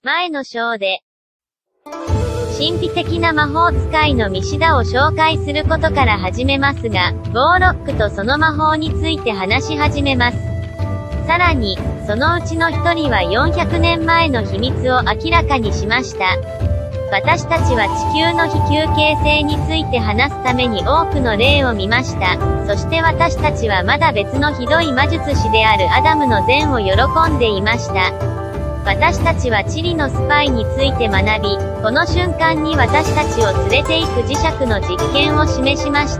前の章で、神秘的な魔法使いのミシダを紹介することから始めますが、ウォーロックとその魔法について話し始めます。さらに、そのうちの一人は400年前の秘密を明らかにしました。私たちは地球の非球形性について話すために多くの例を見ました。そして私たちはまだ別のひどい魔術師であるアダムの善を喜んでいました。私たちは地理のスパイについて学び、この瞬間に私たちを連れて行く磁石の実験を示しました。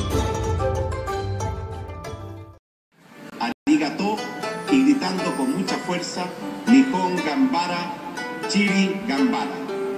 Arigato y gritando con mucha fuerza, Nihon Gambara, Chiri Gambara.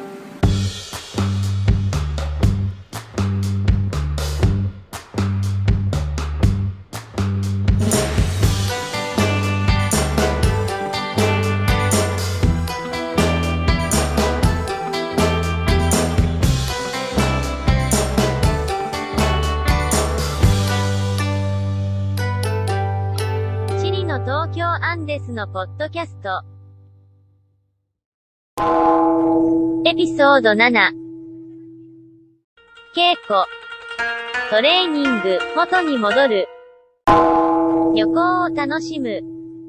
Andes のポッドキャストエピソード7稽古トレーニング元に戻る旅行を楽しむ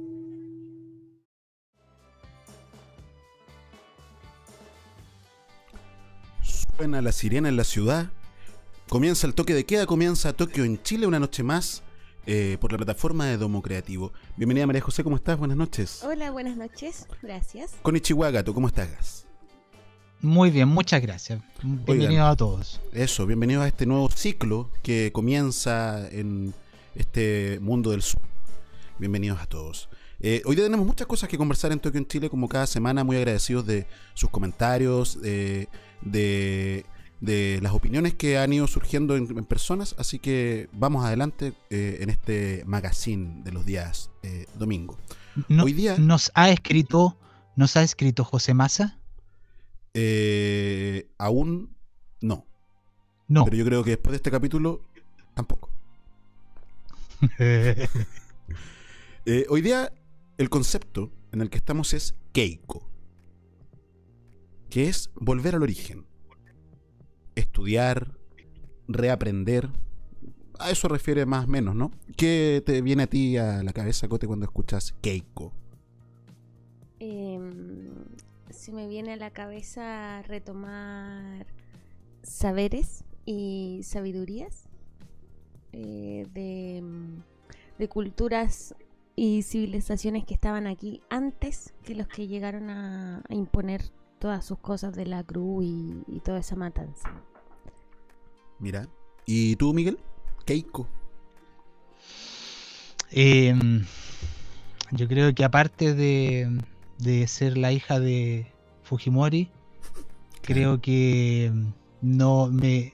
Suena la sirena en la ciudad. Comienza el toque de queda, comienza Tokio en Chile, una noche más. Por la plataforma de Domo Creativo. Bienvenida María José, ¿cómo estás? Buenas noches. Hola, buenas noches, gracias. Konnichiwa, Gato, ¿cómo estás, Gas? Muy bien, muchas gracias. Bienvenidos a todos. Eso, bienvenidos a este nuevo ciclo que comienza en este mundo del sur. Bienvenidos a todos. Hoy día tenemos muchas cosas que conversar en Tokio en Chile, como cada semana, muy agradecidos de sus comentarios, de las opiniones que han ido surgiendo en personas, así que vamos adelante en este magazine de los días domingo. Hoy día ¿Nos ha escrito José Massa? Aún no. No. Pero yo creo que después de este capítulo tampoco. Hoy día el concepto en el que estamos es Keiko, que es volver al origen. Estudiar, reaprender, a eso refiere más o menos, ¿no? ¿Qué te viene a ti a la cabeza, Cote, cuando escuchas Keiko? Se me viene a la cabeza retomar saberes y sabidurías de culturas y civilizaciones que estaban aquí antes que los que llegaron a imponer todas sus cosas de la cruz y toda esa matanza. Mira, ¿y tú, Miguel? Keiko. Yo creo que aparte de ser la hija de Fujimori, creo que no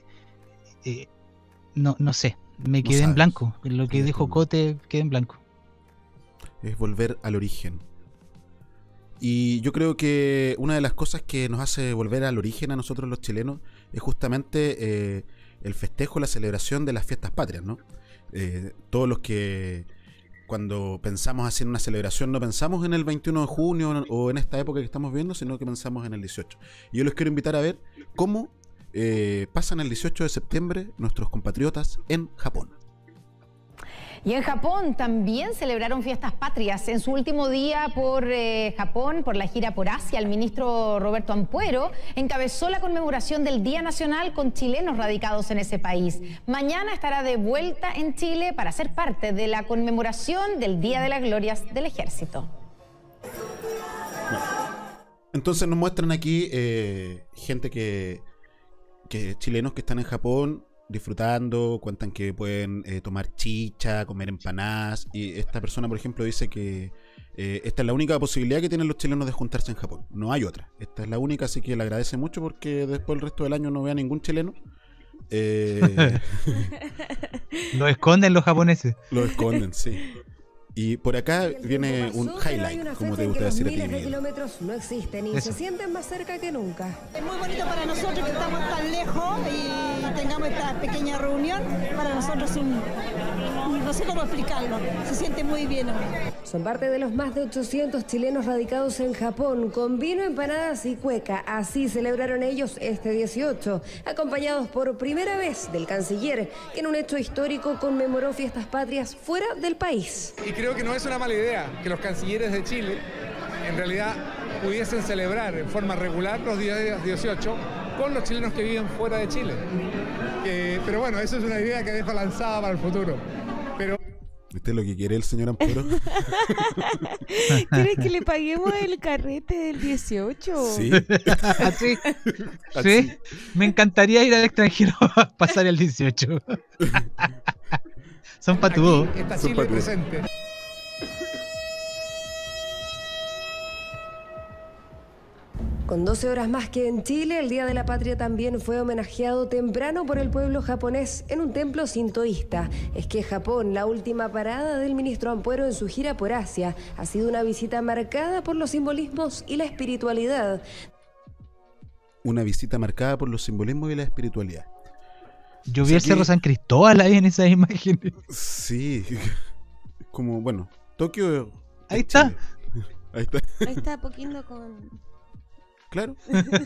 sé, me quedé en blanco. Lo que dijo Cote, quedé en blanco. Es volver al origen. Y yo creo que una de las cosas que nos hace volver al origen a nosotros los chilenos es justamente el festejo, la celebración de las fiestas patrias, ¿no? Todos los que cuando pensamos así en una celebración no pensamos en el 21 de junio o en esta época que estamos viendo, sino que pensamos en el 18. Y yo los quiero invitar a ver cómo pasan el 18 de septiembre nuestros compatriotas en Japón. Y en Japón también celebraron fiestas patrias. En su último día por Japón, por la gira por Asia, el ministro Roberto Ampuero encabezó la conmemoración del Día Nacional con chilenos radicados en ese país. Mañana estará de vuelta en Chile para ser parte de la conmemoración del Día de las Glorias del Ejército. Bueno, entonces nos muestran aquí gente que chilenos que están en Japón disfrutando, cuentan que pueden tomar chicha, comer empanadas, y esta persona, por ejemplo, dice que esta es la única posibilidad que tienen los chilenos de juntarse en Japón, no hay otra, esta es la única, así que le agradece mucho porque después el resto del año no vea ningún chileno. Lo esconden los japoneses. Lo esconden, sí. Y por acá viene un highlight, como te gusta decir a ti, miles de Miguel. kilómetros no existen y se sienten más cerca que nunca. Es muy bonito para nosotros que estamos tan lejos y tengamos esta pequeña reunión. Para nosotros es no sé cómo explicarlo, se siente muy bien ahora. Son parte de los más de 800 chilenos radicados en Japón, con vino, empanadas y cueca. Así celebraron ellos este 18, acompañados por primera vez del canciller, que en un hecho histórico conmemoró fiestas patrias fuera del país. Y creo que no es una mala idea que los cancilleres de Chile, en realidad, pudiesen celebrar en forma regular los días 18 con los chilenos que viven fuera de Chile. Pero bueno, eso es una idea que dejo lanzada para el futuro. Pero... ¿Este es lo que quiere el señor Ampuero? ¿Quieres que le paguemos el carrete del 18? Sí. Sí. Sí. Me encantaría ir al extranjero a pasar el 18. Son patudos. Está Chile presente. Con 12 horas más que en Chile, el Día de la Patria también fue homenajeado temprano por el pueblo japonés en un templo sintoísta. Es que Japón, la última parada del ministro Ampuero en su gira por Asia, ha sido una visita marcada por los simbolismos y la espiritualidad. Una visita marcada por los simbolismos y la espiritualidad. Yo vi el Cerro San Cristóbal ahí en esas imágenes. Sí, como, bueno, Tokio... Ahí está. Chile. Ahí está. Ahí está Poquindo con... Claro.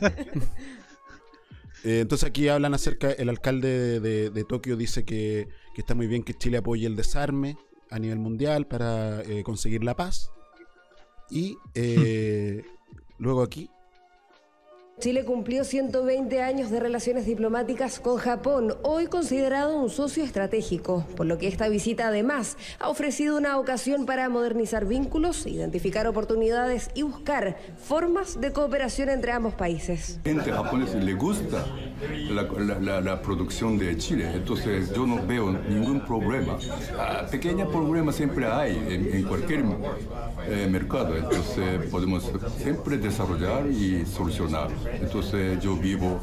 Entonces aquí hablan acerca, el alcalde de Tokio dice que está muy bien que Chile apoye el desarme a nivel mundial para conseguir la paz. Y luego aquí... Chile cumplió 120 años de relaciones diplomáticas con Japón, hoy considerado un socio estratégico, por lo que esta visita además ha ofrecido una ocasión para modernizar vínculos, identificar oportunidades y buscar formas de cooperación entre ambos países. A la gente japonesa le gusta la producción de Chile, entonces yo no veo ningún problema. Pequeños problemas siempre hay en cualquier mercado, entonces podemos siempre desarrollar y solucionar. Entonces yo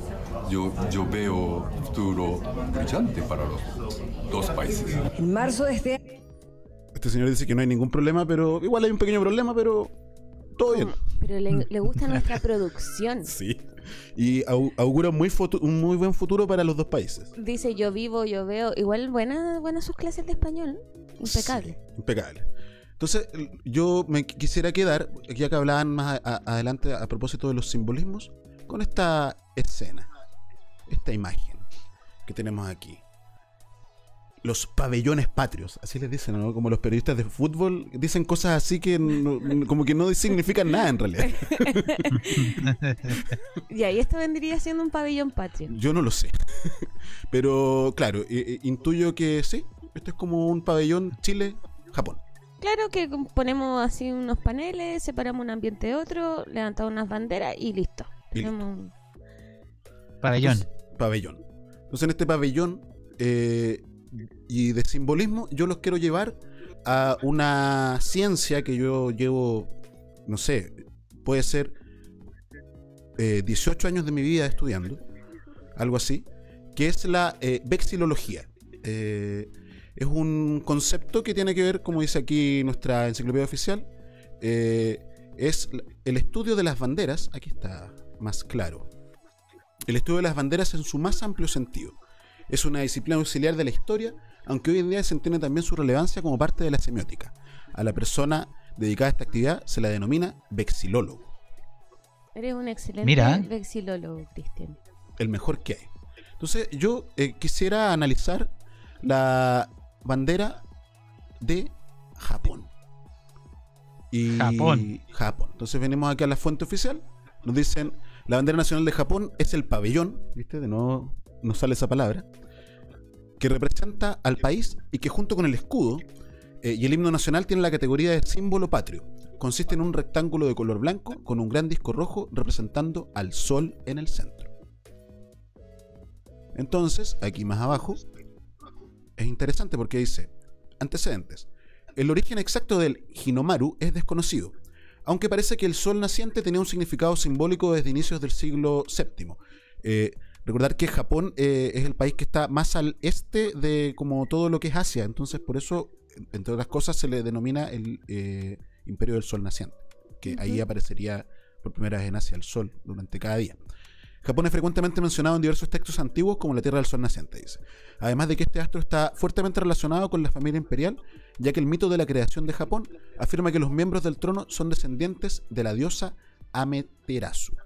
veo futuro brillante para los dos países. En marzo de este año... Este señor dice que no hay ningún problema, pero igual hay un pequeño problema, pero todo bien. Pero le gusta nuestra producción. Sí. Y augura un muy buen futuro para los dos países. Dice yo vivo, yo veo. Igual buenas sus clases de español. Impecable. Sí, impecable. Entonces, yo me quisiera quedar, ya que hablaban más adelante a propósito de los simbolismos, con esta escena, esta imagen que tenemos aquí. Los pabellones patrios, así les dicen, ¿no? Como los periodistas de fútbol dicen cosas así que como que no significan nada en realidad. Y ahí esto vendría siendo un pabellón patrio. Yo no lo sé. Pero claro, intuyo que sí, esto es como un pabellón Chile-Japón. Claro que ponemos así unos paneles, separamos un ambiente de otro, levantamos unas banderas y listo. Tenemos... Pabellón. Pabellón. Entonces en este pabellón y de simbolismo yo los quiero llevar a una ciencia que yo llevo, no sé, puede ser 18 años de mi vida estudiando, algo así, que es la vexilología. Es un concepto que tiene que ver, como dice aquí nuestra enciclopedia oficial, es el estudio de las banderas. Aquí está más claro. El estudio de las banderas en su más amplio sentido. Es una disciplina auxiliar de la historia, aunque hoy en día se entiende también su relevancia como parte de la semiótica. A la persona dedicada a esta actividad se la denomina vexilólogo. Eres un excelente vexilólogo, Cristian. El mejor que hay. Entonces yo quisiera analizar la bandera de Japón. Japón. Entonces venimos aquí a la fuente oficial. Nos dicen, la bandera nacional de Japón es el pabellón, ¿viste? De nuevo nos sale esa palabra, que representa al país y que junto con el escudo y el himno nacional tiene la categoría de símbolo patrio. Consiste en un rectángulo de color blanco con un gran disco rojo representando al sol en el centro. Entonces, aquí más abajo, es interesante porque dice, antecedentes. El origen exacto del Hinomaru es desconocido, aunque parece que el sol naciente tenía un significado simbólico desde inicios del siglo VII. Recordar que Japón es el país que está más al este de como todo lo que es Asia, entonces por eso, entre otras cosas, se le denomina el Imperio del Sol Naciente, que ahí aparecería por primera vez en Asia el sol durante cada día. Japón es frecuentemente mencionado en diversos textos antiguos como la Tierra del Sol naciente, dice. Además de que este astro está fuertemente relacionado con la familia imperial, ya que el mito de la creación de Japón afirma que los miembros del trono son descendientes de la diosa Amaterasu.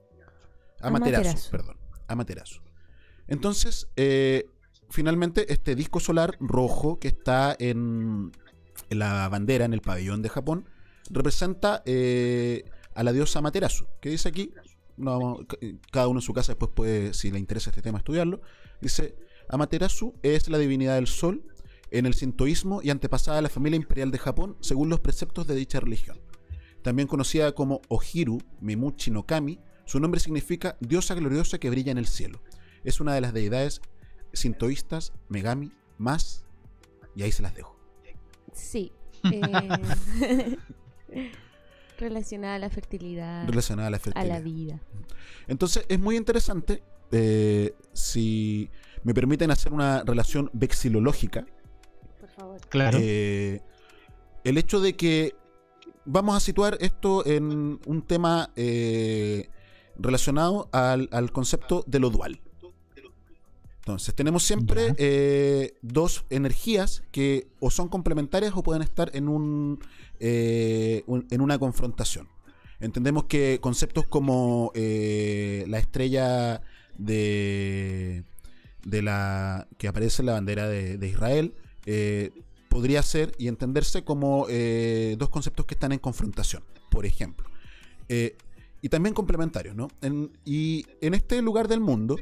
Amaterasu. Entonces, finalmente, este disco solar rojo que está en la bandera, en el pabellón de Japón, representa a la diosa Amaterasu, que dice aquí, no, cada uno en su casa después puede, si le interesa este tema, estudiarlo. Dice: Amaterasu es la divinidad del sol en el sintoísmo y antepasada de la familia imperial de Japón según los preceptos de dicha religión. También conocida como Ohiru Mimuchi no Kami, su nombre significa diosa gloriosa que brilla en el cielo. Es una de las deidades sintoístas Megami más, y ahí se las dejo. Sí. Relacionada a la fertilidad. A la vida. Entonces es muy interesante, si me permiten hacer una relación vexilológica. Por favor. Claro. El hecho de que vamos a situar esto en un tema relacionado al concepto de lo dual. Entonces tenemos siempre dos energías que o son complementarias o pueden estar en una confrontación. Entendemos que conceptos como la estrella que aparece en la bandera de Israel podría ser y entenderse como dos conceptos que están en confrontación, por ejemplo. Y también complementarios, ¿no? Y en este lugar del mundo,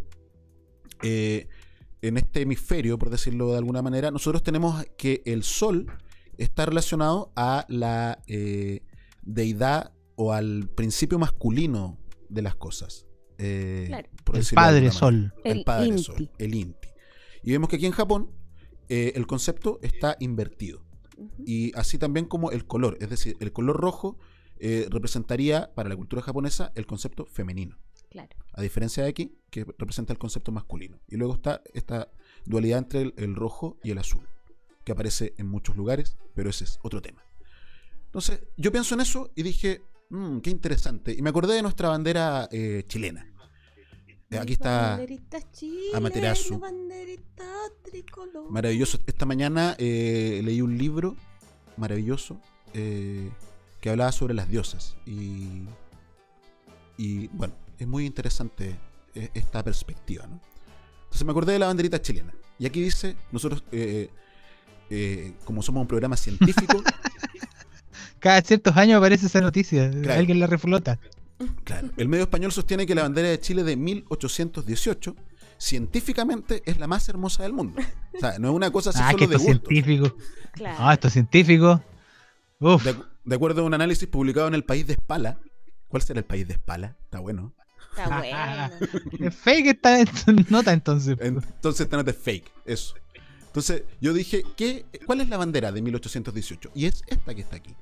en este hemisferio, por decirlo de alguna manera, nosotros tenemos que el Sol está relacionado a la deidad o al principio masculino de las cosas. Claro. El Padre Sol. El Padre Sol, el Inti. Y vemos que aquí en Japón el concepto está invertido. Y así también como el color, es decir, el color rojo representaría para la cultura japonesa el concepto femenino. Claro. A diferencia de aquí, que representa el concepto masculino. Y luego está esta dualidad entre el rojo y el azul, que aparece en muchos lugares, pero ese es otro tema. Entonces, yo pienso en eso y dije, qué interesante. Y me acordé de nuestra bandera chilena. Aquí está Amaterasu. Maravilloso. Esta mañana leí un libro maravilloso que hablaba sobre las diosas. Y bueno, es muy interesante esta perspectiva, ¿no? Entonces me acordé de la banderita chilena. Y aquí dice, nosotros, como somos un programa científico... Cada ciertos años aparece esa noticia. Claro. Alguien la reflota. Claro. El medio español sostiene que la bandera de Chile de 1818 científicamente es la más hermosa del mundo. O sea, no es una cosa así solo de gusto. Científico. Claro. Esto es científico. Uf. De acuerdo a un análisis publicado en el País de Espala. ¿Cuál será el País de Espala? Está bueno. Está bueno. Es fake esta nota entonces. Entonces esta nota es fake, eso. Entonces yo dije, ¿cuál es la bandera de 1818? Y es esta que está aquí.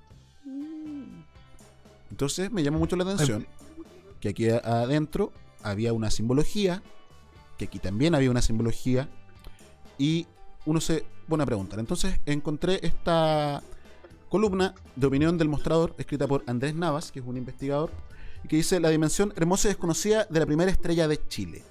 Entonces me llamó mucho la atención que aquí adentro había una simbología, que aquí también había una simbología, y uno se pone a preguntar. Entonces encontré esta columna de opinión del mostrador, escrita por Andrés Navas, que es un investigador, y que dice: la dimensión hermosa y desconocida de la primera estrella de Chile.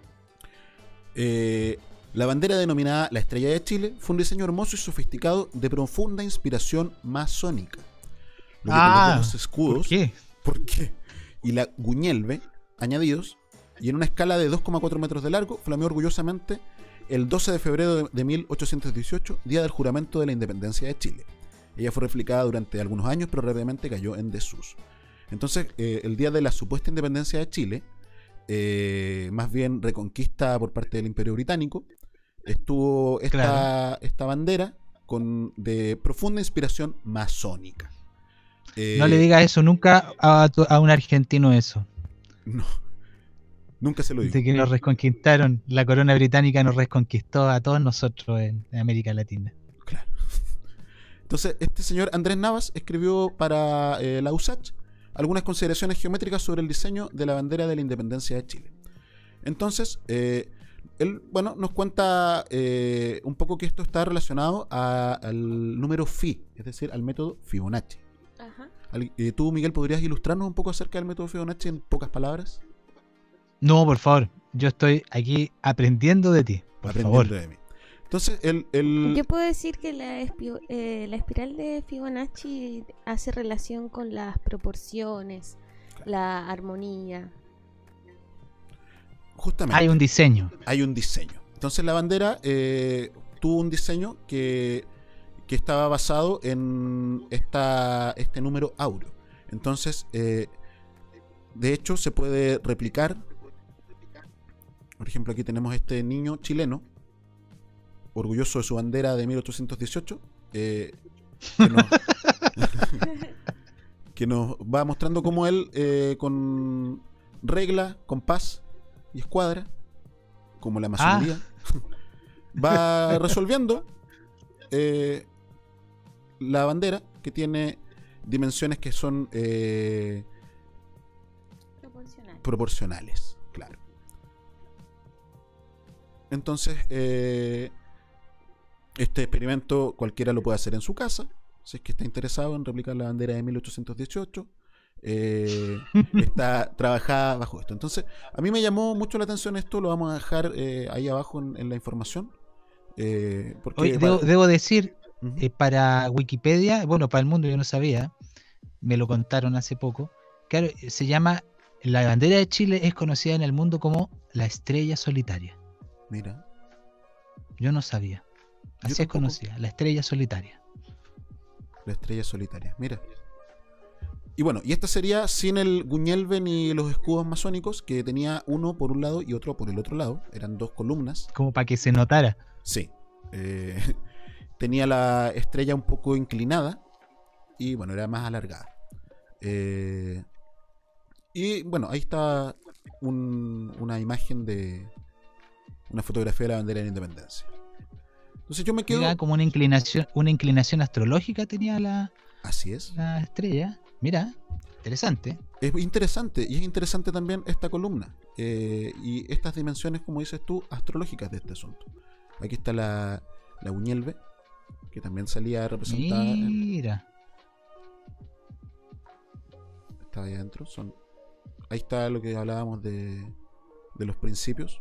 La bandera denominada la Estrella de Chile fue un diseño hermoso y sofisticado de profunda inspiración masónica. Lo que colocó los escudos, ¿por qué? Y la guñelve añadidos, y en una escala de 2,4 metros de largo, flameó orgullosamente el 12 de febrero de 1818, día del juramento de la independencia de Chile. Ella fue replicada durante algunos años, pero rápidamente cayó en desuso. Entonces, el día de la supuesta independencia de Chile, más bien reconquista por parte del Imperio Británico, estuvo esta bandera de profunda inspiración masónica. No le digas eso nunca a un argentino eso. No, nunca se lo digo. De que nos reconquistaron, la corona británica nos reconquistó a todos nosotros en América Latina. Claro. Entonces, este señor Andrés Navas escribió para la USACH algunas consideraciones geométricas sobre el diseño de la bandera de la independencia de Chile. Entonces, él, bueno, nos cuenta un poco que esto está relacionado al número Phi, es decir, al método Fibonacci. Ajá. ¿Tú, Miguel, podrías ilustrarnos un poco acerca del método Fibonacci en pocas palabras? No, por favor. Yo estoy aquí aprendiendo de ti. Por aprendiendo favor. de mí. Entonces, Yo puedo decir que la espiral de Fibonacci hace relación con las proporciones, la armonía. Justamente. Hay un diseño. Hay un diseño. Entonces la bandera tuvo un diseño que estaba basado en este número áureo. Entonces, de hecho, se puede replicar. Por ejemplo, aquí tenemos este niño chileno, orgulloso de su bandera de 1818, que nos va mostrando cómo él, con regla, compás y escuadra, como la masonería, va resolviendo la bandera, que tiene dimensiones que son proporcionales, claro. Entonces, este experimento cualquiera lo puede hacer en su casa, si es que está interesado en replicar la bandera de 1818. Está trabajada bajo esto. Entonces, a mí me llamó mucho la atención esto, lo vamos a dejar ahí abajo en la información. Porque Oye, debo decir, para Wikipedia, bueno, para el mundo yo no sabía, me lo contaron hace poco, claro, se llama, la bandera de Chile es conocida en el mundo como la estrella solitaria. Mira. Yo no sabía. Así es conocida, la estrella solitaria. La estrella solitaria, mira. Y bueno, y esta sería sin el Guñelve ni los escudos masónicos, que tenía uno por un lado y otro por el otro lado. Eran dos columnas. Como para que se notara. Sí. Tenía la estrella un poco inclinada y bueno, era más alargada. Y bueno, ahí está una imagen de una fotografía de la bandera de la independencia. Entonces yo me quedo... Mira, como una inclinación astrológica tenía Así es. La estrella. Mira, interesante. Es interesante, y es interesante también esta columna y estas dimensiones, como dices tú, astrológicas de este asunto. Aquí está la Uñelve, que también salía representada. Mira. Está ahí adentro. Ahí está lo que hablábamos de los principios.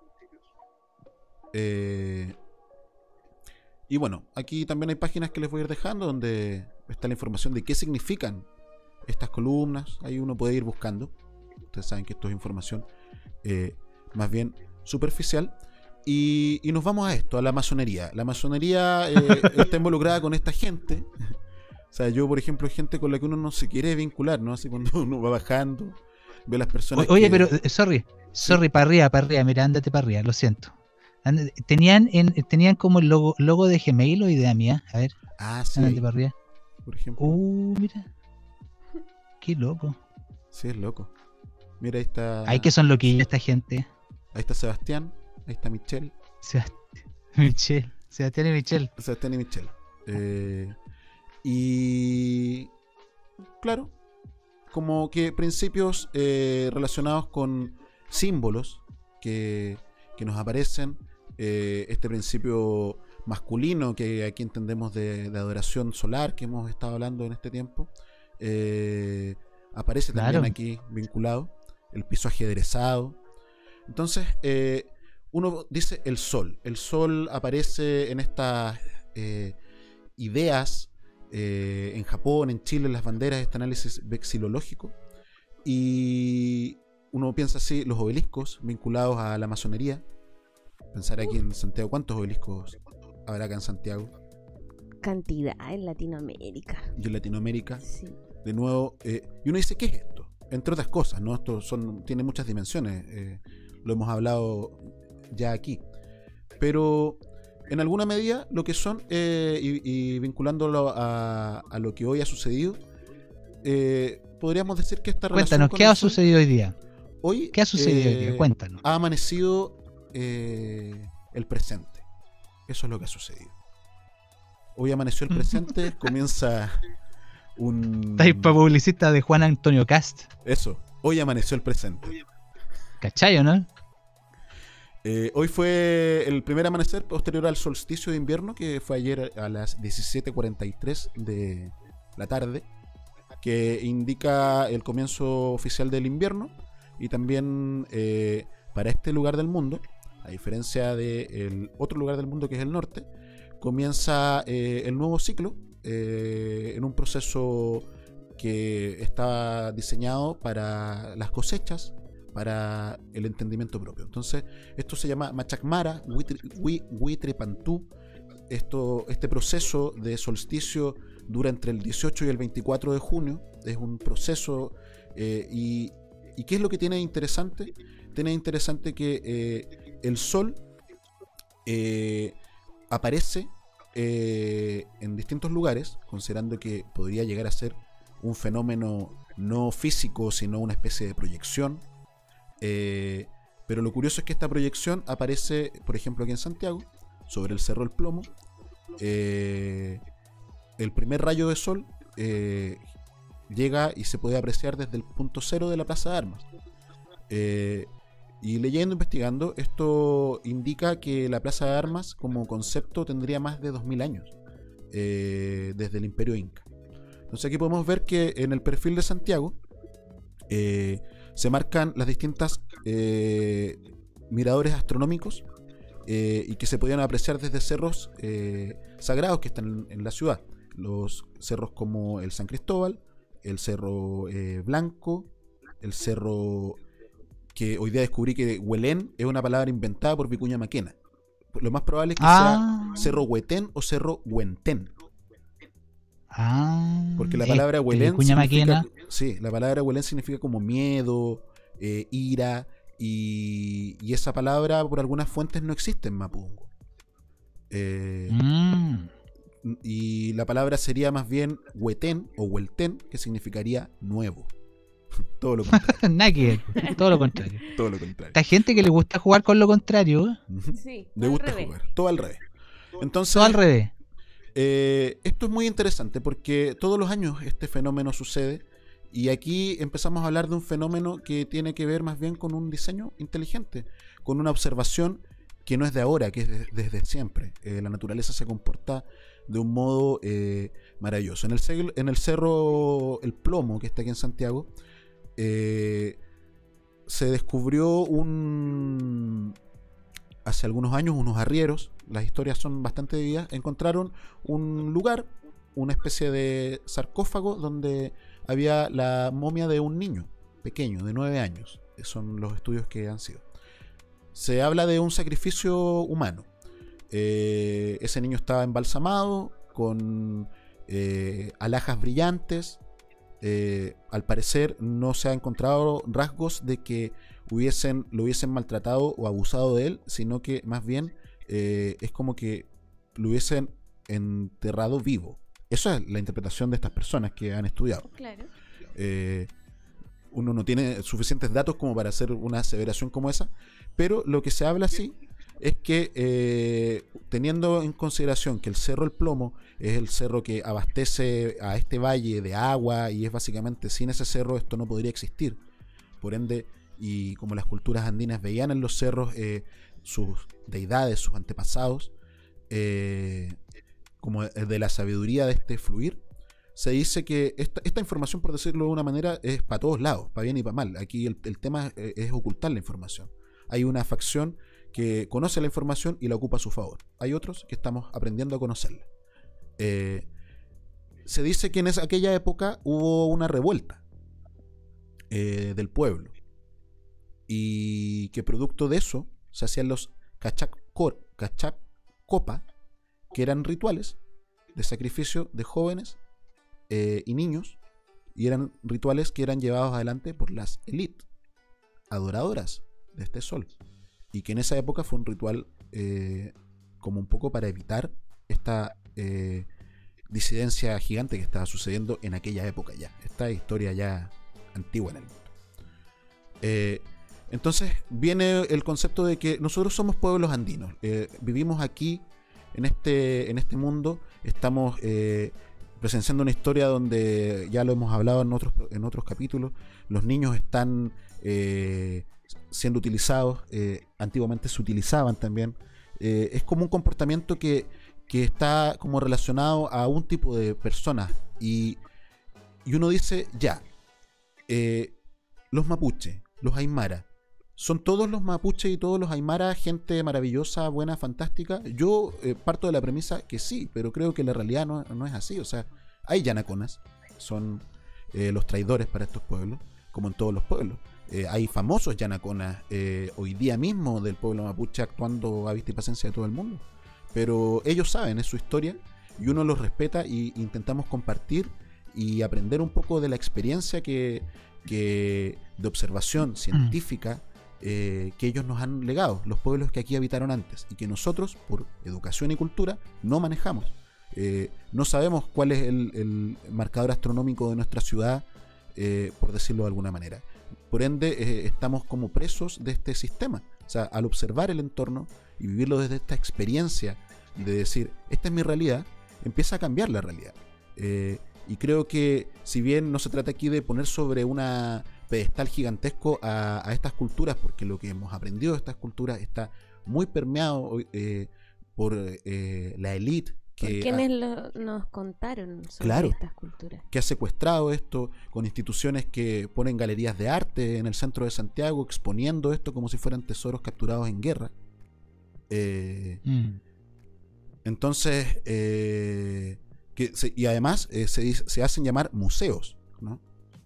Y bueno, aquí también hay páginas que les voy a ir dejando donde está la información de qué significan estas columnas. Ahí uno puede ir buscando. Ustedes saben que esto es información más bien superficial. Y nos vamos a esto, a la masonería. La masonería está involucrada con esta gente. O sea, yo, por ejemplo, hay gente con la que uno no se quiere vincular, ¿no? Así cuando uno va bajando, ve a las personas. Oye, pero, sorry, para arriba, mira, ándate para arriba, lo siento. Tenían como el logo de Gmail o idea mía. A ver. Sí. Ándate para arriba. Por ejemplo. Mira. Qué loco. Sí, es loco. Mira, ahí está. Ay, que son loquillos esta gente. Ahí está Sebastián. Ahí está Michelle. Sebastián y Michelle. Sebastián y Michelle. Y claro, como que principios relacionados con símbolos que nos aparecen. Este principio masculino que aquí entendemos de adoración solar que hemos estado hablando en este tiempo, aparece también aquí vinculado. El piso ajedrezado. Entonces, uno dice el sol. El sol aparece en estas ideas en Japón, en Chile, en las banderas, este análisis vexilológico. Y uno piensa así, los obeliscos vinculados a la masonería. Pensar aquí en Santiago, ¿cuántos obeliscos habrá acá en Santiago? Cantidad en Latinoamérica. Y en Latinoamérica, sí. De nuevo, y uno dice, ¿qué es esto? Entre otras cosas, ¿no? Esto tiene muchas dimensiones, lo hemos hablado ya aquí. Pero en alguna medida lo que son, y vinculándolo a lo que hoy ha sucedido, podríamos decir que esta relación... Cuéntanos, ¿qué ha sucedido hoy día? ¿Qué ha sucedido hoy día? Cuéntanos. Ha amanecido el presente. Eso es lo que ha sucedido. Hoy amaneció el presente, comienza un... Taipa publicista de Juan Antonio Cast. Eso, hoy amaneció el presente. ¿Cachayo, no? Hoy fue el primer amanecer posterior al solsticio de invierno, que fue ayer a las 17:43 de la tarde, que indica el comienzo oficial del invierno, y también para este lugar del mundo, a diferencia del otro lugar del mundo que es el norte, comienza el nuevo ciclo en un proceso que está diseñado para las cosechas, para el entendimiento propio. Entonces, esto se llama Machacmara, Huitrepantú. Este proceso de solsticio dura entre el 18 y el 24 de junio. Es un proceso. ¿Y qué es lo que tiene interesante? Tiene interesante que el sol aparece en distintos lugares, considerando que podría llegar a ser un fenómeno no físico, sino una especie de proyección. Pero lo curioso es que esta proyección aparece, por ejemplo, aquí en Santiago, sobre el Cerro El Plomo. El primer rayo de sol llega y se puede apreciar desde el punto cero de la Plaza de Armas. Y leyendo, investigando, esto indica que la Plaza de Armas como concepto tendría más de 2000 años, desde el Imperio Inca. Entonces aquí podemos ver que en el perfil de Santiago se marcan las distintas miradores astronómicos y que se podían apreciar desde cerros sagrados que están en la ciudad. Los cerros como el San Cristóbal, el Cerro Blanco, el cerro que hoy día descubrí que Huelén es una palabra inventada por Vicuña Maquena. Lo más probable es que sea Cerro Huetén o Cerro Huentén. Porque la palabra Huelén significa, la palabra Huelén significa como miedo, ira, y esa palabra por algunas fuentes no existe en Mapungo. Y la palabra sería más bien Huetén o Hueltén, que significaría nuevo. Todo lo contrario. Todo lo contrario. Todo lo contrario. Hay gente que le gusta jugar con lo contrario. Sí, le gusta jugar. Todo al revés. Entonces, todo al revés. Esto es muy interesante porque todos los años este fenómeno sucede, y aquí empezamos a hablar de un fenómeno que tiene que ver más bien con un diseño inteligente, con una observación que no es de ahora, que es desde siempre. La naturaleza se comporta de un modo maravilloso. En el cerro El Plomo, que está aquí en Santiago, se descubrió hace algunos años unos arrieros. Las historias son bastante vividas. Encontraron un lugar, una especie de sarcófago donde había la momia de un niño pequeño de 9 años. Son los estudios que han sido. Se habla de un sacrificio humano. Ese niño estaba embalsamado con alhajas brillantes. Al parecer no se ha encontrado rasgos de que lo hubiesen maltratado o abusado de él, sino que más bien es como que lo hubiesen enterrado vivo. Esa es la interpretación de estas personas que han estudiado. Claro. Uno no tiene suficientes datos como para hacer una aseveración como esa, pero lo que se habla sí es que teniendo en consideración que el Cerro El Plomo es el cerro que abastece a este valle de agua, y es básicamente, sin ese cerro esto no podría existir. Por ende, y como las culturas andinas veían en los cerros sus deidades, sus antepasados, como de la sabiduría de este fluir, se dice que esta información, por decirlo de una manera, es para todos lados, para bien y para mal. Aquí el tema es ocultar la información. Hay una facción que conoce la información y la ocupa a su favor. Hay otros que estamos aprendiendo a conocerla. Se dice que en aquella época hubo una revuelta del pueblo, y que producto de eso se hacían los cachacopa, que eran rituales de sacrificio de jóvenes y niños, y eran rituales que eran llevados adelante por las élites adoradoras de este sol, y que en esa época fue un ritual como un poco para evitar esta disidencia gigante que estaba sucediendo en aquella época ya. Esta historia ya antigua en el mundo. Entonces viene el concepto de que nosotros somos pueblos andinos, vivimos aquí en este mundo, estamos presenciando una historia donde, ya lo hemos hablado en otros capítulos, los niños están siendo utilizados, antiguamente se utilizaban también. Es como un comportamiento que está como relacionado a un tipo de personas, y uno dice, ya, los mapuches, los aymara. ¿Son todos los mapuches y todos los aymara gente maravillosa, buena, fantástica? Yo parto de la premisa que sí, pero creo que la realidad no es así. O sea, hay yanaconas, son los traidores para estos pueblos, como en todos los pueblos. Hay famosos yanaconas hoy día mismo del pueblo mapuche actuando a vista y paciencia de todo el mundo. Pero ellos saben, es su historia, y uno los respeta y intentamos compartir y aprender un poco de la experiencia de observación científica que ellos nos han legado, los pueblos que aquí habitaron antes y que nosotros, por educación y cultura, no manejamos. No sabemos cuál es el marcador astronómico de nuestra ciudad, por decirlo de alguna manera. Por ende, estamos como presos de este sistema. O sea, al observar el entorno y vivirlo desde esta experiencia de decir, esta es mi realidad, empieza a cambiar la realidad. Y creo que, si bien no se trata aquí de poner sobre una pedestal gigantesco a estas culturas, porque lo que hemos aprendido de estas culturas está muy permeado por la élite. ¿Quiénes nos contaron sobre estas culturas? Que ha secuestrado esto con instituciones que ponen galerías de arte en el centro de Santiago, exponiendo esto como si fueran tesoros capturados en guerra. Entonces, y además se hacen llamar museos, ¿no?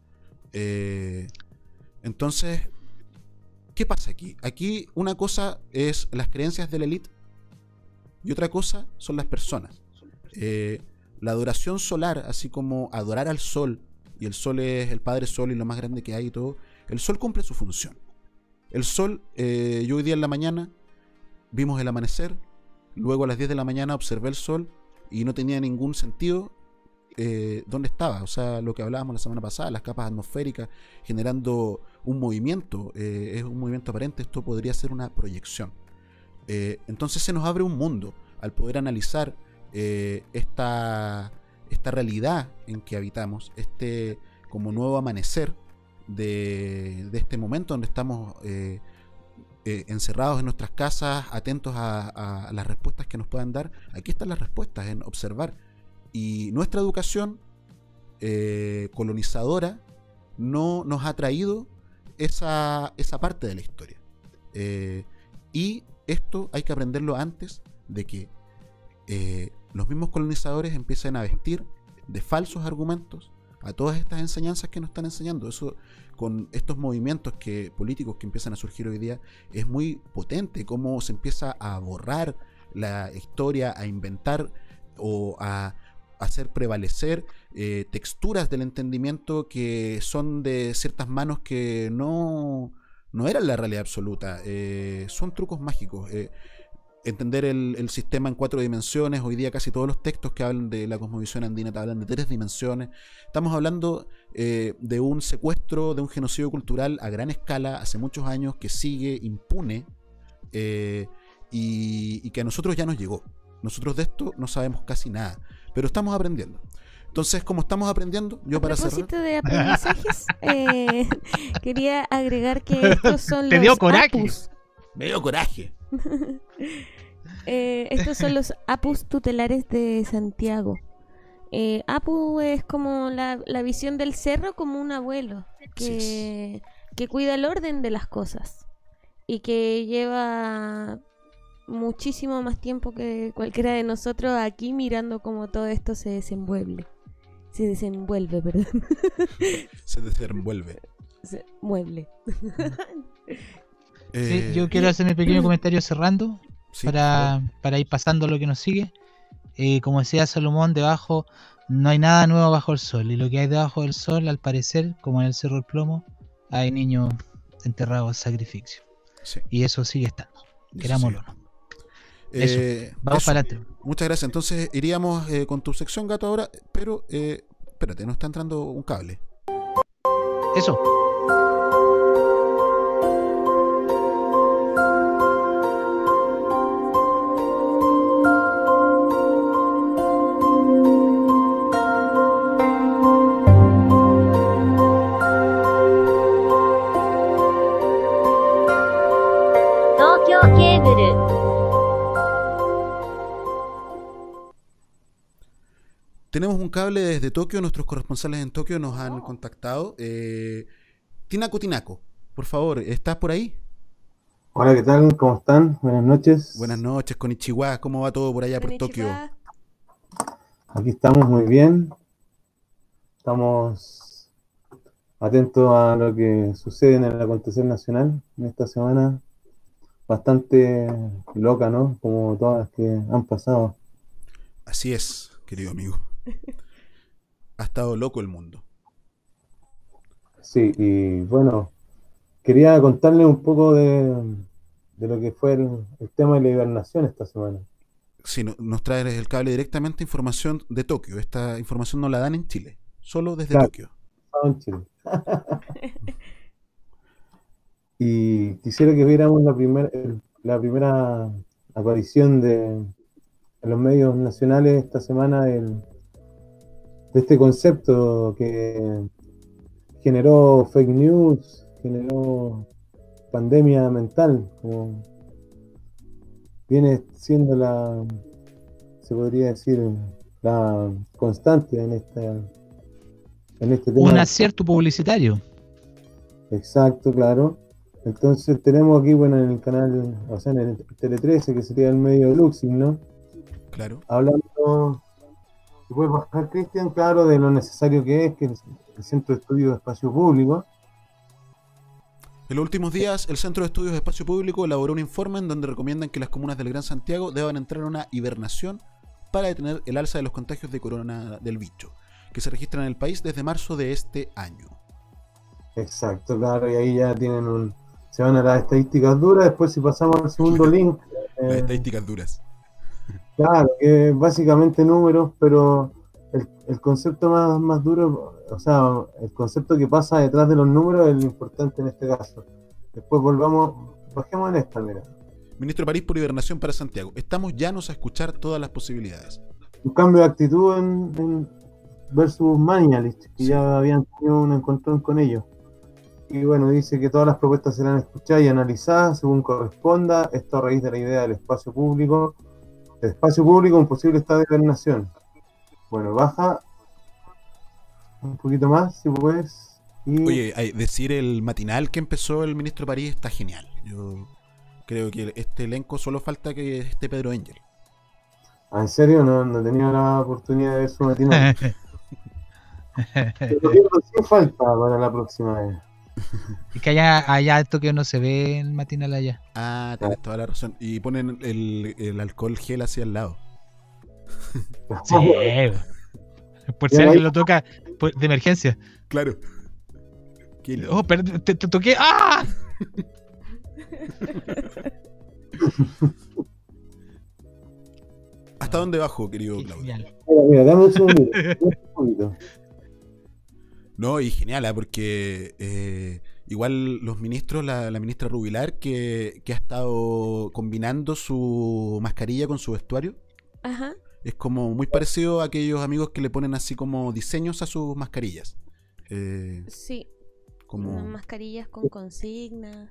Entonces, ¿qué pasa aquí? Aquí una cosa es las creencias de la élite y otra cosa son las personas. La adoración solar, así como adorar al sol, y el sol es el Padre Sol y lo más grande que hay y todo, el sol cumple su función. El sol, yo hoy día en la mañana vimos el amanecer, luego a las 10 de la mañana observé el sol y no tenía ningún sentido dónde estaba. O sea, lo que hablábamos la semana pasada, las capas atmosféricas generando un movimiento, es un movimiento aparente, esto podría ser una proyección. Entonces se nos abre un mundo al poder analizar esta realidad en que habitamos, como nuevo amanecer de este momento donde estamos encerrados en nuestras casas, atentos a las respuestas que nos puedan dar. Aquí están las respuestas, en observar. Y nuestra educación colonizadora no nos ha traído esa parte de la historia. Y esto hay que aprenderlo antes de que los mismos colonizadores empiecen a vestir de falsos argumentos a todas estas enseñanzas que nos están enseñando. Eso, con estos movimientos políticos que empiezan a surgir hoy día, es muy potente cómo se empieza a borrar la historia, a inventar o a hacer prevalecer texturas del entendimiento que son de ciertas manos que no eran la realidad absoluta. Son trucos mágicos. Entender el sistema en 4 dimensiones. Hoy día casi todos los textos que hablan de la cosmovisión andina te hablan de 3 dimensiones. Estamos hablando de un secuestro, de un genocidio cultural a gran escala hace muchos años que sigue impune y que a nosotros ya nos llegó. Nosotros de esto no sabemos casi nada, pero estamos aprendiendo. Entonces, como estamos aprendiendo, yo para cerrar... A propósito de aprendizajes, quería agregar que estos son Te los dio coraje. apus. Me dio coraje. Estos son los apus tutelares de Santiago. Apu es como la visión del cerro como un abuelo que cuida el orden de las cosas y que lleva muchísimo más tiempo que cualquiera de nosotros aquí mirando cómo todo esto se desenvuelve. Se desenvuelve. Se mueble. Sí, yo quiero hacer mi pequeño comentario cerrando, para ir pasando a lo que nos sigue. Como decía Salomón, debajo no hay nada nuevo bajo el sol, y lo que hay debajo del sol, al parecer, como en el Cerro del Plomo, hay niños enterrados en sacrificio. Sí. Y eso sigue estando, querámoslo o no. Eso, vamos para adelante. Muchas gracias. Entonces iríamos con tu sección, Gato, ahora, pero espérate, nos está entrando un cable. Eso. Tenemos un cable desde Tokio, nuestros corresponsales en Tokio nos han contactado. Tinako Tinako, por favor, ¿estás por ahí? Hola, ¿qué tal? ¿Cómo están? Buenas noches. Buenas noches, Konnichiwa. ¿Cómo va todo por allá por Tokio? Aquí estamos muy bien. Estamos atentos a lo que sucede en el acontecer nacional en esta semana. Bastante loca, ¿no? Como todas las que han pasado. Así es, querido amigo. Ha estado loco el mundo. Sí, y bueno, quería contarles un poco de lo que fue el tema de la hibernación esta semana. Sí, nos trae el cable directamente información de Tokio. Esta información no la dan en Chile, solo desde Tokio. En Chile. Y quisiera que viéramos la primera aparición en los medios nacionales esta semana de este concepto que generó fake news, generó pandemia mental, como viene siendo se podría decir, la constante en este tema. Un acierto publicitario. Exacto, claro. Entonces tenemos aquí, bueno, en el canal, o sea, en el Tele 13, que sería el medio de Luxing, ¿no? Claro. Hablando, si puedes bajar, Cristian, claro, de lo necesario que es que el Centro de Estudios de Espacio Público. En los últimos días, el Centro de Estudios de Espacio Público elaboró un informe en donde recomiendan que las comunas del Gran Santiago deban entrar en una hibernación para detener el alza de los contagios de corona del bicho, que se registran en el país desde marzo de este año. Exacto, claro, y ahí ya se van a las estadísticas duras. Después, si pasamos al segundo link. Las estadísticas duras. Claro, que básicamente números, pero el concepto más duro, o sea, el concepto que pasa detrás de los números es lo importante en este caso. Después bajemos en esta, mira. Ministro París por hibernación para Santiago. Estamos llanos a escuchar todas las posibilidades. Un cambio de actitud en versus Mañalich, que ya habían tenido un encontrón con ellos. Y bueno, dice que todas las propuestas serán escuchadas y analizadas según corresponda, esto a raíz de la idea del espacio público un posible estado de hibernación. Bueno, baja un poquito más, si puedes. Oye, decir el matinal que empezó el ministro París está genial. Yo creo que este elenco solo falta que esté Pedro Engel. ¿En serio? No he tenido la oportunidad de ver su matinal. Pero sí falta para la próxima vez. Es que allá esto que no se ve en matinal allá. Ah, tienes toda la razón. Y ponen el alcohol gel hacia el lado. Sí. Por si alguien lo toca de emergencia. Claro. Oh, pero te toqué. ¡Ah! ¿Hasta dónde bajo, querido Claudio? Mira, dame un segundito. No, y genial, porque igual los ministros, la ministra Rubilar, que ha estado combinando su mascarilla con su vestuario. Ajá. Es como muy parecido a aquellos amigos que le ponen así como diseños a sus mascarillas. Sí. Como unas mascarillas con consignas.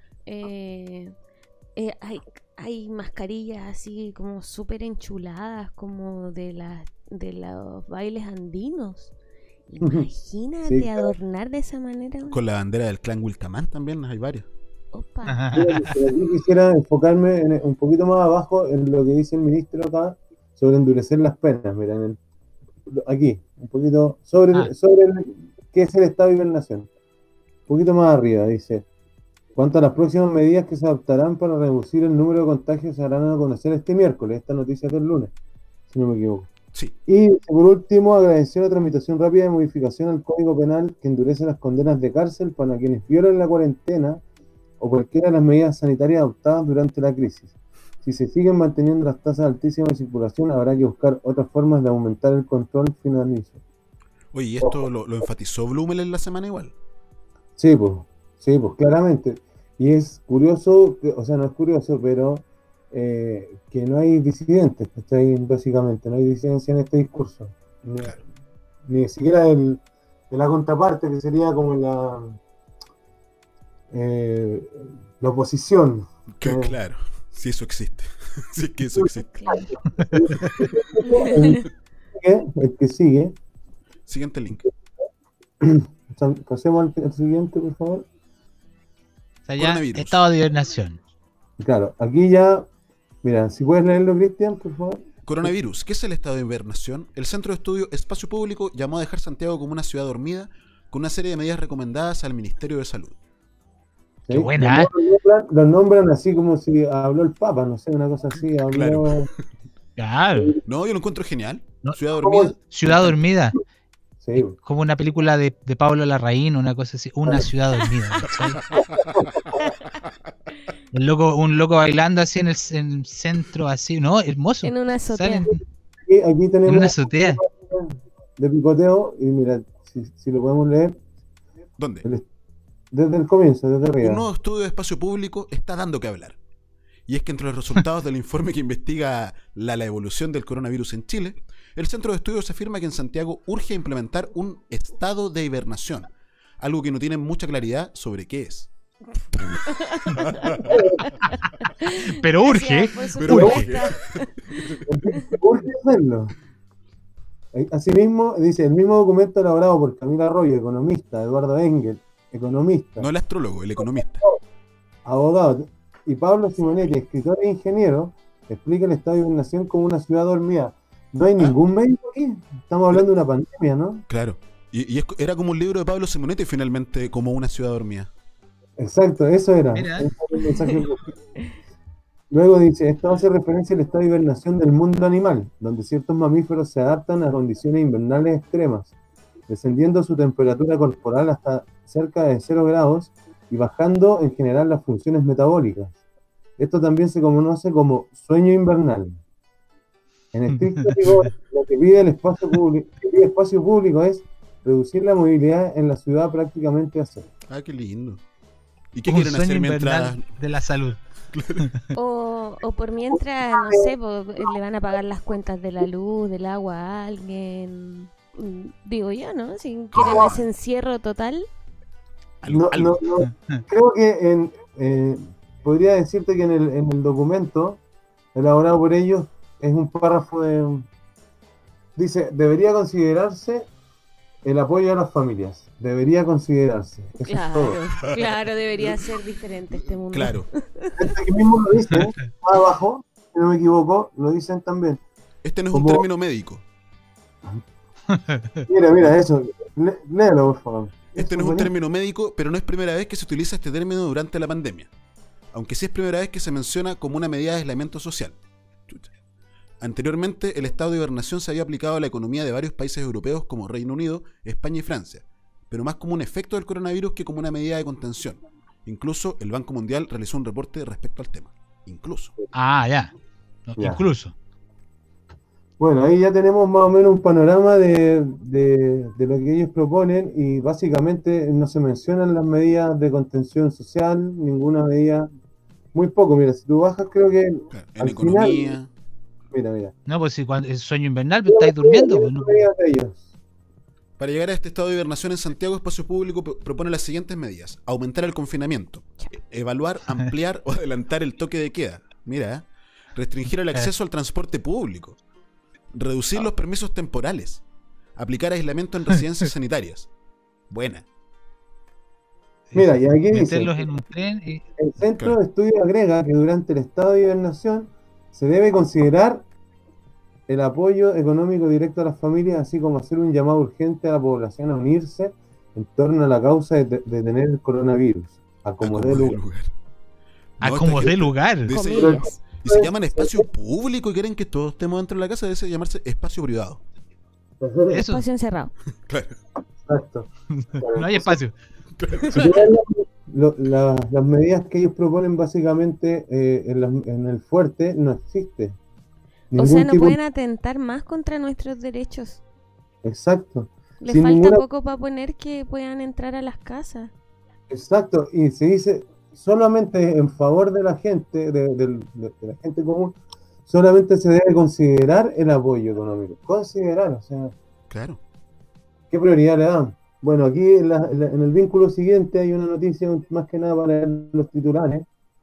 Hay mascarillas así como súper enchuladas, como de los bailes andinos. Imagínate sí, adornar de esa manera. Con la bandera del clan Wilcamán también hay varios. Opa. Yo quisiera enfocarme un poquito más abajo en lo que dice el ministro acá sobre endurecer las penas. Mira, aquí, un poquito sobre qué es el estado de hibernación. Un poquito más arriba, dice: cuanto a las próximas medidas que se adoptarán para reducir el número de contagios, se harán a conocer este miércoles. Esta noticia es del lunes, si no me equivoco. Sí. Y por último, agradeció la tramitación rápida de modificación al Código Penal que endurece las condenas de cárcel para quienes violen la cuarentena o cualquiera de las medidas sanitarias adoptadas durante la crisis. Si se siguen manteniendo las tasas altísimas de circulación, habrá que buscar otras formas de aumentar el control, finalizo. Oye, ¿y esto lo enfatizó Blumel en la semana igual? Sí, pues claramente. Y es curioso, o sea, no es curioso, pero que no hay disidentes, básicamente, no hay disidencia en este discurso. Ni siquiera de la contraparte, que sería como la oposición. Claro, si eso existe. Si es que eso existe. El que sigue. Siguiente link. Pasemos al siguiente, por favor. sea, ya Coronavirus. estado de hibernación. Claro, aquí ya, mira, si puedes leerlo, Cristian, por favor. Coronavirus. ¿Qué es el estado de hibernación? El Centro de Estudio Espacio Público llamó a dejar Santiago como una ciudad dormida con una serie de medidas recomendadas al Ministerio de Salud. ¿Sí? Qué buena, ¿eh? Los nombran así como si habló el Papa, no sé, una cosa así. Habló... Claro. Claro. No, yo lo encuentro genial. No, Ciudad dormida. Ciudad dormida. Sí. Como una película de Pablo Larraín, una cosa así. Una ciudad dormida. ¿cachai? Un loco bailando así en el centro, así. No, hermoso. En una azotea. Salen Aquí tenemos en una azotea. de picoteo y mira, si lo podemos leer ¿Dónde? desde el comienzo, desde Un arriba. nuevo estudio de espacio público está dando que hablar. Y es que entre los resultados del informe que investiga la evolución del coronavirus en Chile, el Centro de Estudios afirma que en Santiago urge implementar un estado de hibernación, algo que no tienen mucha claridad sobre qué es. Pero urge. Pero urge. Urge hacerlo. Asimismo, dice, el mismo documento elaborado por Camila Arroyo, economista, Eduardo Engel, economista, No el astrólogo, el economista. abogado, y Pablo Simonetti, escritor e ingeniero, explica el estado de hibernación como una ciudad dormida. No hay ningún médico aquí, estamos hablando de una pandemia, ¿no? Claro. Era como un libro de Pablo Simonetti finalmente, como una ciudad dormida. Exacto, eso era. Mira. Ese era el mensaje. Luego dice, esto hace referencia al estado de hibernación del mundo animal, donde ciertos mamíferos se adaptan a condiciones invernales extremas, descendiendo su temperatura corporal hasta cerca de 0 grados y bajando en general las funciones metabólicas. Esto también se conoce como sueño invernal. En estricto rigor, lo que pide el espacio público es reducir la movilidad en la ciudad prácticamente a cero. Ah, qué lindo. ¿Y qué Un quieren sueño hacer mientras...? invernal de la salud. O por mientras, no sé, le van a pagar las cuentas de la luz, del agua a alguien. Digo yo, ¿no? Si quieren ese encierro total. No, creo que podría decirte que en el documento elaborado por ellos es un párrafo de... Dice, debería considerarse el apoyo a las familias. Debería considerarse. Eso es todo. Claro, debería ser diferente este mundo. Claro. Aquí mismo lo dicen, más abajo, si no me equivoco, lo dicen también. Este no es Como- un término médico. Mira, eso. Léelo, por favor. Este Eso no es un buenísimo. término médico, pero no es primera vez que se utiliza este término durante la pandemia. Aunque sí es primera vez que se menciona como una medida de aislamiento social. Chucha. Anteriormente, el estado de hibernación se había aplicado a la economía de varios países europeos como Reino Unido, España y Francia, pero más como un efecto del coronavirus que como una medida de contención. Incluso el Banco Mundial realizó un reporte respecto al tema. Incluso. Ah, ya. No, Ya. incluso. Bueno, ahí ya tenemos más o menos un panorama de lo que ellos proponen y básicamente no se mencionan las medidas de contención social, ninguna medida, muy poco. Mira, si tú bajas creo que En al economía. final, mira, No, pues si cuando es sueño invernal, pues estáis durmiendo. Pues, no. medidas de ellos. Para llegar a este estado de hibernación en Santiago, Espacio Público propone las siguientes medidas. Aumentar el confinamiento. Evaluar, ampliar o adelantar el toque de queda. Mira, restringir el acceso al transporte público. Reducir los permisos temporales. Aplicar aislamiento en residencias sanitarias. Buena. Mira, y aquí dice, Meterlos en un tren y... el Centro de Estudio agrega que durante el estado de hibernación se debe considerar el apoyo económico directo a las familias, así como hacer un llamado urgente a la población a unirse en torno a la causa de tener el coronavirus, a como dé lugar. A No, como esta dé gente lugar. dice- Comillas. y se llaman espacio público y quieren que todos estemos dentro de la casa. Debe llamarse espacio privado. Eso. Espacio encerrado. Claro. Exacto. No hay espacio. Si tú ves las medidas que ellos proponen básicamente en el fuerte no existe. O sea, no tipo- pueden atentar más contra nuestros derechos. Exacto. Les Sin falta ninguna- poco para poner que puedan entrar a las casas. Exacto. Y se dice solamente en favor de la gente, de la gente común, solamente se debe considerar el apoyo económico. Considerar, o sea, Claro. ¿qué prioridad le dan? Bueno, aquí en el vínculo siguiente hay una noticia más que nada para leer los titulares.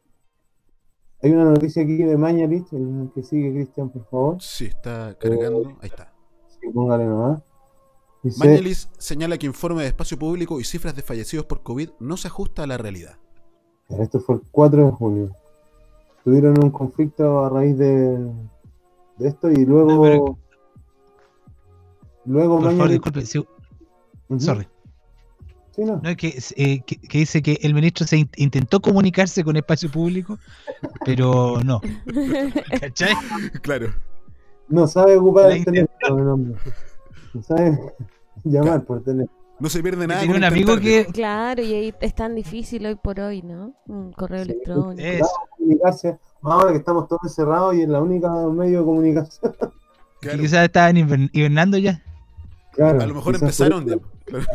Hay una noticia aquí de Mañalich, que sigue Cristian, por favor. Sí, está cargando. Ahí está. Sí, póngale nomás. Dice, Mañalich señala que informe de espacio público y cifras de fallecidos por COVID no se ajusta a la realidad. Esto fue el 4 de junio. Tuvieron un conflicto a raíz de esto y luego... Luego Por favor, mañana... disculpe. Sorry. Sí, no. No, es que dice que el ministro intentó comunicarse con Espacio Público, pero no. ¿Cachai? Claro. No sabe ocupar el teléfono, el hombre. No sabe llamar por teléfono. No se pierde nada. Tiene un amigo que... Claro, y ahí es tan difícil hoy por hoy, ¿no? Un correo electrónico. Comunicarse, ahora que estamos todos encerrados y es la única medio de comunicación. Claro. Quizás estaban hibernando ya. Claro, a lo mejor empezaron ya. Claro.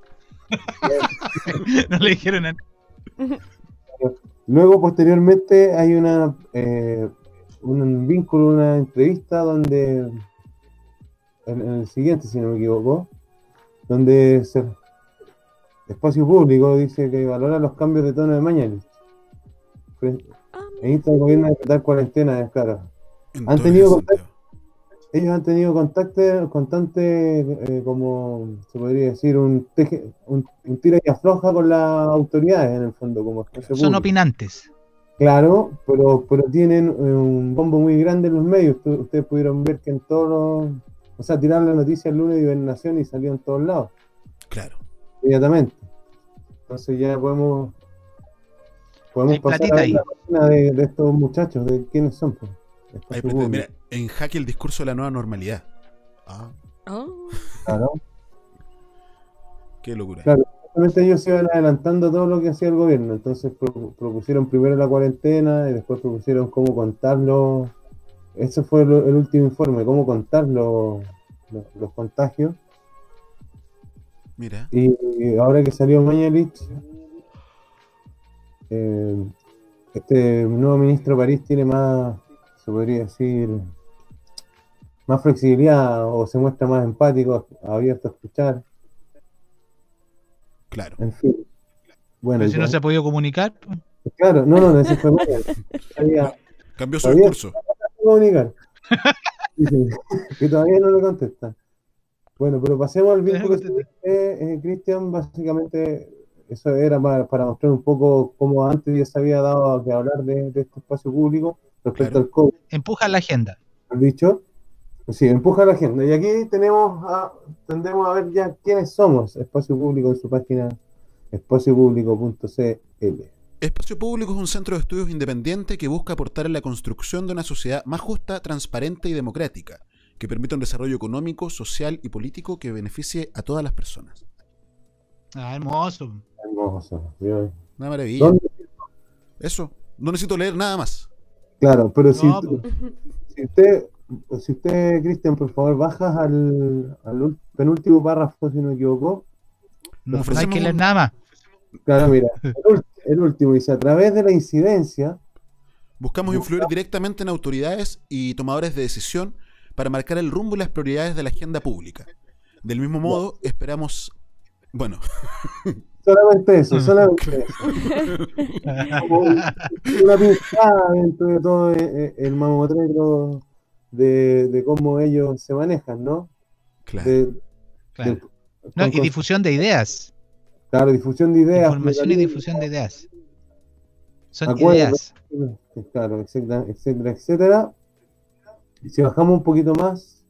No le dijeron nada. Luego, posteriormente, hay un vínculo, una entrevista donde, en el siguiente, si no me equivoco, donde Espacio Público dice que valora los cambios de tono de Mañalich. Insta al gobierno a decretar cuarentena, claro. Han tenido contacto. Ellos han tenido constante, como se podría decir, un tira y afloja con las autoridades, en el fondo, como espacio público. Son opinantes. Claro, pero tienen un bombo muy grande en los medios. Ustedes pudieron ver que en todos los... O sea, tiraron la noticia el lunes de Hibernación y salió en todos lados. Claro. Inmediatamente. Entonces ya podemos pasar a ver la página de estos muchachos, de quiénes son, pues. Mira, en Jaque el discurso de la nueva normalidad. Claro. Qué locura. Claro, justamente ellos se iban adelantando todo lo que hacía el gobierno. Entonces propusieron primero la cuarentena y después propusieron cómo contarlo. Ese fue el último informe, cómo contar los contagios. Mira. Y ahora que salió Mañalich, este nuevo ministro París tiene más, se podría decir, más flexibilidad, o se muestra más empático, abierto a escuchar. Claro. En fin. Bueno, pero si no se ha podido comunicar. Claro, no, ese fue cambió su discurso. Comunicar. Que todavía no lo contestan. Bueno, pero pasemos al vínculo de Cristian. Básicamente, eso era para mostrar un poco cómo antes ya se había dado que hablar de este espacio público respecto al COVID. Empuja la agenda. ¿Has dicho? Sí, empuja la agenda. Y aquí tendemos a ver ya quiénes somos. Espacio Público en su página espaciopublico.cl. Espacio Público es un centro de estudios independiente que busca aportar en la construcción de una sociedad más justa, transparente y democrática, que permita un desarrollo económico, social y político que beneficie a todas las personas. Hermoso. Hermoso. Una maravilla. ¿Dónde? Eso, no necesito leer nada más. Claro, pero si usted, Cristian, por favor, bajas al penúltimo párrafo, si no me equivoco. No hay que leer nada más. Claro, mira, el último dice: a través de la incidencia buscamos influir directamente en autoridades y tomadores de decisión para marcar el rumbo y las prioridades de la agenda pública. Del mismo modo, esperamos... Bueno. Solamente eso. Como una pinzada dentro de todo el mamotreto de cómo ellos se manejan, ¿no? Claro. Y difusión de ideas. Claro, difusión de ideas. Información y difusión de ideas. Son ideas. Claro, etcétera. Y si bajamos un poquito más,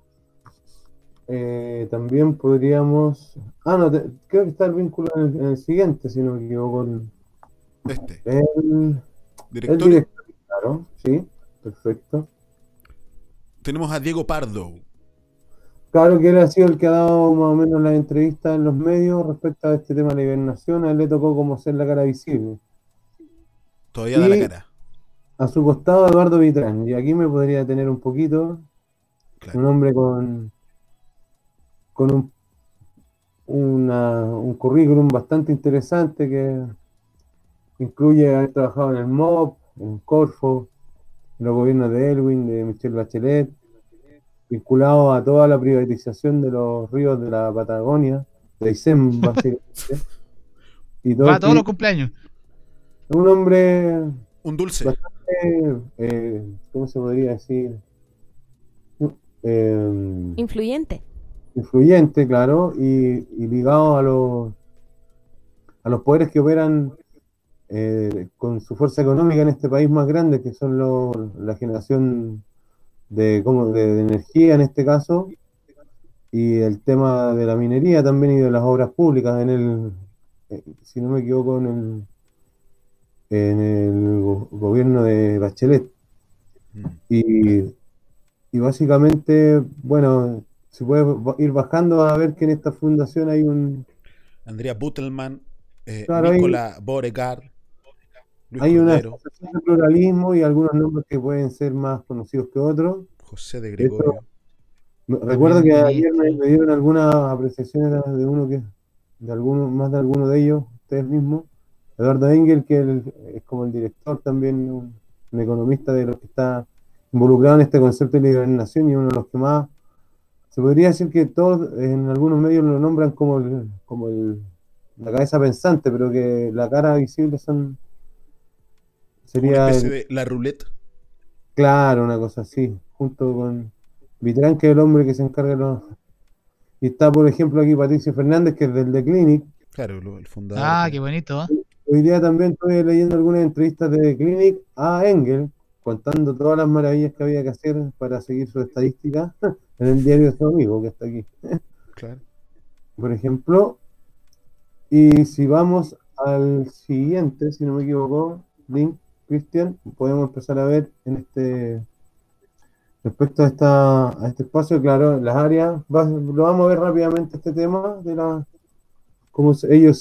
también podríamos... creo que está el vínculo en el siguiente, si no me equivoco. El directorio, claro, sí, perfecto. Tenemos a Diego Pardo. Claro que él ha sido el que ha dado más o menos las entrevistas en los medios respecto a este tema de la hibernación. A él le tocó como ser la cara visible. Todavía da la cara. A su costado Eduardo Vitrán, y aquí me podría detener un poquito. Claro. Un hombre con un currículum bastante interesante que incluye haber trabajado en el MOB, en Corfo, en los gobiernos de Elwin, de Michelle Bachelet, vinculado a toda la privatización de los ríos de la Patagonia, de Aysén, básicamente. Y todo va a todos los cumpleaños. Un hombre... Un dulce. Bastante, ¿cómo se podría decir? Influyente, claro, y ligado a los poderes que operan con su fuerza económica en este país más grande, que son la generación de energía en este caso, y el tema de la minería también y de las obras públicas si no me equivoco, en el gobierno de Bachelet. Y básicamente, bueno, se puede ir bajando a ver que en esta fundación hay Andrea Butelman, claro, Nicola Beauregard, Luis hay una Cordero, asociación de pluralismo y algunos nombres que pueden ser más conocidos que otros. José de De hecho, Gregorio. recuerdo que ayer me dieron algunas apreciaciones de más de alguno de ellos, ustedes mismos. Eduardo Engel, que es como el director también, un economista de los que está involucrado en este concepto de liberalización y uno de los que más, se podría decir que todos en algunos medios lo nombran como la cabeza pensante, pero que la cara visible sería una especie de la roulette. Claro, una cosa así, junto con Vitrán, que es el hombre que se encarga de los... Y está, por ejemplo, aquí Patricio Fernández, que es del The Clinic. Claro, el fundador. Qué bonito. Hoy día también estoy leyendo algunas entrevistas de The Clinic a Engel, contando todas las maravillas que había que hacer para seguir su estadística en el diario de su amigo, que está aquí. Claro. Por ejemplo, y si vamos al siguiente, si no me equivoco, link, Cristian, podemos empezar a ver respecto a este espacio, claro, las áreas, lo vamos a ver rápidamente este tema de cómo ellos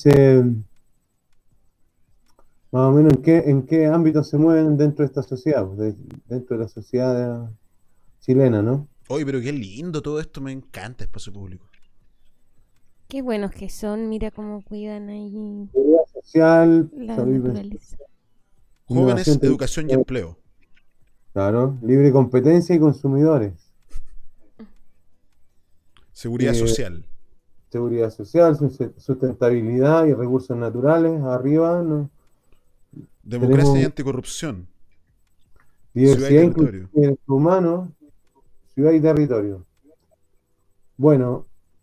más o menos en qué ámbitos se mueven dentro de esta sociedad, dentro de la sociedad chilena, ¿no? Oye, pero qué lindo todo esto, me encanta espacio público. Qué buenos que son, mira cómo cuidan ahí seguridad social, la naturaleza. Jóvenes, educación y empleo. Claro, libre competencia y consumidores. Seguridad social. Seguridad social, sustentabilidad y recursos naturales, arriba, ¿no? Democracia y anticorrupción. Diversidad y derechos humanos, ciudad y territorio. Bueno,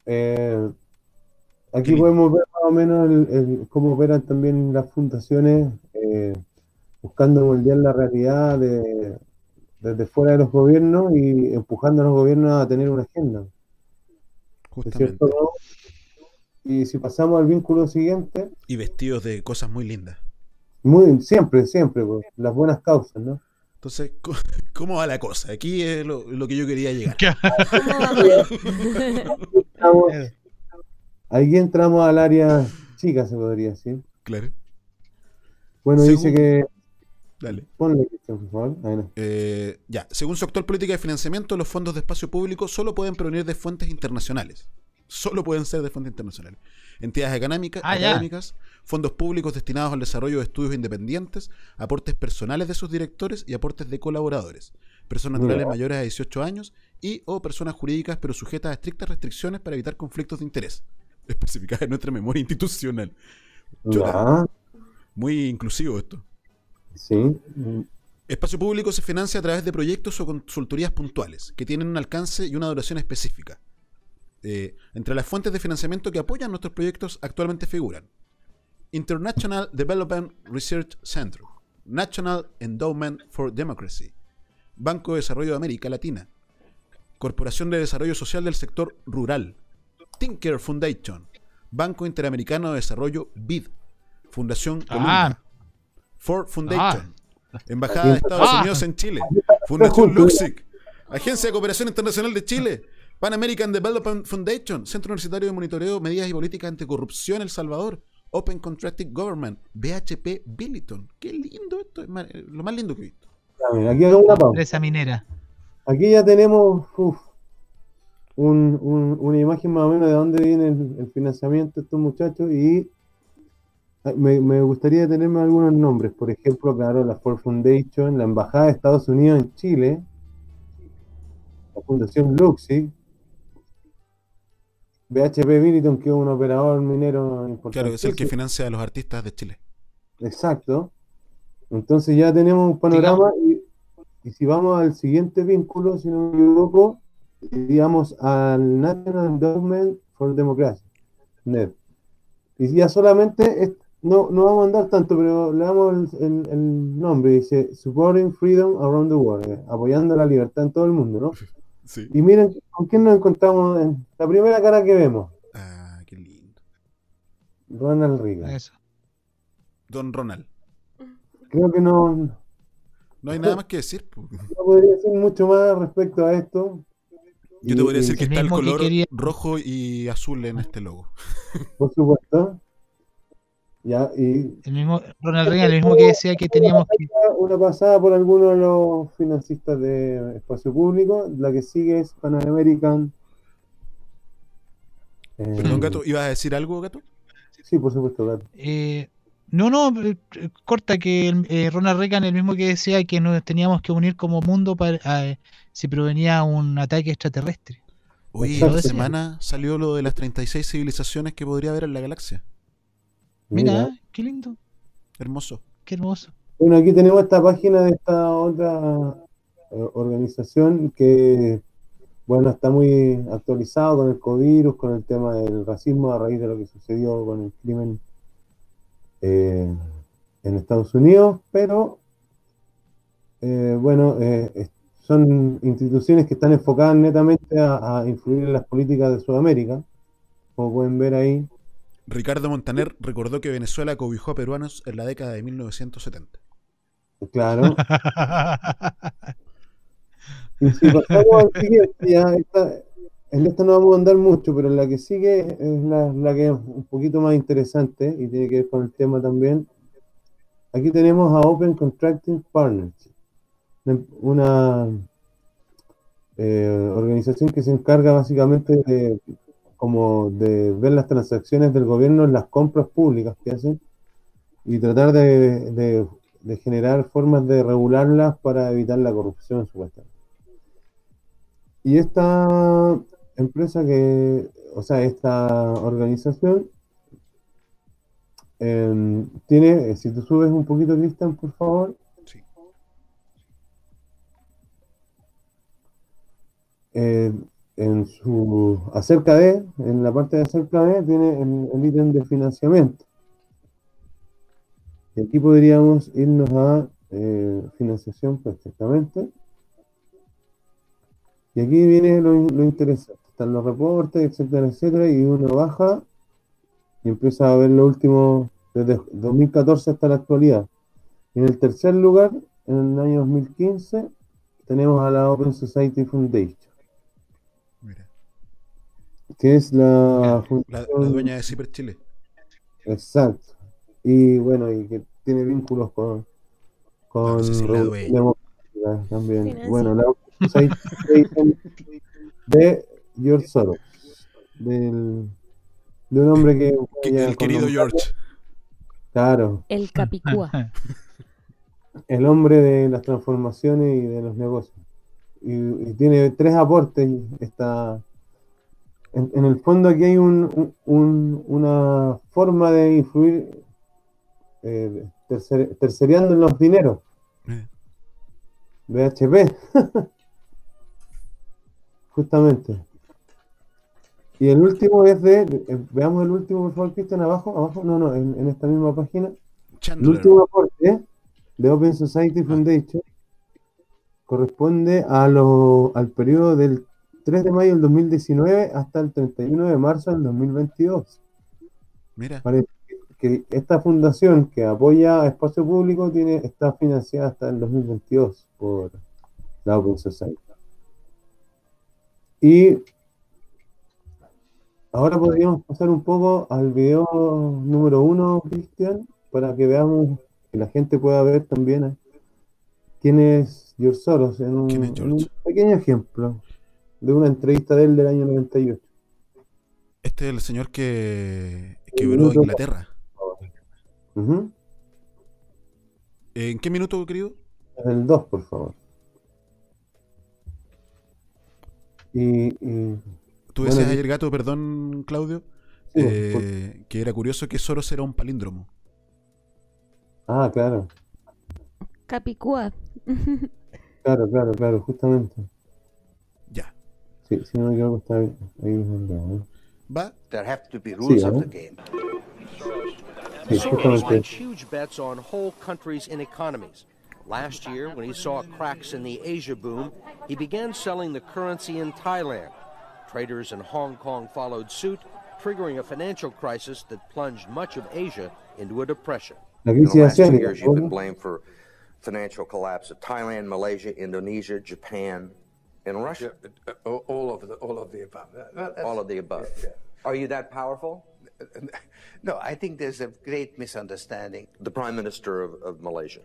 aquí podemos ver más o menos cómo operan también las fundaciones, buscando moldear la realidad desde fuera de los gobiernos y empujando a los gobiernos a tener una agenda. Justamente. ¿Cierto, no? Y si pasamos al vínculo siguiente. Y vestidos de cosas muy lindas. Siempre, pues, las buenas causas, ¿no? Entonces, ¿cómo va la cosa? Aquí es lo que yo quería llegar. Ahí entramos al área chica, se podría decir. Claro. Bueno, dice que... Dale. Ponle, por favor. Ya, según su actual política de financiamiento, los fondos de espacio público solo pueden provenir de fuentes internacionales. Solo pueden ser de fuentes internacionales. Entidades académicas, fondos públicos destinados al desarrollo de estudios independientes, aportes personales de sus directores y aportes de colaboradores, personas naturales mayores a 18 años o personas jurídicas pero sujetas a estrictas restricciones para evitar conflictos de interés, especificadas en nuestra memoria institucional. Muy inclusivo esto. Sí. Espacio público se financia a través de proyectos o consultorías puntuales que tienen un alcance y una duración específica. Entre las fuentes de financiamiento que apoyan nuestros proyectos actualmente figuran International Development Research Center, National Endowment for Democracy, Banco de Desarrollo de América Latina, Corporación de Desarrollo Social del Sector Rural, Tinker Foundation, Banco Interamericano de Desarrollo BID, Fundación Columba, Ford Foundation, Embajada de Estados Unidos en Chile, Fundación Luxic, Agencia de Cooperación Internacional de Chile, Pan American Development Foundation, Centro Universitario de Monitoreo, Medidas y Políticas Anticorrupción El Salvador, Open Contracting Government, BHP Billiton. Qué lindo esto, es lo más lindo que he visto. Aquí hago una pausa. Empresa minera. Aquí ya tenemos una imagen más o menos de dónde viene el financiamiento de estos muchachos y me gustaría detenerme en algunos nombres. Por ejemplo, claro, la Ford Foundation, la Embajada de Estados Unidos en Chile, la Fundación Luxic, BHP Billiton, que es un operador minero importante. Claro, es el que financia a los artistas de Chile. Exacto. Entonces ya tenemos un panorama y si vamos al siguiente vínculo, si no me equivoco, digamos al National Endowment for Democracy, NED. Y ya solamente no vamos a andar tanto, pero le damos el nombre. Dice Supporting Freedom Around the World, apoyando la libertad en todo el mundo, ¿no? Sí. Y miren, ¿con quién nos encontramos en la primera cara que vemos? Ah, qué lindo. Ronald Reagan. Eso. Don Ronald. Creo que no No hay nada más que decir. Po. podría decir mucho más respecto a esto. Yo te podría decir que el está el mismo que color quería- rojo y azul en este logo. Por supuesto. Ya, y El mismo Ronald Reagan, el mismo que decía que teníamos que... una pasada por algunos de los financistas de espacio público. La que sigue es Pan American. Perdón, Gato, ¿ibas a decir algo, Gato? Sí, por supuesto, Gato. Corta que Ronald Reagan, el mismo que decía que nos teníamos que unir como mundo para si provenía un ataque extraterrestre. Oye, Exacto. esta semana salió lo de las 36 civilizaciones que podría haber en la galaxia. Mira, qué lindo, Hermoso. qué hermoso. Bueno, aquí tenemos esta página de esta otra organización que, bueno, está muy actualizado con el covirus, con el tema del racismo a raíz de lo que sucedió con el crimen en Estados Unidos, pero bueno, son instituciones que están enfocadas netamente a influir en las políticas de Sudamérica, como pueden ver ahí. Ricardo Montaner recordó que Venezuela cobijó a peruanos en la década de 1970. Claro. Y si pasamos al siguiente, en esta no vamos a andar mucho, pero la que sigue es la que es un poquito más interesante y tiene que ver con el tema también. Aquí tenemos a Open Contracting Partners, una organización que se encarga básicamente de ver las transacciones del gobierno en las compras públicas que hacen y tratar de generar formas de regularlas para evitar la corrupción, supuestamente. Y esta empresa esta organización tiene, si tú subes un poquito, Cristian, por favor. Sí. En la parte de acerca de, tiene el ítem de financiamiento. Y aquí podríamos irnos a financiación perfectamente. Y aquí viene lo interesante. Están los reportes, etcétera, etcétera, y uno baja y empieza a ver lo último desde 2014 hasta la actualidad. Y en el tercer lugar, en el año 2015, tenemos a la Open Society Foundation. Mira. Que es la La dueña de Ciper Chile. Exacto. Y bueno, y que tiene vínculos con No sé si la dueña. democrática también. Financia. Bueno, la Open Society Foundation de George Soros. De un hombre que... El querido George. Claro, El Capicúa. el hombre de las transformaciones y de los negocios. Y tiene 3 aportes. En el fondo aquí hay una forma de influir terceriando en los dineros. BHP. Justamente. Y el último es veamos el último, por favor, Cristian, abajo, no, en esta misma página. Chandler. El último aporte de Open Society Foundation corresponde al periodo del 3 de mayo del 2019 hasta el 31 de marzo del 2022. Mira. Parece que esta fundación que apoya a espacio público está financiada hasta el 2022 por la Open Society. Y ahora podríamos pasar un poco al video número 1, Cristian, para que veamos, que la gente pueda ver también quién es George Soros en un pequeño ejemplo de una entrevista de él del año 98. Este es el señor que quebró Inglaterra. Uh-huh. ¿En qué minuto, querido? El 2, por favor. Tú decías ayer, Gato, perdón, Claudio, sí, que era curioso que Soros era un palíndromo. Ah, claro. Capicúa. Claro, justamente. Ya. Sí, si no me equivoco, está ahí mandado, ¿eh? ¿Va? There have to be rules of the game. Sí, Soros justamente. makes huge bets on whole countries and economies. Last year, when he saw cracks in the Asia boom, he began selling the currency in Thailand. Traders in Hong Kong followed suit, triggering a financial crisis that plunged much of Asia into a depression. La In the crisis last 2 asiática, years, you've been ¿no? blamed for financial collapse of Thailand, Malaysia, Indonesia, Japan, and Russia. All of the above. All of the above. Are you that powerful? No, I think there's a great misunderstanding. The Prime Minister of Malaysia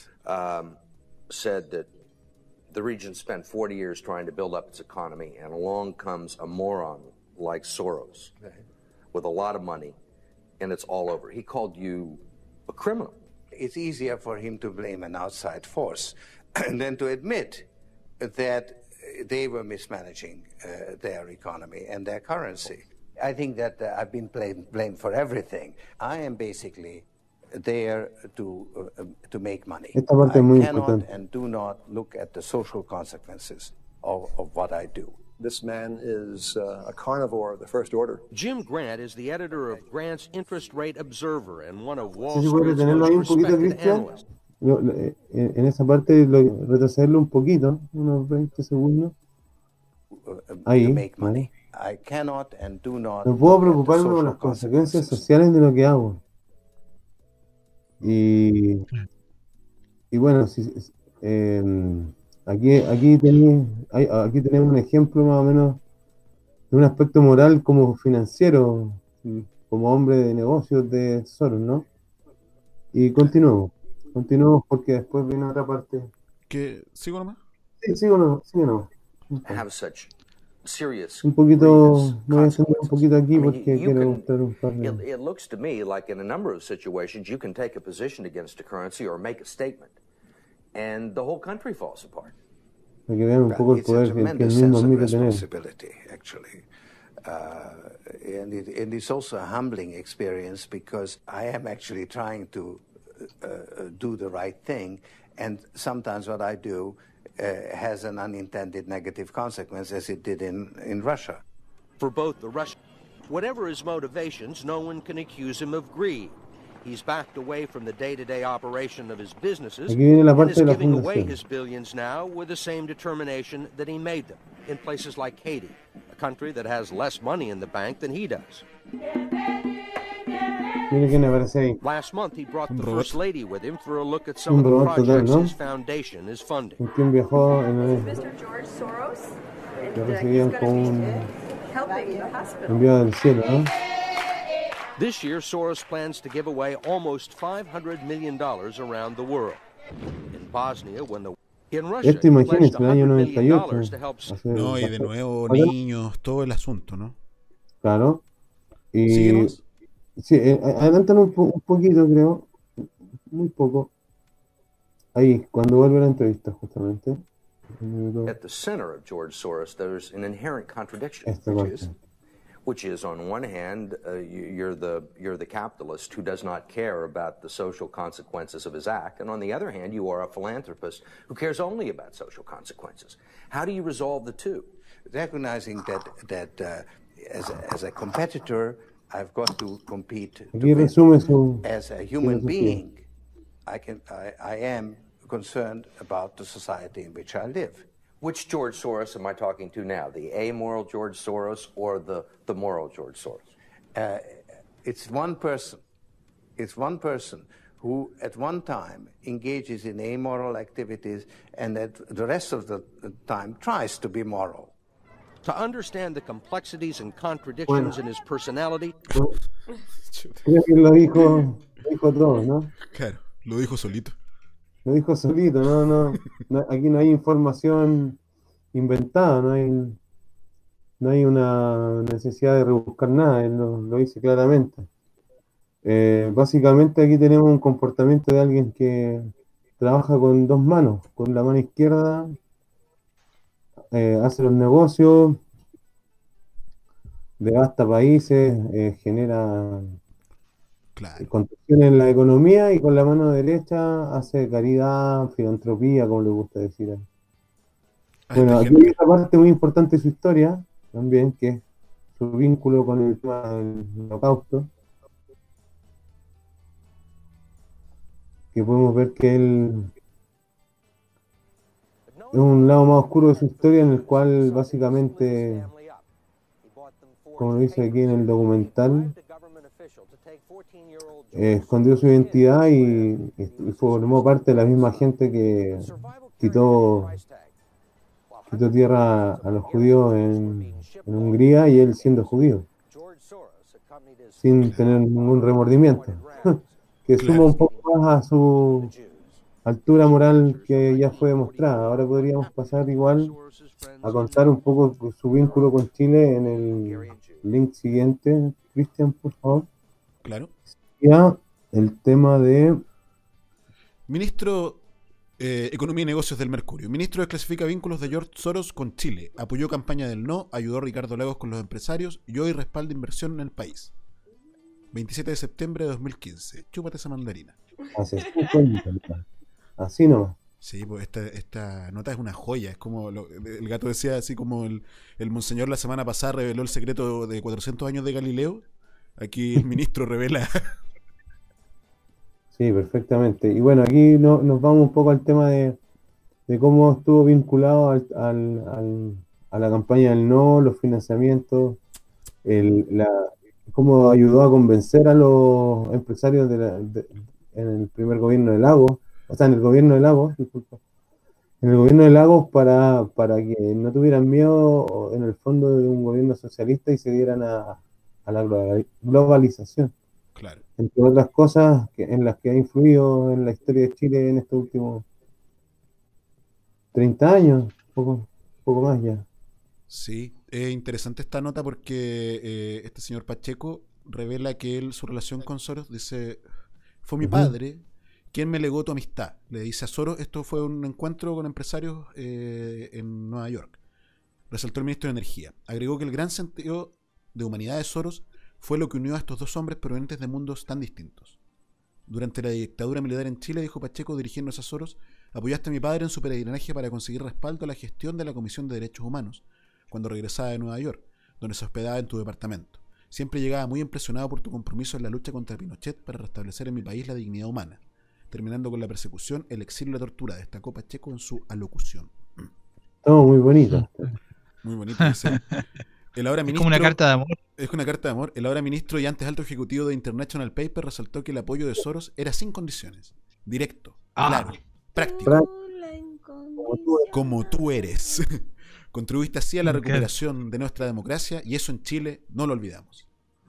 said that the region spent 40 years trying to build up its economy, and along comes a moron like Soros with a lot of money, and it's all over. He called you a criminal. It's easier for him to blame an outside force than to admit that they were mismanaging their economy and their currency. I think that I've been blamed for everything. I am basically there to make money. Esta parte es I muy cannot importante. and do not look at the social consequences of what I do. This man is a carnivore of the first order. Jim Grant is the editor of Grant's Interest Rate Observer and one of Wall Sí, se puede Street's tenerlo ahí un most poquito, respected Cristian. analysts. En esa parte, retrocederlo un poquito, unos 20 segundos. Ahí. Make money. I cannot and do not No puedo look at the preocuparme por social las consecuencias sociales de lo que hago. Y bueno, aquí tenemos un ejemplo más o menos de un aspecto moral como financiero, como hombre de negocios de Soros, ¿no? Y continuamos porque después viene otra parte. ¿Sigo nomás? Sí, sigo nomás. Have such serious Un poquito, grievous me voy a centrar un poquito aquí I mean, porque you quiero can- mostrar un par de... It looks to me like in a number of situations you can take a position against a currency or make a statement, and the whole country falls apart. Para que vean un poco el It's a poder que el tremendous mismo sense of admite tener. responsibility, actually. And it's also a humbling experience because I am actually trying to do the right thing, and sometimes what I do has an unintended negative consequence, as it did in Russia. For both the Russian, whatever his motivations, no one can accuse him of greed. He's backed away from the day-to-day operation of his businesses Aquí viene la and parte is de la giving away fundación. his billions now with the same determination that he made them in places like Haiti, a country that has less money in the bank than he does. Mire quién aparece ahí. Last month, he brought the robot. First Lady with him for a look at some Un of the robot total, projects ¿no? his foundation is funding. ¿Con quién viajó en el... Mr. George Soros, and Lo he's recibían going con to un be helping the hospital. enviado del cielo, ¿no? This year, Soros plans to give away almost $500 million around the world. In Bosnia, in Russia, Esto he pledged imagínense, en el año $100 million 98. to help. hace No, y de bastante- nuevo ¿Vale? niños, todo el asunto, ¿no? Claro. Y Síguenos. sí, adelantan un poquito, creo. Muy poco. Ahí, cuando vuelve la entrevista, justamente. At the center of George Soros, there's an inherent contradiction, Esta parte. which is on one hand, you're the capitalist who does not care about the social consequences of his act, and on the other hand, you are a philanthropist who cares only about social consequences. How do you resolve the two? Recognizing that as a competitor, I've got to compete to Aquí win. resume su As a human filosofía. being, I am concerned about the society in which I live. Which George Soros am I talking to now? The amoral George Soros or the moral George Soros? It's one person. It's one person who at one time engages in amoral activities and at the rest of the time tries to be moral. To understand the complexities and contradictions in his personality, Creo que lo dijo todo, ¿no? Claro, lo dijo solito. Lo dijo solito, aquí no hay información inventada, no hay una necesidad de rebuscar nada, él lo dice claramente. Básicamente aquí tenemos un comportamiento de alguien que trabaja con dos manos, con la mano izquierda hace los negocios, devasta países, genera contracción en la economía, y con la mano derecha hace caridad, filantropía, como le gusta decir a él. Bueno, aquí hay otra parte muy importante de su historia también, que es su vínculo con el tema del holocausto. que podemos ver que él es un lado más oscuro de su historia, en el cual básicamente, como lo dice aquí en el documental, escondió su identidad y formó parte de la misma gente que quitó tierra a los judíos en Hungría, y él siendo judío, sin tener ningún remordimiento, que suma un poco más a su altura moral que ya fue demostrada. Ahora podríamos pasar igual a contar un poco su vínculo con Chile en el link siguiente, Cristian, por favor. Claro. Ya el tema de Ministro Economía y Negocios del Mercurio. Ministro desclasifica vínculos de George Soros con Chile. Apoyó campaña del no, ayudó a Ricardo Lagos con los empresarios y hoy respalda inversión en el país. 27 de septiembre de 2015. Chúpate esa mandarina. Hace 5 años. Así nomás. Sí, pues esta nota es una joya. Es como el gato decía, así como el monseñor la semana pasada reveló el secreto de 400 años de Galileo. Aquí el ministro revela. Sí, perfectamente. Y bueno, aquí nos vamos un poco al tema de cómo estuvo vinculado a la campaña del no, los financiamientos, cómo ayudó a convencer a los empresarios en el primer gobierno de Lagos, o sea, en el gobierno de Lagos, disculpa, en el gobierno de Lagos para que no tuvieran miedo en el fondo de un gobierno socialista y se dieran a la globalización. Claro. Entre otras cosas en las que ha influido en la historia de Chile en estos últimos 30 años, poco más ya. Sí, es interesante esta nota porque este señor Pacheco revela que su relación con Soros, dice, fue mi padre quien me legó tu amistad. Le dice a Soros, esto fue un encuentro con empresarios en Nueva York. Resaltó el ministro de Energía. Agregó que el gran sentido de humanidad de Soros fue lo que unió a estos dos hombres provenientes de mundos tan distintos. Durante la dictadura militar en Chile, dijo Pacheco, dirigiéndose a Soros, apoyaste a mi padre en su peregrinaje para conseguir respaldo a la gestión de la Comisión de Derechos Humanos, cuando regresaba de Nueva York, donde se hospedaba en tu departamento. Siempre llegaba muy impresionado por tu compromiso en la lucha contra Pinochet para restablecer en mi país la dignidad humana, terminando con la persecución, el exilio y la tortura, destacó Pacheco en su alocución. Todo muy bonito. Muy bonito, dice. El ahora ministro, es como una carta de amor. Es una carta de amor. El ahora ministro y antes alto ejecutivo de International Paper resaltó que el apoyo de Soros era sin condiciones, directo, claro, práctico, como tú eres. Contribuiste así a la recuperación de nuestra democracia y eso en Chile no lo olvidamos.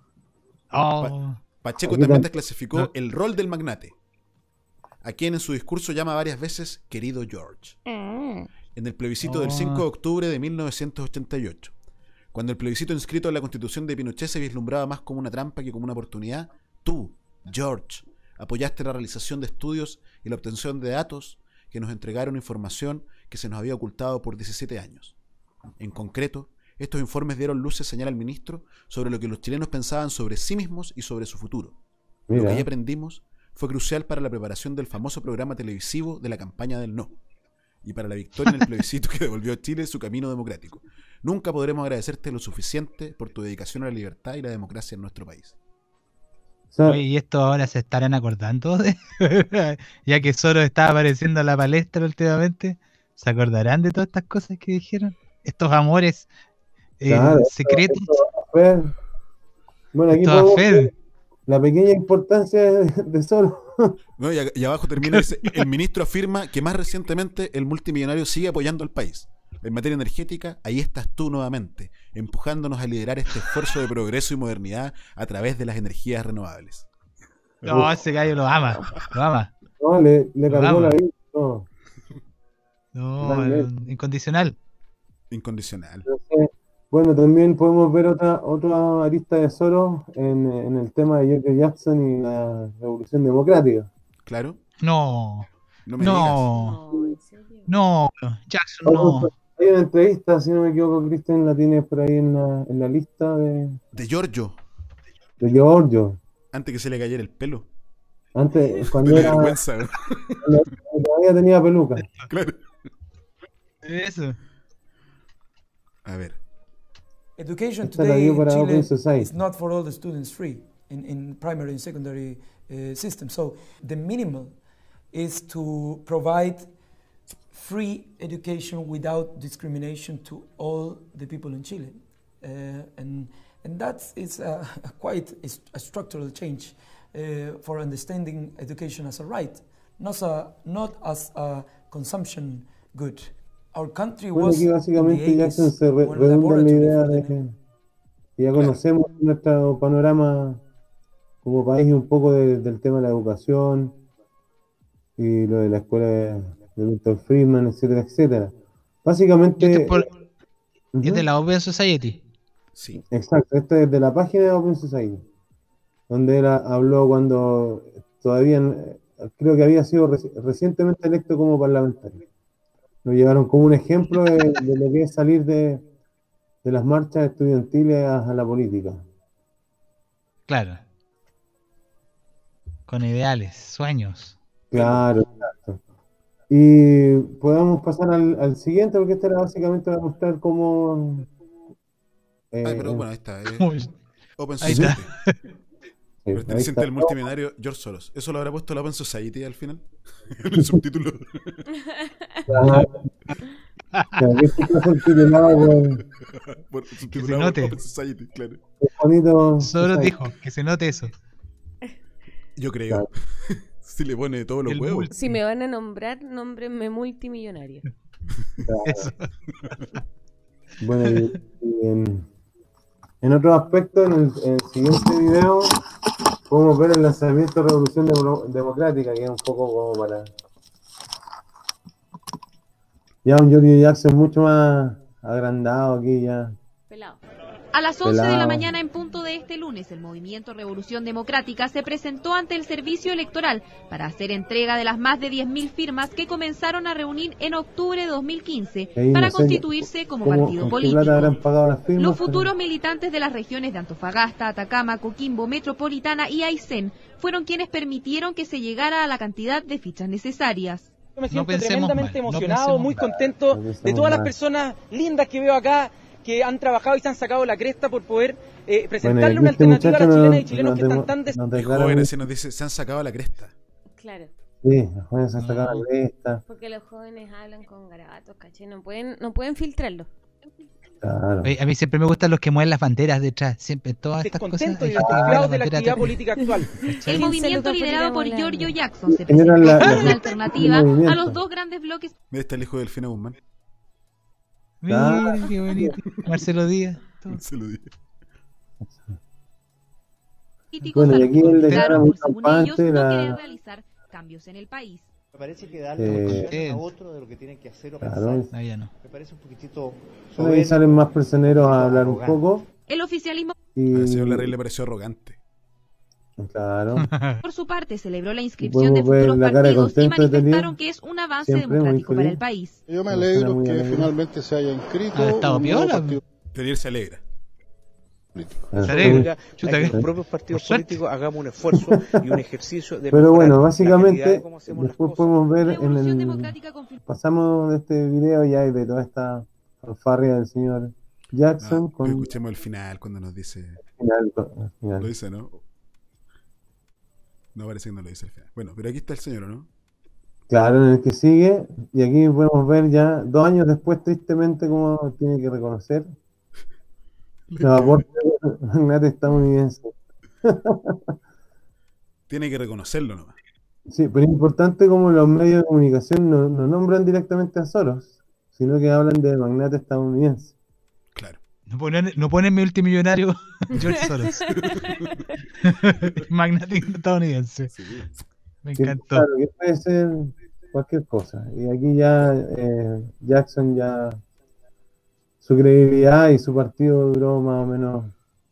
Pacheco también desclasificó el rol del magnate, a quien en su discurso llama varias veces querido George. En el plebiscito del 5 de octubre de 1988. Cuando el plebiscito inscrito en la Constitución de Pinochet se vislumbraba más como una trampa que como una oportunidad, tú, George, apoyaste la realización de estudios y la obtención de datos que nos entregaron información que se nos había ocultado por 17 años. En concreto, estos informes dieron luces, señala el ministro, sobre lo que los chilenos pensaban sobre sí mismos y sobre su futuro. Lo que ahí aprendimos fue crucial para la preparación del famoso programa televisivo de la campaña del no, y para la victoria en el plebiscito que devolvió a Chile su camino democrático. Nunca podremos agradecerte lo suficiente por tu dedicación a la libertad y la democracia en nuestro país. Oye, ¿y esto ahora se estarán acordando? Ya que Soros estaba apareciendo en la palestra últimamente, ¿se acordarán de todas estas cosas que dijeron? Estos amores secretos. Bueno, aquí podemos ver la pequeña importancia de Soros. No, y abajo termina, dice, el ministro afirma que más recientemente el multimillonario sigue apoyando al país. En materia energética, ahí estás tú nuevamente, empujándonos a liderar este esfuerzo de progreso y modernidad a través de las energías renovables. No, ese gallo lo ama. No, le cargó la vida. No, incondicional. Incondicional. Entonces, bueno, también podemos ver otra arista de Soros en el tema de George Jackson y la Revolución Democrática. Claro. No me digas. No, Jackson no. Hay una entrevista, si no me equivoco, Cristian, la tienes por ahí en la lista de Giorgio. De Giorgio. Antes que se le cayera el pelo. Antes, cuando era... vergüenza. Todavía tenía peluca. Claro. Eso. A ver. Education today in Chile is not for all the students free in primary and secondary system. So the minimal is to provide free education without discrimination to all the people in Chile. And that is quite a structural change for understanding education as a right, not as a consumption good. Our country Bueno, was aquí básicamente Jackson se redunda en la idea de que ya conocemos nuestro panorama como país un poco del tema de la educación y lo de la escuela de Milton Friedman, etcétera, etcétera. Básicamente... ¿Es de la Open Society? Sí. Exacto, este es de la página de Open Society, donde él habló cuando todavía, creo que había sido recientemente electo como parlamentario. Lo llevaron como un ejemplo de lo que es salir de las marchas estudiantiles a la política. Claro. Con ideales, sueños. Claro, exacto. Y podemos pasar al siguiente, porque este era básicamente para mostrar cómo... pero bueno, ahí está. Open Ahí Society. Sí, Perteneciente al multimillonario George Soros. ¿Eso lo habrá puesto la Open Society al final? En el subtítulo. Que se note. Open Society, claro. Soros dijo que se note eso. Yo creo. Si le pone todos los huevos. Si me van a nombrar, nómbrenme multimillonario. Eso. Bueno, y en otro aspecto, en el siguiente video, podemos ver el lanzamiento de Revolución Democrática, que es un poco como para... Ya un George Jackson mucho más agrandado aquí ya. Pelado. A las 11 de la mañana en punto de este lunes, el movimiento Revolución Democrática se presentó ante el servicio electoral para hacer entrega de las más de 10.000 firmas que comenzaron a reunir en octubre de 2015 para constituirse como partido político. Los futuros militantes de las regiones de Antofagasta, Atacama, Coquimbo, Metropolitana y Aysén fueron quienes permitieron que se llegara a la cantidad de fichas necesarias. Yo me siento tremendamente emocionado, muy contento de todas las personas lindas que veo acá, que han trabajado y se han sacado la cresta por poder presentarle una alternativa a las chilenas y chilenos que están tan jóvenes nos dice, se han sacado la cresta. Claro. Sí, los jóvenes se han sacado la cresta. Porque los jóvenes hablan con garabatos, ¿caché? No pueden filtrarlo. Claro. A mí siempre me gustan los que mueven las banderas detrás, siempre todas estas cosas. Descontentos y desconfiados de la actividad política actual. El movimiento liderado por Giorgio Jackson se presentó como una alternativa a los dos grandes bloques. Mira, está el hijo de Delfina Guzmán. Mira, qué bonito. Marcelo Díaz. Marcelo Díaz. Bueno, y aquí el declara muy campante no querer realizar cambios en el país. Me parece que darle opción a otro de lo que tienen que hacer o pensar. Me parece un poquitito ahí salen más personeros a hablar un poco. El oficialismo al señor Larraín le pareció arrogante. Claro. Por su parte celebró la inscripción de futuros partidos y manifestaron que es un avance democrático para el país. Yo me alegro que finalmente se haya inscrito. Estado piola. Tener se alegra. Los propios partidos políticos hagamos un esfuerzo y un ejercicio de... Pero bueno, básicamente después podemos ver en el... Pasamos de este video ya y de toda esta fanfarria del señor Jackson. Escuchemos el final cuando nos dice... Lo dice, ¿no? No, parece que no lo dice al final. Bueno, pero aquí está el señor, ¿no? Claro, en el que sigue. Y aquí podemos ver ya 2 años después, tristemente, cómo tiene que reconocer los aportes del magnate estadounidense. Tiene que reconocerlo nomás. Sí, pero es importante como los medios de comunicación no nombran directamente a Soros, sino que hablan del magnate estadounidense. Claro. No ponen multimillonario George Soros. Magnate estadounidense. Sí. Me encantó. Claro, que puede ser cualquier cosa. Y aquí ya Jackson ya... Su credibilidad y su partido duró más o menos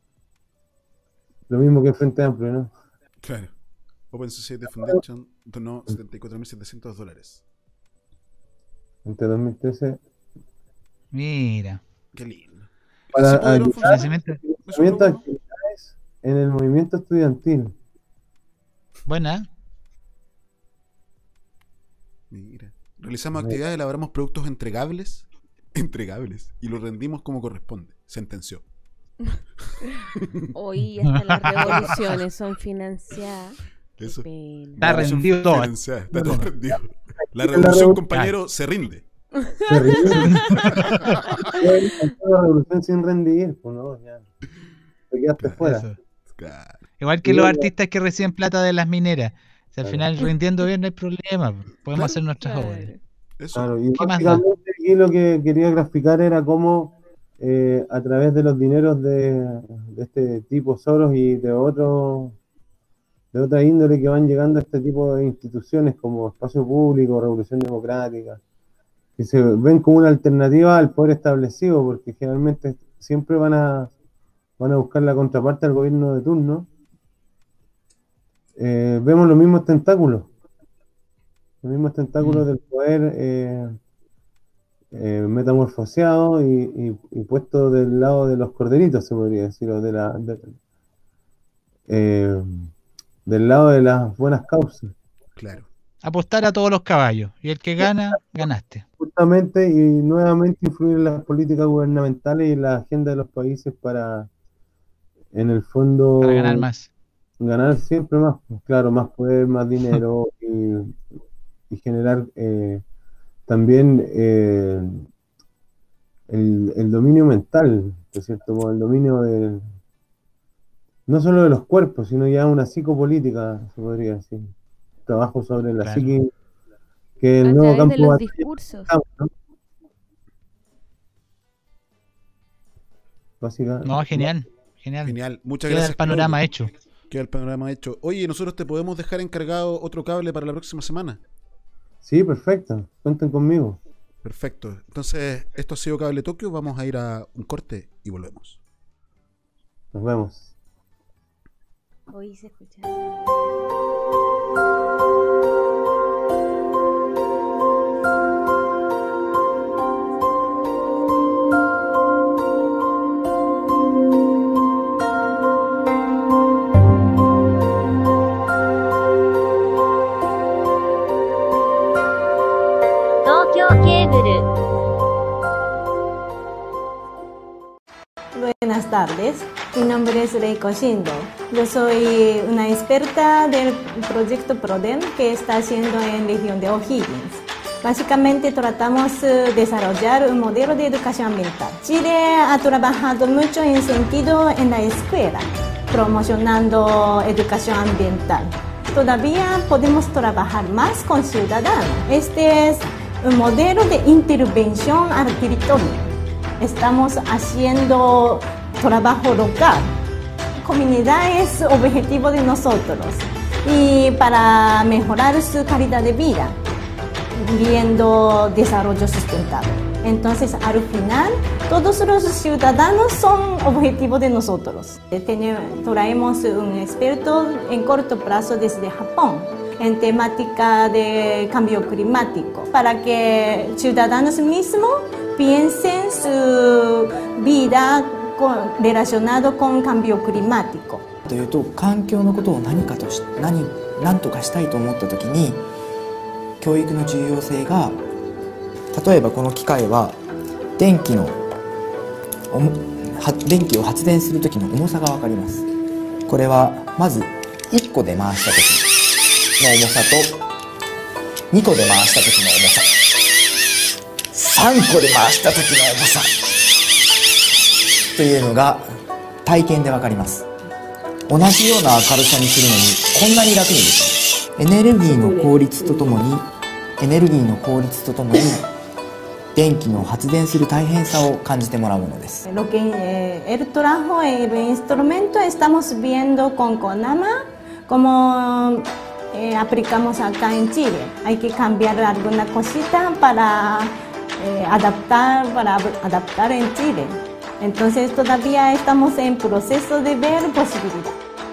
lo mismo que el Frente Amplio, ¿no? Claro. Open Society Foundation donó $74.700. Entre 2013. Mira. Qué lindo. Para actividades en el movimiento estudiantil. Buena. Mira. Realizamos actividades, elaboramos productos entregables y lo rendimos como corresponde, sentenció. Hoy hasta las revoluciones son financiadas. Eso. Está rendido todo. Está todo rendido. La revolución, compañero, se rinde. Se rinde. La revolución sin rendir, pues no, ya. Te quedaste fuera. Claro. Igual que los artistas que reciben plata de las mineras. Si al final rindiendo bien no hay problema. Podemos hacer nuestras obras. Eso. Claro, y ¿Qué más da? básicamente aquí lo que quería graficar era cómo a través de los dineros de este tipo Soros y de otra índole que van llegando a este tipo de instituciones como Espacio Público, Revolución Democrática, que se ven como una alternativa al poder establecido, porque generalmente siempre van a buscar la contraparte al gobierno de turno. Vemos los mismos tentáculos del poder metamorfoseado y puesto del lado de los corderitos, se podría decir, o del lado de las buenas causas. Claro. Apostar a todos los caballos. Y el que gana, ganaste. Justamente, y nuevamente influir en las políticas gubernamentales y en la agenda de los países para, en el fondo, para ganar más. Ganar siempre más, claro, más poder, más dinero y generar también el dominio mental, de cierto modo, el dominio no solo de los cuerpos, sino ya una psicopolítica, se podría decir. Trabajo sobre la psique, que el nuevo campo de los discursos. ¿no? Básicamente. No, genial. Muchas Queda gracias. el panorama Claudio. Queda el panorama hecho. Oye, nosotros te podemos dejar encargado otro cable para la próxima semana. Sí, perfecto. Cuenten conmigo. Perfecto. Entonces, esto ha sido Cable Tokio. Vamos a ir a un corte y volvemos. Nos vemos. Hoy se escucha. Buenas tardes, mi nombre es Reiko Shindo. Yo soy una experta del proyecto PRODEM que está haciendo en la región de O'Higgins. Básicamente tratamos de desarrollar un modelo de educación ambiental. Chile ha trabajado mucho en sentido en la escuela, promocionando educación ambiental. Todavía podemos trabajar más con ciudadanos. Este es un modelo de intervención al territorio. Estamos haciendo trabajo local. Comunidad es objetivo de nosotros y para mejorar su calidad de vida, viendo desarrollo sustentable. Entonces, al final, todos los ciudadanos son objetivo de nosotros. Traemos un experto en corto plazo desde Japón en temática de cambio climático para que ciudadanos mismos piensen su vida relacionado con cambio climático. というと環境のことを何とかしたいと思った時に教育の重要性が例えばこの機械は電気を発電する時の重さが分かります。これはまず1個で回した時の重さと2個で回した時の重さ3個で回した時の重さというのが体験で分かります。同じような明るさにするのにこんなに楽にできる。エネルギーの効率とともに電気の発電する大変さを感じてもらうものです。 Lo que él trajo el instrumento estamos viendo con CONAMA como aplicamos acá en Chile. Hay que cambiar alguna cosita para adaptar en Chile. Entonces todavía estamos en proceso de ver posibilidad.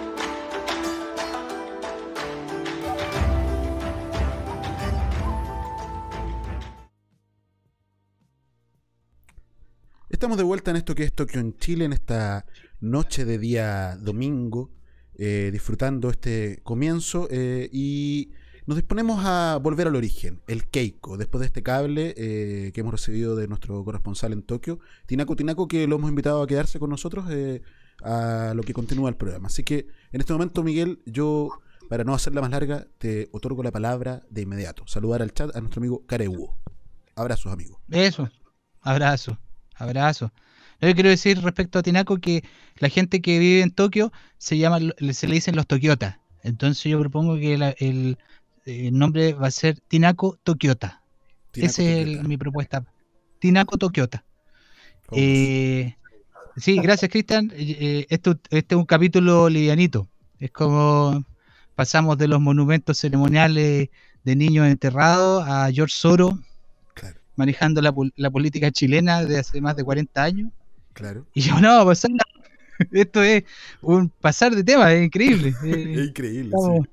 Estamos de vuelta en esto que es Tokio en Chile, en esta noche de día domingo, disfrutando este comienzo y nos disponemos a volver al origen, el Keiko, después de este cable que hemos recibido de nuestro corresponsal en Tokio, Tinako, que lo hemos invitado a quedarse con nosotros a lo que continúa el programa. Así que en este momento, Miguel, yo para no hacerla más larga, te otorgo la palabra de inmediato. Saludar al chat a nuestro amigo Carehugo. Abrazos, amigos. Eso, abrazo. Yo quiero decir respecto a Tinako que la gente que vive en Tokio se le dicen los Tokiota. Entonces yo propongo que el nombre va a ser Tinako Tokiota. Esa es mi propuesta. Tinako Tokiota. Sí, gracias, Cristian. Este es un capítulo livianito. Es como pasamos de los monumentos ceremoniales de niños enterrados a George Soros manejando la política chilena de hace más de 40 años. Claro. Y yo, no, pues esto es un pasar de tema, es increíble. Es increíble,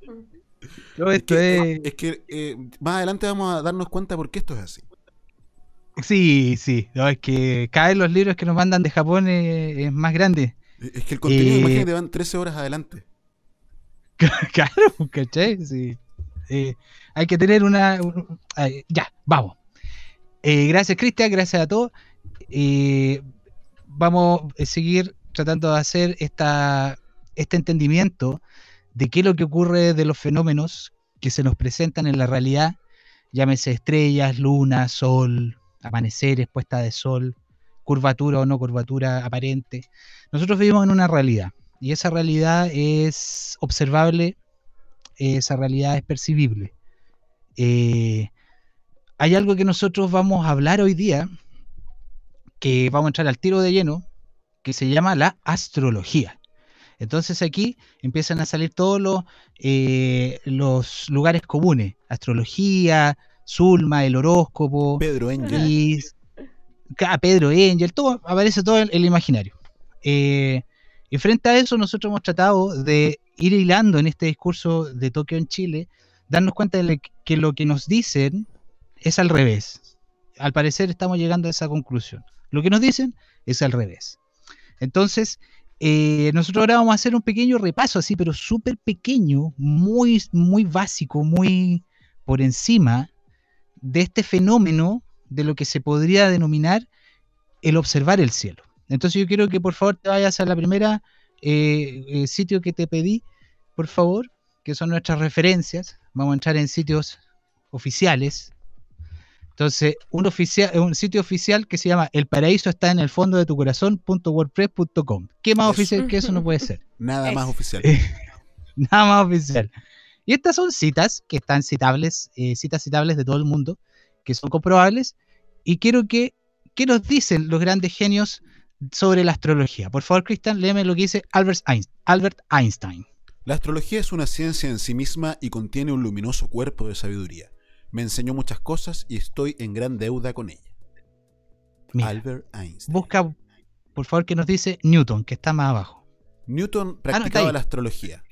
sí. Es que más adelante vamos a darnos cuenta por qué esto es así. Sí, no, es que cada vez los libros que nos mandan de Japón es más grande. Es que el contenido, imagínate, van 13 horas adelante. Claro, ¿cachai? Sí. Hay que tener ya, vamos. Gracias, Cristian, gracias a todos. Vamos a seguir tratando de hacer este entendimiento de qué es lo que ocurre de los fenómenos que se nos presentan en la realidad, llámese estrellas, luna, sol, amaneceres, puesta de sol, curvatura o no curvatura aparente. Nosotros vivimos en una realidad y esa realidad es observable, esa realidad es percibible. Hay algo que nosotros vamos a hablar hoy día, que vamos a entrar al tiro de lleno, que se llama la astrología. Entonces aquí empiezan a salir todos los lugares comunes: astrología, Zulma, el horóscopo, Pedro Engel, todo aparece todo en el imaginario. Y frente a eso nosotros hemos tratado de ir hilando en este discurso de Tokio en Chile, darnos cuenta de que lo que nos dicen es al revés. Al parecer estamos llegando a esa conclusión. Lo que nos dicen es al revés. Entonces, nosotros ahora vamos a hacer un pequeño repaso así, pero súper pequeño, muy, muy básico, muy por encima de este fenómeno de lo que se podría denominar el observar el cielo. Entonces yo quiero que por favor te vayas a la primera sitio que te pedí, por favor, que son nuestras referencias. Vamos a entrar en sitios oficiales. Entonces, un sitio oficial que se llama El paraíso está en el fondo de tu corazón.wordpress.com. ¿Qué más oficial que eso no puede ser? Nada más oficial. Nada más oficial. Y estas son citas que están citables, citas citables de todo el mundo, que son comprobables. Y quiero ¿qué nos dicen los grandes genios sobre la astrología? Por favor, Cristian, léeme lo que dice Albert Einstein. La astrología es una ciencia en sí misma y contiene un luminoso cuerpo de sabiduría. Me enseñó muchas cosas y estoy en gran deuda con ella. Mira, Albert Einstein. Busca, por favor, que nos dice Newton, que está más abajo. Newton practicaba la astrología.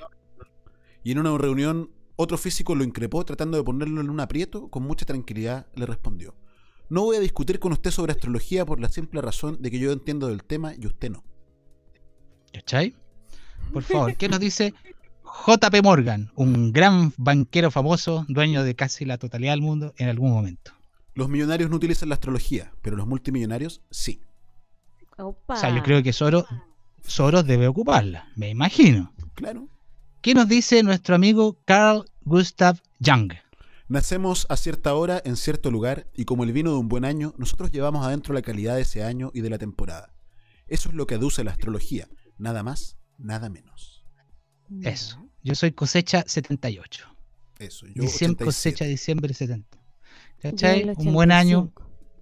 Y en una reunión, otro físico lo increpó tratando de ponerlo en un aprieto. Con mucha tranquilidad le respondió: no voy a discutir con usted sobre astrología por la simple razón de que yo entiendo del tema y usted no. ¿Cachai? Por favor, ¿qué nos dice J.P. Morgan, un gran banquero famoso, dueño de casi la totalidad del mundo en algún momento? Los millonarios no utilizan la astrología, pero los multimillonarios sí. Opa. O sea, yo creo que Soros debe ocuparla, me imagino. Claro. ¿Qué nos dice nuestro amigo Carl Gustav Jung? Nacemos a cierta hora en cierto lugar y como el vino de un buen año, nosotros llevamos adentro la calidad de ese año y de la temporada. Eso es lo que aduce la astrología, nada más, nada menos. Eso, yo soy cosecha 78. Eso, yo diciembre, 87. cosecha diciembre 70. ¿Cachai? Un buen año,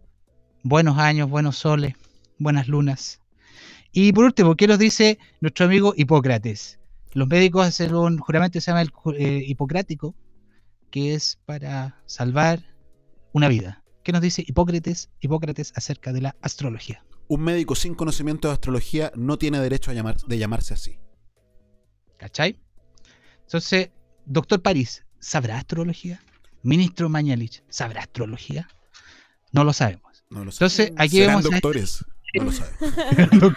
buenos años, buenos soles, buenas lunas. Y por último, ¿qué nos dice nuestro amigo Hipócrates? Los médicos hacen un juramento que se llama el hipocrático, que es para salvar una vida. ¿Qué nos dice Hipócrates acerca de la astrología? Un médico sin conocimiento de astrología no tiene derecho de llamarse así. ¿Cachai? Entonces, doctor París, ¿sabrá astrología? Ministro Mañalich, ¿sabrá astrología? No lo sabemos. No lo Entonces, aquí ¿serán vemos doctores? No lo sabemos.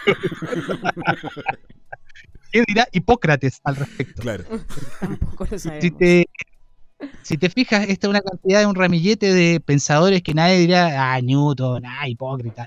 ¿Qué dirá Hipócrates al respecto? Claro. Tampoco lo sabemos. Si te fijas, esta es una cantidad de un ramillete de pensadores que nadie dirá, Newton, hipócrita.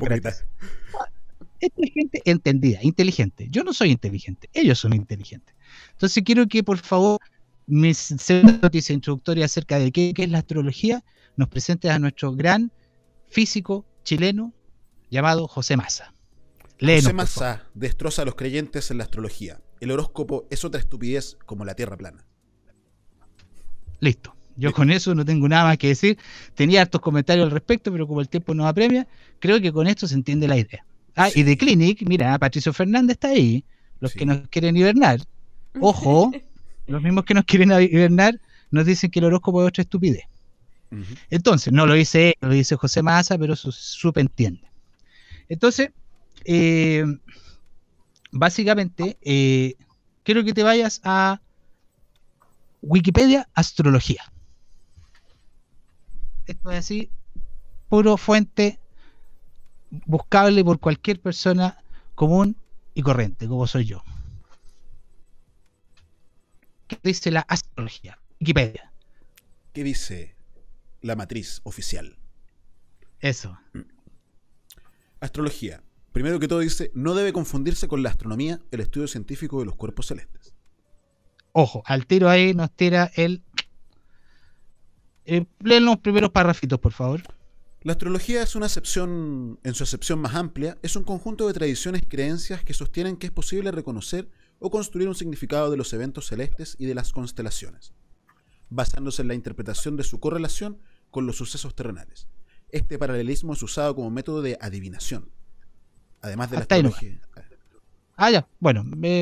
Esta es gente entendida, inteligente. Yo no soy inteligente, ellos son inteligentes. Entonces quiero que por favor, mi segunda noticia introductoria acerca de qué es la astrología, nos presentes a nuestro gran físico chileno llamado José Massa. Léenos, José Massa destroza a los creyentes en la astrología. El horóscopo es otra estupidez como la tierra plana. Listo. Yo con eso no tengo nada más que decir. Tenía hartos comentarios al respecto, pero como el tiempo nos apremia, creo que con esto se entiende la idea. Y de Clinic, mira, Patricio Fernández está ahí. Los que nos quieren hibernar. Ojo, los mismos que nos quieren hibernar nos dicen que el horóscopo es otra estupidez. Entonces, no lo dice él, lo dice José Massa, pero eso se entiende. Entonces, básicamente, quiero que te vayas a Wikipedia Astrología. Esto es así, puro fuente buscable por cualquier persona común y corriente, como soy yo. ¿Qué dice la astrología? Wikipedia. ¿Qué dice la matriz oficial? Eso. Astrología. Primero que todo dice, no debe confundirse con la astronomía, el estudio científico de los cuerpos celestes. Ojo, al tiro ahí nos tira el... leen los primeros parrafitos, por favor. La astrología es una acepción, en su acepción más amplia, es un conjunto de tradiciones y creencias que sostienen que es posible reconocer o construir un significado de los eventos celestes y de las constelaciones, basándose en la interpretación de su correlación con los sucesos terrenales. Este paralelismo es usado como método de adivinación, además de la astrología. Ya, bueno,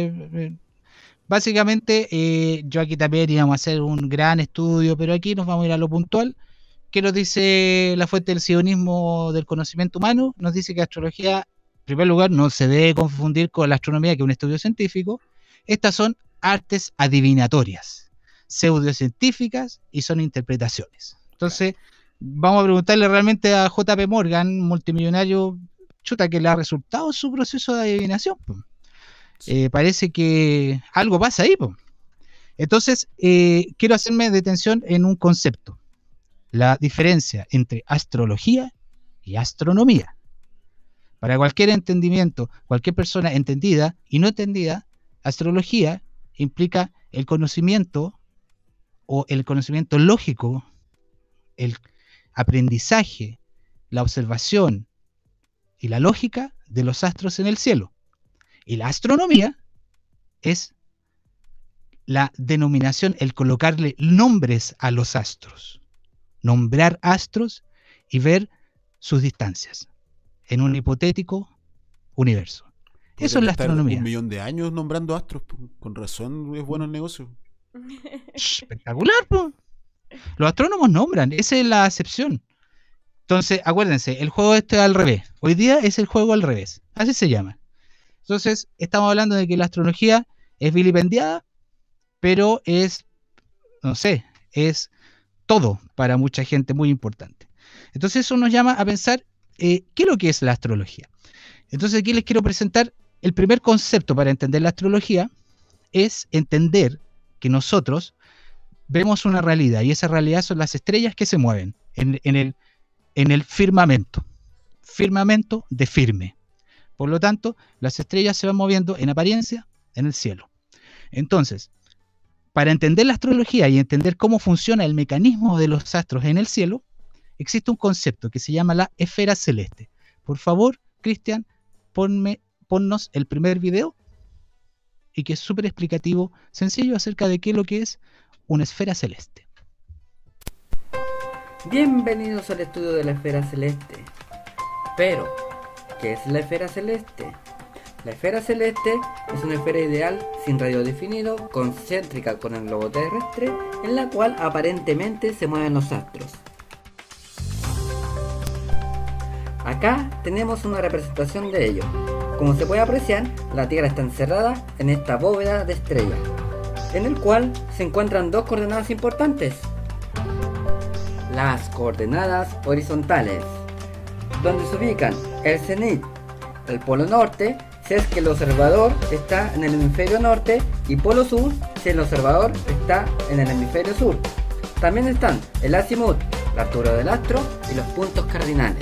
básicamente yo aquí también íbamos a hacer un gran estudio, pero aquí nos vamos a ir a lo puntual. ¿Qué nos dice la fuente del sionismo del conocimiento humano? Nos dice que la astrología, en primer lugar, no se debe confundir con la astronomía, que es un estudio científico. Estas son artes adivinatorias, pseudocientíficas, y son interpretaciones. Entonces, vamos a preguntarle realmente a JP Morgan, multimillonario, chuta, que le ha resultado su proceso de adivinación. Parece que algo pasa ahí. Entonces, quiero hacerme detención en un concepto. La diferencia entre astrología y astronomía. Para cualquier entendimiento, cualquier persona entendida y no entendida, astrología implica el conocimiento o el conocimiento lógico, el aprendizaje, la observación y la lógica de los astros en el cielo. Y la astronomía es la denominación, el colocarle nombres a los astros. Nombrar astros y ver sus distancias en un hipotético universo. Eso es la astronomía. 1 millón de años nombrando astros, con razón es bueno el negocio. Espectacular, po. Los astrónomos nombran, esa es la acepción. Entonces, acuérdense, el juego este es al revés. Hoy día es el juego al revés, así se llama. Entonces, estamos hablando de que la astrología es vilipendiada, pero es, no sé, es todo para mucha gente muy importante. Entonces eso nos llama a pensar qué es lo que es la astrología. Entonces aquí les quiero presentar el primer concepto para entender la astrología, es entender que nosotros vemos una realidad, y esa realidad son las estrellas que se mueven en el firmamento de firme. Por lo tanto, las estrellas se van moviendo en apariencia en el cielo. Entonces, para entender la astrología y entender cómo funciona el mecanismo de los astros en el cielo, existe un concepto que se llama la esfera celeste. Por favor, Cristian, ponnos el primer video, y que es súper explicativo, sencillo, acerca de qué es lo que es una esfera celeste. Bienvenidos al estudio de la esfera celeste. Pero, ¿qué es la esfera celeste? La esfera celeste es una esfera ideal sin radio definido, concéntrica con el globo terrestre, en la cual aparentemente se mueven los astros. Acá tenemos una representación de ello. Como se puede apreciar, la Tierra está encerrada en esta bóveda de estrellas, en el cual se encuentran dos coordenadas importantes. Las coordenadas horizontales, donde se ubican el cenit, el polo norte, si es que el observador está en el hemisferio norte, y polo sur si el observador está en el hemisferio sur. También están el azimut, la altura del astro, y los puntos cardinales.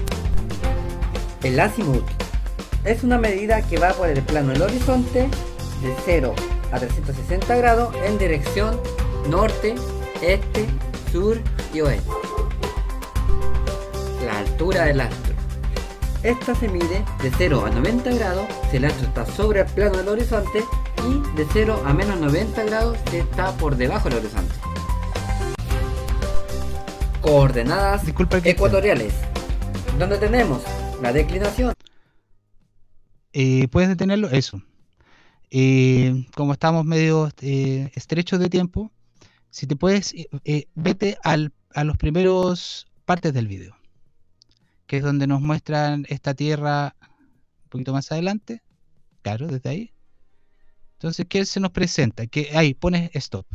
El azimut es una medida que va por el plano del horizonte de 0 a 360 grados en dirección norte, este, sur y oeste. La altura del astro. Esta se mide de 0 a 90 grados si el astro está sobre el plano del horizonte y de 0 a menos 90 grados si está por debajo del horizonte. Coordenadas ecuatoriales, donde tenemos la declinación. ¿Puedes detenerlo? Eso. Como estamos medio estrechos de tiempo, si te puedes, vete a los primeros partes del video, que es donde nos muestran esta tierra un poquito más adelante. Claro, desde ahí. Entonces, ¿qué se nos presenta? Que ahí pones stop.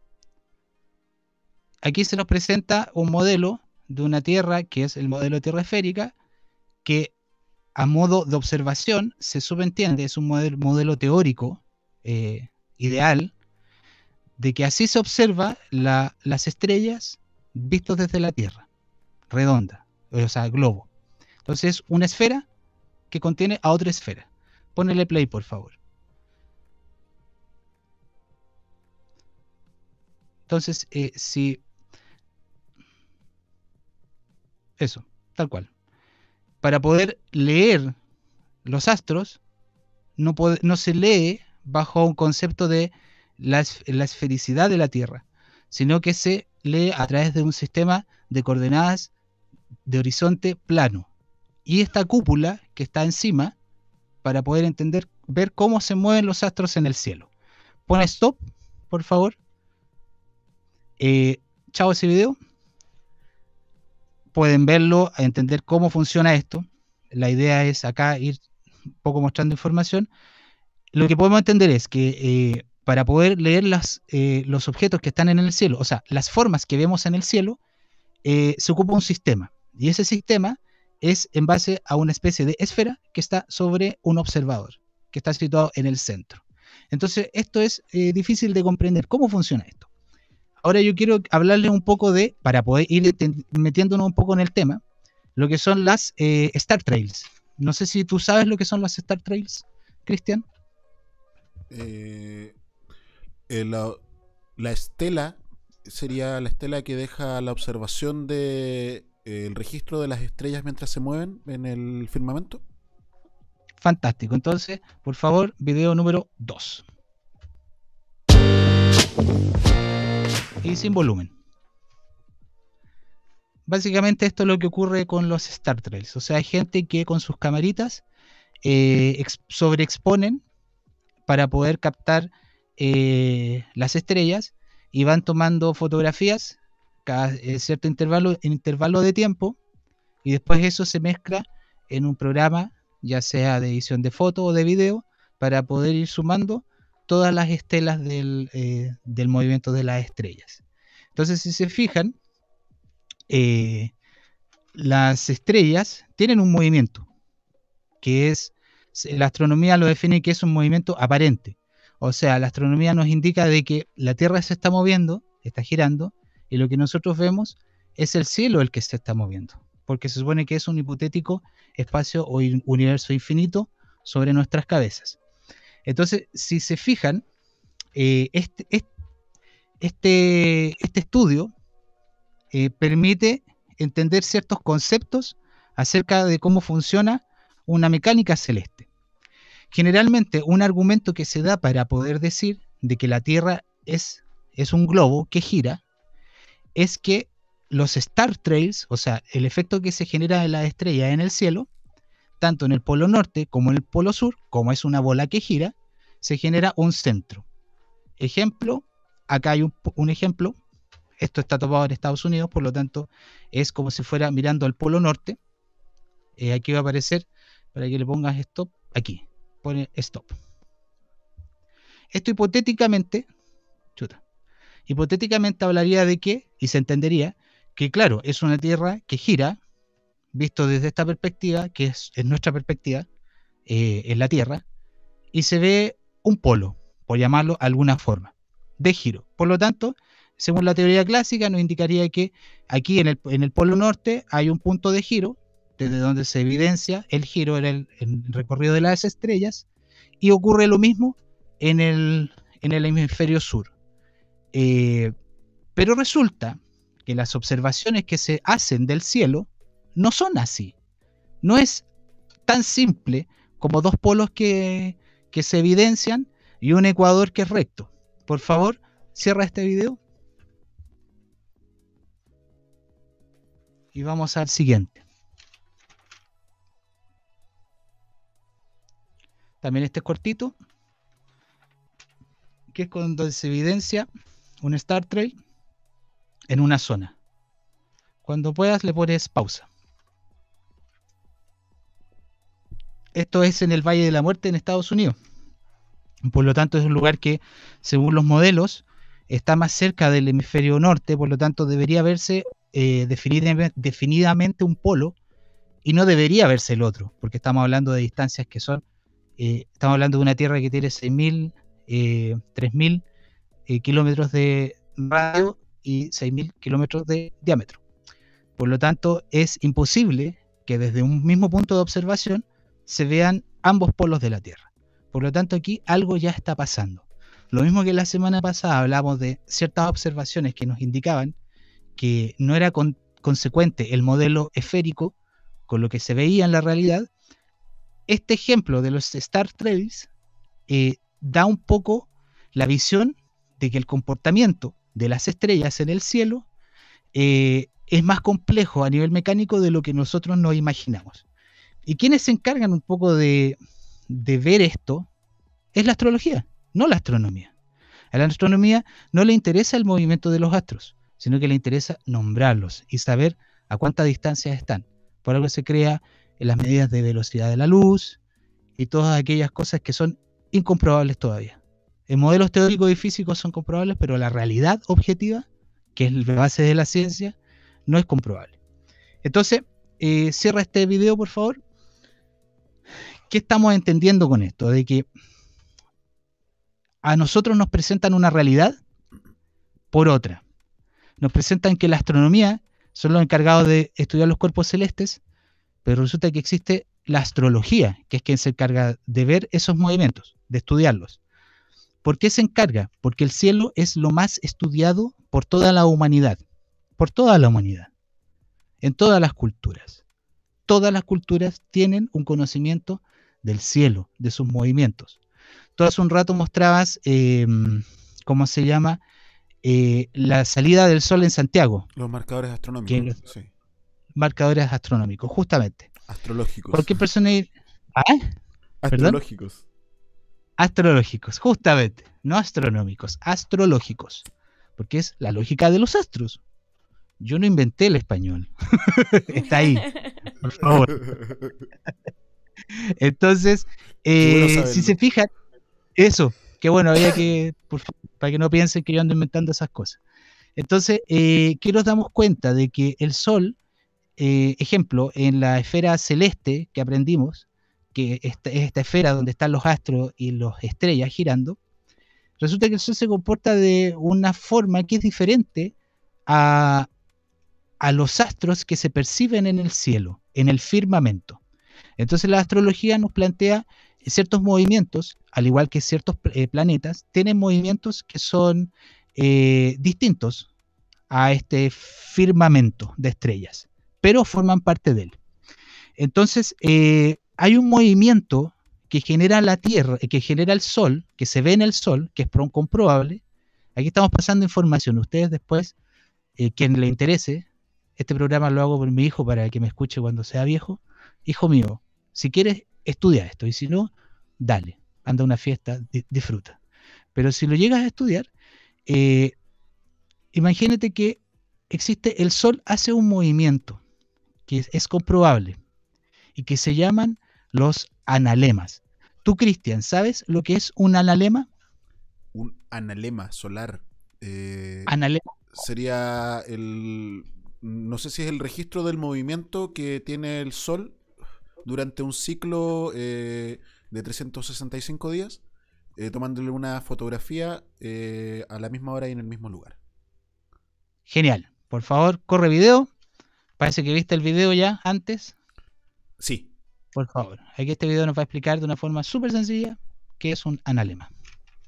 Aquí se nos presenta un modelo de una tierra, que es el modelo de tierra esférica, que a modo de observación se subentiende, es un modelo teórico ideal, de que así se observa las estrellas vistos desde la Tierra, redonda, o sea, globo. Entonces, una esfera que contiene a otra esfera. Ponele play, por favor. Entonces, eso, tal cual. Para poder leer los astros, no se lee bajo un concepto de la esfericidad de la Tierra, sino que se lee a través de un sistema de coordenadas de horizonte plano. Y esta cúpula que está encima, para poder ver cómo se mueven los astros en el cielo. Pon stop, por favor. Chao ese video. Pueden verlo, entender cómo funciona esto. La idea es acá ir un poco mostrando información. Lo que podemos entender es que para poder leer los objetos que están en el cielo, o sea, las formas que vemos en el cielo, se ocupa un sistema. Y ese sistema es en base a una especie de esfera que está sobre un observador, que está situado en el centro. Entonces, esto es difícil de comprender. ¿Cómo funciona esto? Ahora yo quiero hablarles un poco para poder ir metiéndonos un poco en el tema, lo que son las Star Trails. No sé si tú sabes lo que son las Star Trails, Cristian. La estela sería la estela que deja la observación de el registro de las estrellas mientras se mueven en el firmamento. Fantástico. Entonces, por favor, video número 2. Y sin volumen. Básicamente esto es lo que ocurre con los Star Trails. O sea, hay gente que con sus camaritas sobreexponen para poder captar las estrellas y van tomando fotografías cada cierto intervalo de tiempo, y después eso se mezcla en un programa, ya sea de edición de foto o de video, para poder ir sumando todas las estelas del movimiento de las estrellas. Entonces, si se fijan, las estrellas tienen un movimiento, que es, la astronomía lo define que es un movimiento aparente. O sea, la astronomía nos indica de que la Tierra se está moviendo, está girando, y lo que nosotros vemos es el cielo el que se está moviendo, porque se supone que es un hipotético espacio o universo infinito sobre nuestras cabezas. Entonces, si se fijan, este estudio permite entender ciertos conceptos acerca de cómo funciona una mecánica celeste. Generalmente, un argumento que se da para poder decir de que la Tierra es un globo que gira, es que los Star Trails, o sea, el efecto que se genera en la estrella en el cielo, tanto en el polo norte como en el polo sur, como es una bola que gira, se genera un centro. Ejemplo, acá hay un ejemplo, esto está tomado en Estados Unidos, por lo tanto es como si fuera mirando al polo norte. Aquí va a aparecer, para que le pongas stop, aquí, pone stop. Esto hipotéticamente hablaría de que, y se entendería, que claro, es una Tierra que gira, visto desde esta perspectiva, que es nuestra perspectiva, en la Tierra, y se ve un polo, por llamarlo de alguna forma, de giro. Por lo tanto, según la teoría clásica, nos indicaría que aquí en el polo norte hay un punto de giro, desde donde se evidencia el giro en el recorrido de las estrellas, y ocurre lo mismo en el hemisferio sur. Pero resulta que las observaciones que se hacen del cielo no son así. No es tan simple como dos polos que se evidencian y un ecuador que es recto. Por favor, cierra este video. Y vamos al siguiente. También este es cortito, que es cuando se evidencia un Star Trail en una zona. Cuando puedas le pones pausa. Esto es en el Valle de la Muerte en Estados Unidos. Por lo tanto es un lugar que, según los modelos, está más cerca del hemisferio norte, por lo tanto debería verse definidamente un polo y no debería verse el otro, porque estamos hablando de distancias que son, estamos hablando de una Tierra que tiene 6.000, 3.000 kilómetros de radio y 6.000 kilómetros de diámetro. Por lo tanto, es imposible que desde un mismo punto de observación se vean ambos polos de la Tierra. Por lo tanto, aquí algo ya está pasando. Lo mismo que la semana pasada hablamos de ciertas observaciones que nos indicaban que no era consecuente el modelo esférico con lo que se veía en la realidad. Este ejemplo de los Star Trails da un poco la visión de que el comportamiento de las estrellas en el cielo es más complejo a nivel mecánico de lo que nosotros nos imaginamos. Y quienes se encargan un poco de ver esto es la astrología, no la astronomía. A la astronomía no le interesa el movimiento de los astros, sino que le interesa nombrarlos y saber a cuánta distancia están. Por algo se crea en las medidas de velocidad de la luz y todas aquellas cosas que son incomprobables todavía. En modelos teóricos y físicos son comprobables, pero la realidad objetiva, que es la base de la ciencia, no es comprobable. Entonces, cierra este video, por favor. ¿Qué estamos entendiendo con esto? De que a nosotros nos presentan una realidad por otra. Nos presentan que la astronomía son los encargados de estudiar los cuerpos celestes, pero resulta que existe la astrología, que es quien se encarga de ver esos movimientos, de estudiarlos. ¿Por qué se encarga? Porque el cielo es lo más estudiado por toda la humanidad, en todas las culturas. Todas las culturas tienen un conocimiento del cielo, de sus movimientos. Tú hace un rato mostrabas, ¿cómo se llama? La salida del sol en Santiago. Los marcadores astronómicos. Sí. Marcadores astronómicos, justamente. Astrológicos. Cualquier persona... ¿Ah? Astrológicos. ¿Perdón? Astrológicos, justamente. No astronómicos, astrológicos. Porque es la lógica de los astros. Yo no inventé el español. Está ahí, por favor. Entonces, si se fijan, eso, que bueno, había que, para que no piensen que yo ando inventando esas cosas. Entonces, que nos damos cuenta de que el Sol, ejemplo, en la esfera celeste que aprendimos, que esta esfera donde están los astros y las estrellas girando, resulta que el Sol se comporta de una forma que es diferente a los astros que se perciben en el cielo, en el firmamento. Entonces la astrología nos plantea ciertos movimientos, al igual que ciertos planetas, tienen movimientos que son distintos a este firmamento de estrellas, pero forman parte de él. Entonces hay un movimiento que genera la Tierra, que genera el Sol, que se ve en el Sol, que es comprobable. Aquí estamos pasando información. Ustedes después, quien le interese, este programa lo hago por mi hijo para que me escuche cuando sea viejo. Hijo mío, si quieres, estudia esto, y si no, dale, anda a una fiesta, disfruta. Pero si lo llegas a estudiar, imagínate que existe, el Sol hace un movimiento que es comprobable y que se llaman los analemas. Tú, Cristian, ¿sabes lo que es un analema? Un analema solar. Analema. Sería no sé si es el registro del movimiento que tiene el Sol durante un ciclo de 365 días, tomándole una fotografía a la misma hora y en el mismo lugar. Genial. Por favor, corre video. Parece que viste el video ya antes. Sí. Por favor. Aquí este video nos va a explicar de una forma súper sencilla qué es un analema.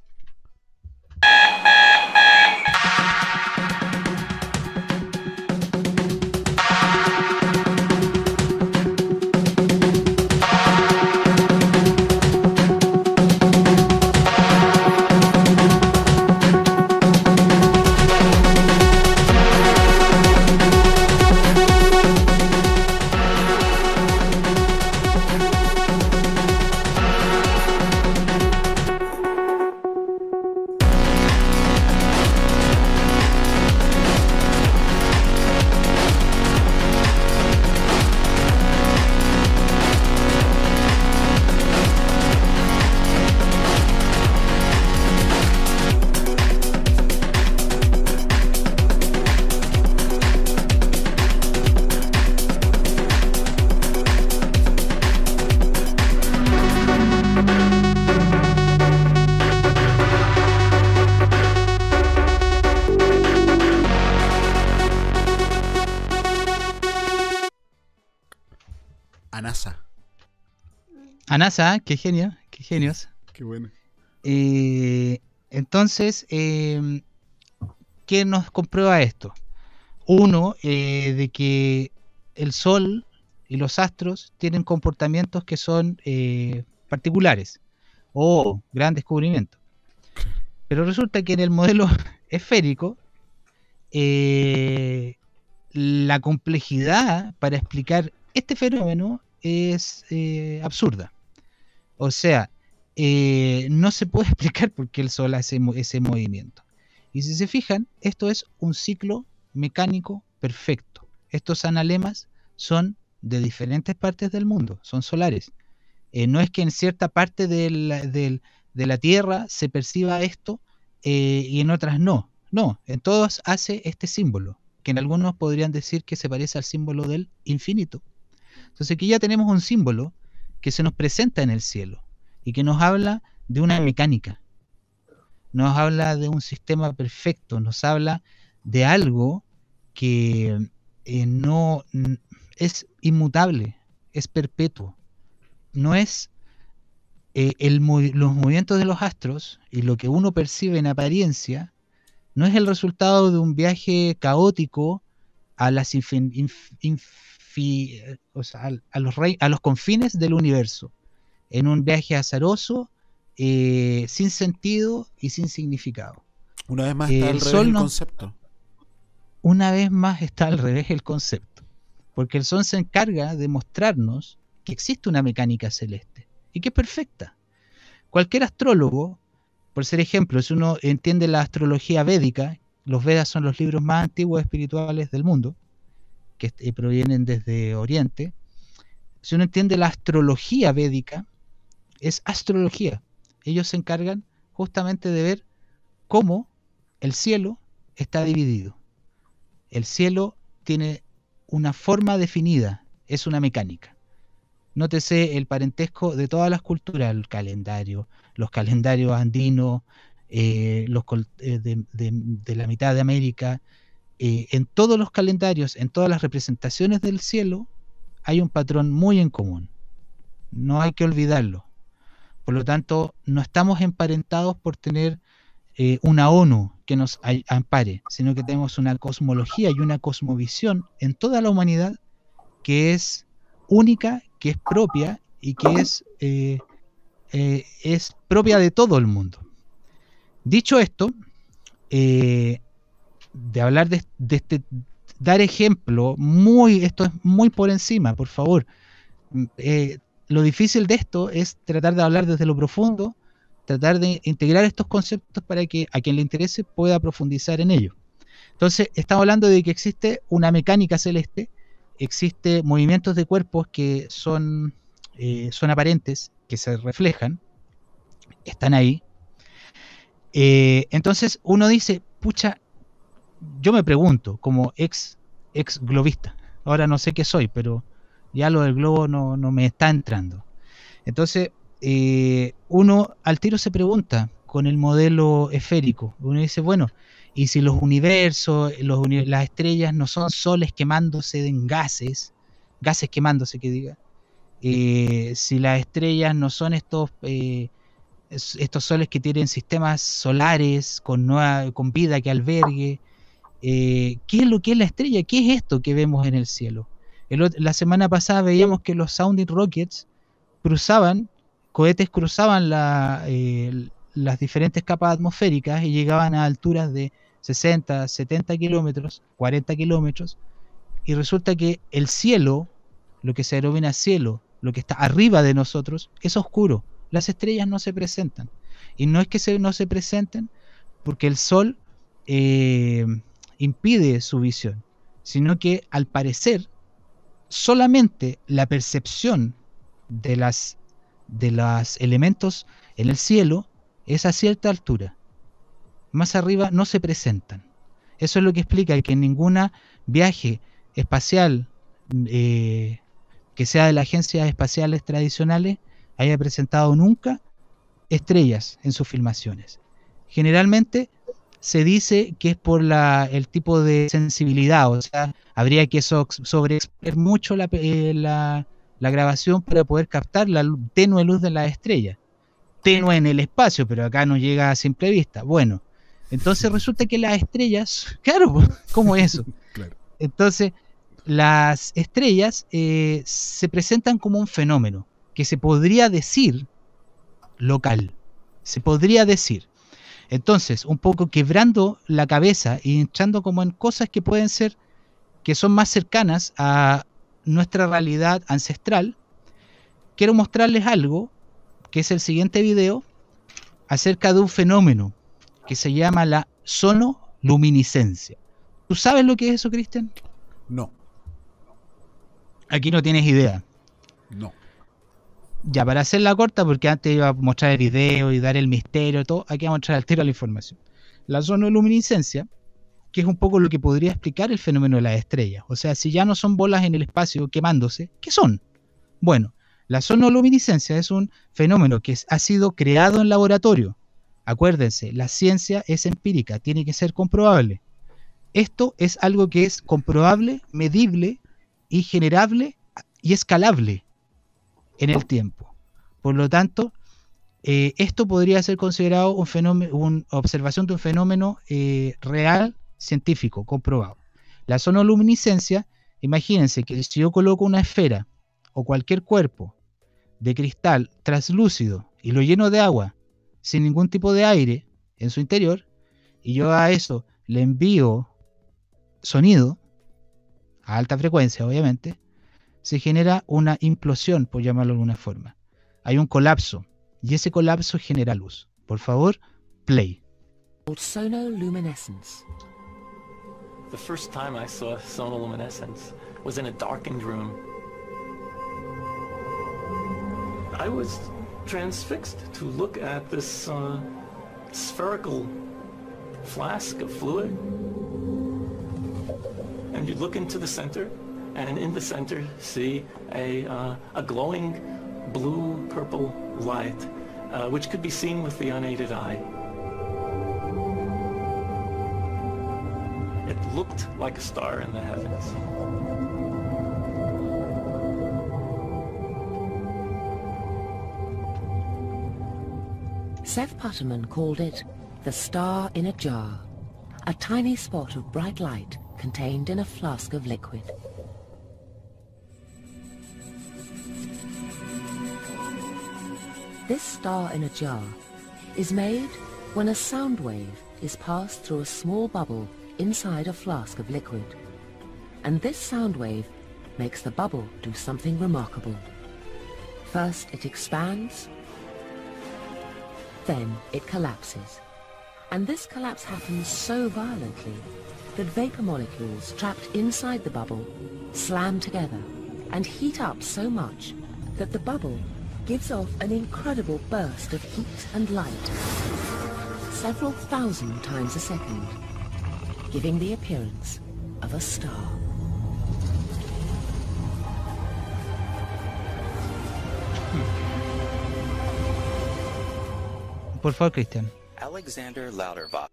A NASA. A NASA, qué genio, qué genios. Qué bueno. Entonces, ¿qué nos comprueba esto? Uno, de que el Sol y los astros tienen comportamientos que son particulares. Gran descubrimiento. Pero resulta que en el modelo esférico, la complejidad para explicar este fenómeno es absurda. O sea, no se puede explicar por qué el Sol hace ese movimiento. Y si se fijan, esto es un ciclo mecánico perfecto. Estos analemas son de diferentes partes del mundo, son solares. No es que en cierta parte de la Tierra se perciba esto y en otras no. No, en todos hace este símbolo, que en algunos podrían decir que se parece al símbolo del infinito. Entonces aquí ya tenemos un símbolo que se nos presenta en el cielo y que nos habla de una mecánica, nos habla de un sistema perfecto, nos habla de algo que no es inmutable, es perpetuo. No es los movimientos de los astros y lo que uno percibe en apariencia, no es el resultado de un viaje caótico a las a los confines del universo, en un viaje azaroso, sin sentido y sin significado. Una vez más está al revés el concepto. Una vez más está al revés el concepto, porque el Sol se encarga de mostrarnos que existe una mecánica celeste y que es perfecta. Cualquier astrólogo, por ser ejemplo, si uno entiende la astrología védica, los Vedas son los libros más antiguos espirituales del mundo, que provienen desde Oriente. Si uno entiende la astrología védica, es astrología. Ellos se encargan justamente de ver cómo el cielo está dividido. El cielo tiene una forma definida, es una mecánica. Nótese el parentesco de todas las culturas, el calendario, los calendarios andinos, de la mitad de América. En todos los calendarios, en todas las representaciones del cielo, hay un patrón muy en común. No hay que olvidarlo. Por lo tanto, no estamos emparentados por tener una ONU que nos ampare, sino que tenemos una cosmología y una cosmovisión en toda la humanidad que es única, que es propia y que es propia de todo el mundo. Dicho esto, de hablar de este, dar ejemplo, esto es muy por encima, por favor. Lo difícil de esto es tratar de hablar desde lo profundo, tratar de integrar estos conceptos para que a quien le interese pueda profundizar en ello. Entonces, estamos hablando de que existe una mecánica celeste, existe movimientos de cuerpos que son aparentes, que se reflejan, están ahí. Entonces uno dice, pucha, yo me pregunto, como ex globista, ahora no sé qué soy, pero ya lo del globo no me está entrando. Entonces, uno al tiro se pregunta con el modelo esférico, uno dice, bueno, y si los universos, las estrellas no son soles quemándose en gases quemándose, que diga, si las estrellas no son estos soles que tienen sistemas solares con vida que albergue, ¿qué es lo que es la estrella? ¿Qué es esto que vemos en el cielo? La semana pasada veíamos que los sounding rockets cohetes cruzaban las diferentes capas atmosféricas y llegaban a alturas de 60, 70 kilómetros, 40 kilómetros, y resulta que el cielo, lo que se denomina cielo, lo que está arriba de nosotros, es oscuro. Las estrellas no se presentan. Y no es que no se presenten porque el Sol impide su visión, sino que al parecer solamente la percepción de los elementos en el cielo es a cierta altura. Más arriba no se presentan. Eso es lo que explica que en ningún viaje espacial que sea de las agencias espaciales tradicionales haya presentado nunca estrellas en sus filmaciones. Generalmente se dice que es por el tipo de sensibilidad, o sea, habría que sobreexponer mucho la la grabación para poder captar la tenue luz de las estrellas. Tenue en el espacio, pero acá no llega a simple vista. Bueno, entonces resulta que las estrellas, claro, ¿cómo es eso? Claro. Entonces, las estrellas se presentan como un fenómeno que se podría decir local, se podría decir. Entonces, un poco quebrando la cabeza y entrando como en cosas que pueden ser, que son más cercanas a nuestra realidad ancestral, quiero mostrarles algo, que es el siguiente video, acerca de un fenómeno que se llama la sonoluminiscencia. ¿Tú sabes lo que es eso, Cristian? No. Aquí no tienes idea. No. Ya, para hacerla corta, porque antes iba a mostrar el video y dar el misterio y todo, aquí vamos a mostrar al tiro la información. La sonoluminiscencia, que es un poco lo que podría explicar el fenómeno de las estrellas. O sea, si ya no son bolas en el espacio quemándose, ¿qué son? Bueno, la sonoluminiscencia es un fenómeno que ha sido creado en laboratorio. Acuérdense, la ciencia es empírica, tiene que ser comprobable. Esto es algo que es comprobable, medible y generable y escalable en el tiempo. Por lo tanto, esto podría ser considerado un fenómeno, una observación de un fenómeno real, científico, comprobado. La sonoluminiscencia, imagínense que si yo coloco una esfera o cualquier cuerpo de cristal translúcido y lo lleno de agua sin ningún tipo de aire en su interior, y yo a eso le envío sonido a alta frecuencia, obviamente, se genera una implosión, por llamarlo de alguna forma. Hay un colapso, y ese colapso genera luz. Por favor, play. Sonoluminescence. The first time I saw sonoluminescence was in a darkened room. I was transfixed to look at this spherical flask of fluid. And you'd look into the center, and in the center see a glowing blue-purple light, which could be seen with the unaided eye. It looked like a star in the heavens. Seth Putterman called it the star in a jar, a tiny spot of bright light contained in a flask of liquid. This star in a jar is made when a sound wave is passed through a small bubble inside a flask of liquid. And this sound wave makes the bubble do something remarkable. First it expands, then it collapses. And this collapse happens so violently that vapor molecules trapped inside the bubble slam together and heat up so much that the bubble gives off an incredible burst of heat and light, several thousand times a second, giving the appearance of a star. Por favor, Cristian. Alexander Louderbach.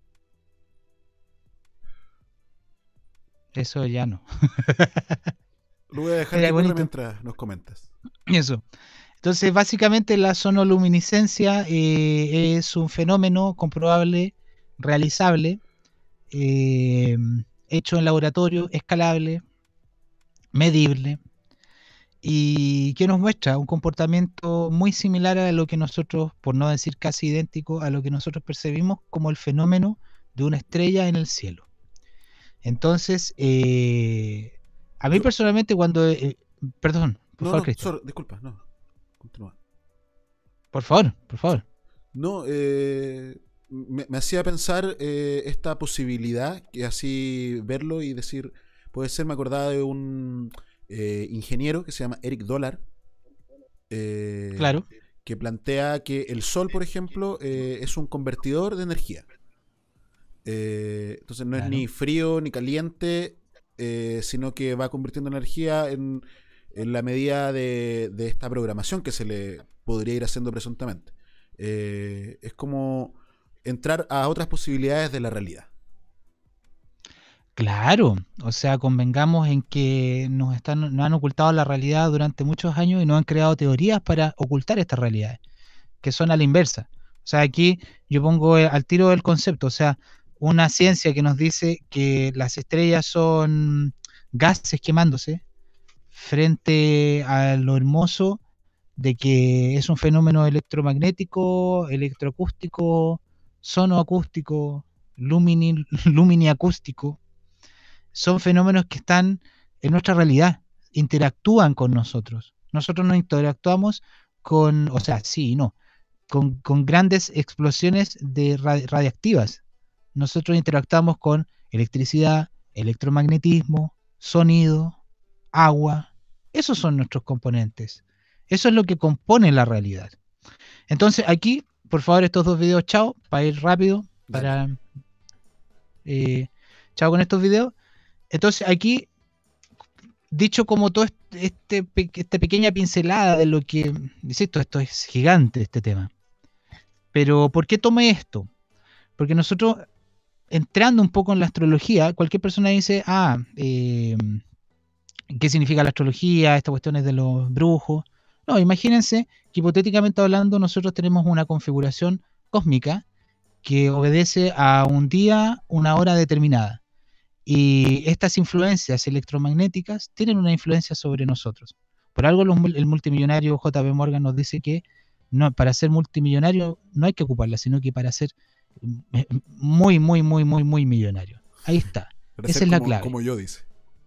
Eso ya no. Lo voy a dejar de mientras nos comentas. Eso. Entonces, básicamente la sonoluminiscencia es un fenómeno comprobable, realizable, hecho en laboratorio, escalable, medible, y que nos muestra un comportamiento muy similar a lo que nosotros, por no decir casi idéntico, a lo que nosotros percibimos como el fenómeno de una estrella en el cielo. Entonces, a mí personalmente cuando... perdón, por favor, Cristian. Disculpa, no. Continúa. Por favor. No, me hacía pensar esta posibilidad, que así verlo y decir, puede ser, me acordaba de un ingeniero que se llama Eric Dollar, claro, que plantea que el Sol, por ejemplo, es un convertidor de energía. Entonces no es ni frío ni caliente, sino que va convirtiendo energía en la medida de esta programación que se le podría ir haciendo presuntamente. Es como entrar a otras posibilidades de la realidad. Claro, o sea, convengamos en que nos han ocultado la realidad durante muchos años y nos han creado teorías para ocultar estas realidades, que son a la inversa. O sea, aquí yo pongo al tiro el concepto, o sea, una ciencia que nos dice que las estrellas son gases quemándose frente a lo hermoso de que es un fenómeno electromagnético, electroacústico, sonoacústico, luminiacústico. Son fenómenos que están en nuestra realidad, interactúan con nosotros. Nosotros no interactuamos con, o sea, sí y no, con grandes explosiones de radiactivas. Nosotros interactuamos con electricidad, electromagnetismo, sonido, agua. Esos son nuestros componentes. Eso es lo que compone la realidad. Entonces aquí, por favor, estos dos videos, chao, para ir rápido, para chao con estos videos. Entonces aquí, dicho como todo esta pequeña pincelada de lo que, insisto, esto es gigante este tema. Pero ¿por qué tomé esto? Porque nosotros, entrando un poco en la astrología, cualquier persona dice, ¿qué significa la astrología? Estas cuestiones de los brujos. No, imagínense que hipotéticamente hablando nosotros tenemos una configuración cósmica que obedece a un día, una hora determinada. Y estas influencias electromagnéticas tienen una influencia sobre nosotros. Por algo el multimillonario J.P. Morgan nos dice que no, para ser multimillonario no hay que ocuparla, sino que para ser muy millonario. Ahí está. Esa es la clave. Como yo, dice.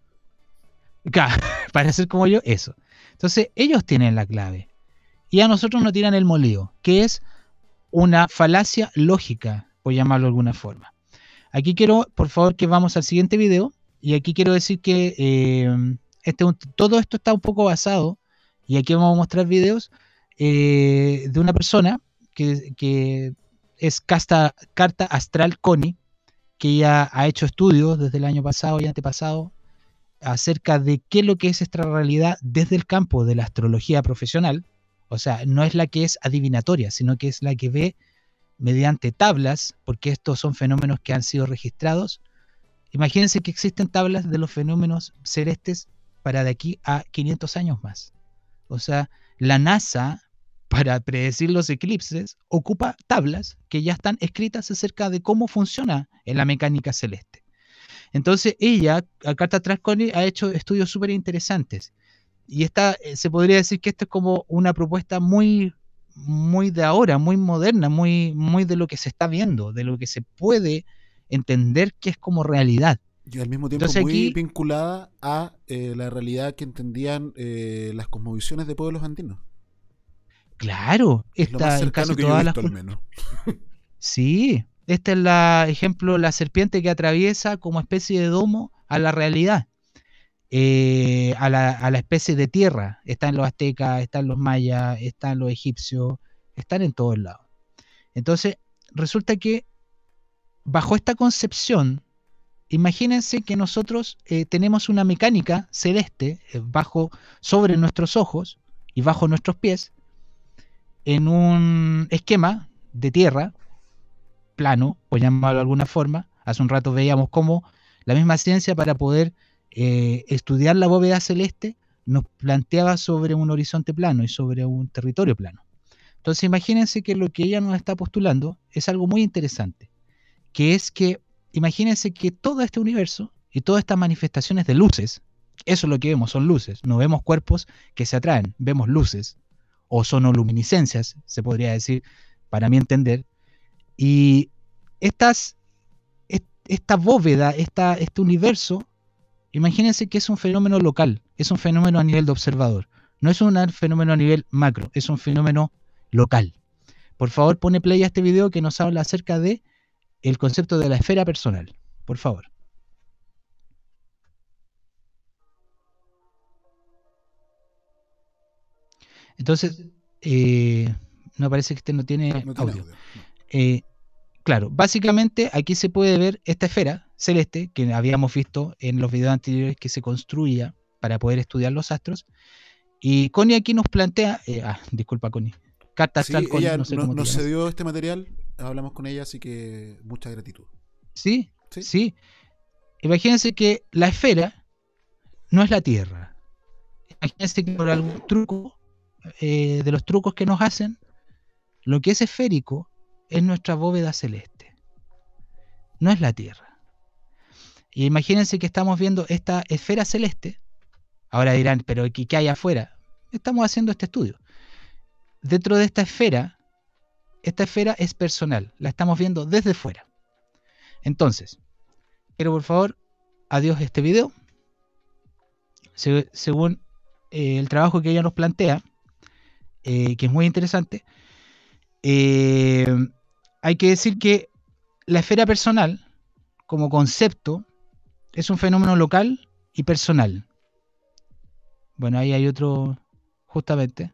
Claro, para ser como yo, eso. Entonces, ellos tienen la clave. Y a nosotros nos tiran el molido, que es una falacia lógica, por llamarlo de alguna forma. Aquí quiero, por favor, que vamos al siguiente video. Y aquí quiero decir que todo esto está un poco basado, y aquí vamos a mostrar videos de una persona que es Carta Astral Connie, que ya ha hecho estudios desde el año pasado y antepasado acerca de qué es lo que es esta realidad desde el campo de la astrología profesional. O sea, no es la que es adivinatoria, sino que es la que ve mediante tablas, porque estos son fenómenos que han sido registrados. Imagínense que existen tablas de los fenómenos celestes para de aquí a 500 años más. O sea, la NASA, para predecir los eclipses, ocupa tablas que ya están escritas acerca de cómo funciona en la mecánica celeste. Entonces ella, a Carta Astral Connie, ha hecho estudios súper interesantes. Y se podría decir que esto es como una propuesta muy de ahora, muy moderna, muy de lo que se está viendo, de lo que se puede entender que es como realidad. Y al mismo tiempo entonces, muy vinculada a la realidad que entendían las cosmovisiones de pueblos andinos. Claro, es lo más cercano que yo he visto, al menos. Sí, esta es la ejemplo, la serpiente que atraviesa como especie de domo a la realidad, a la especie de tierra. Está en los aztecas, está en los mayas, está en los egipcios, están en todos lados. Entonces, resulta que bajo esta concepción, imagínense que nosotros tenemos una mecánica celeste sobre nuestros ojos y bajo nuestros pies, en un esquema de tierra plano, por llamarlo de alguna forma. Hace un rato veíamos cómo la misma ciencia, para poder estudiar la bóveda celeste, nos planteaba sobre un horizonte plano y sobre un territorio plano. Entonces imagínense que lo que ella nos está postulando es algo muy interesante, que es que imagínense que todo este universo y todas estas manifestaciones de luces, eso es lo que vemos, son luces, no vemos cuerpos que se atraen, vemos luces o sonoluminiscencias, se podría decir, para mi entender. Y esta bóveda, este universo, imagínense que es un fenómeno local, es un fenómeno a nivel de observador, no es un fenómeno a nivel macro, es un fenómeno local. Por favor, pone play a este video que nos habla acerca de el concepto de la esfera personal, por favor. Entonces, no parece que este no tiene audio. Claro, básicamente aquí se puede ver esta esfera celeste que habíamos visto en los videos anteriores, que se construía para poder estudiar los astros. Y Connie aquí nos plantea, disculpa Connie, Carta Astral Connie, ella no sé cómo nos cedió este material, hablamos con ella, así que mucha gratitud. Sí. imagínense que la esfera no es la Tierra. Imagínense que por algún truco, de los trucos que nos hacen, lo que es esférico es nuestra bóveda celeste. No es la Tierra. Y imagínense que estamos viendo esta esfera celeste. Ahora dirán, pero ¿qué hay afuera? Estamos haciendo este estudio. Dentro de esta esfera es personal. La estamos viendo desde fuera. Entonces, quiero por favor, adiós este video. Según el trabajo que ella nos plantea, que es muy interesante, hay que decir que la esfera personal, como concepto, es un fenómeno local y personal. Bueno, ahí hay otro, justamente.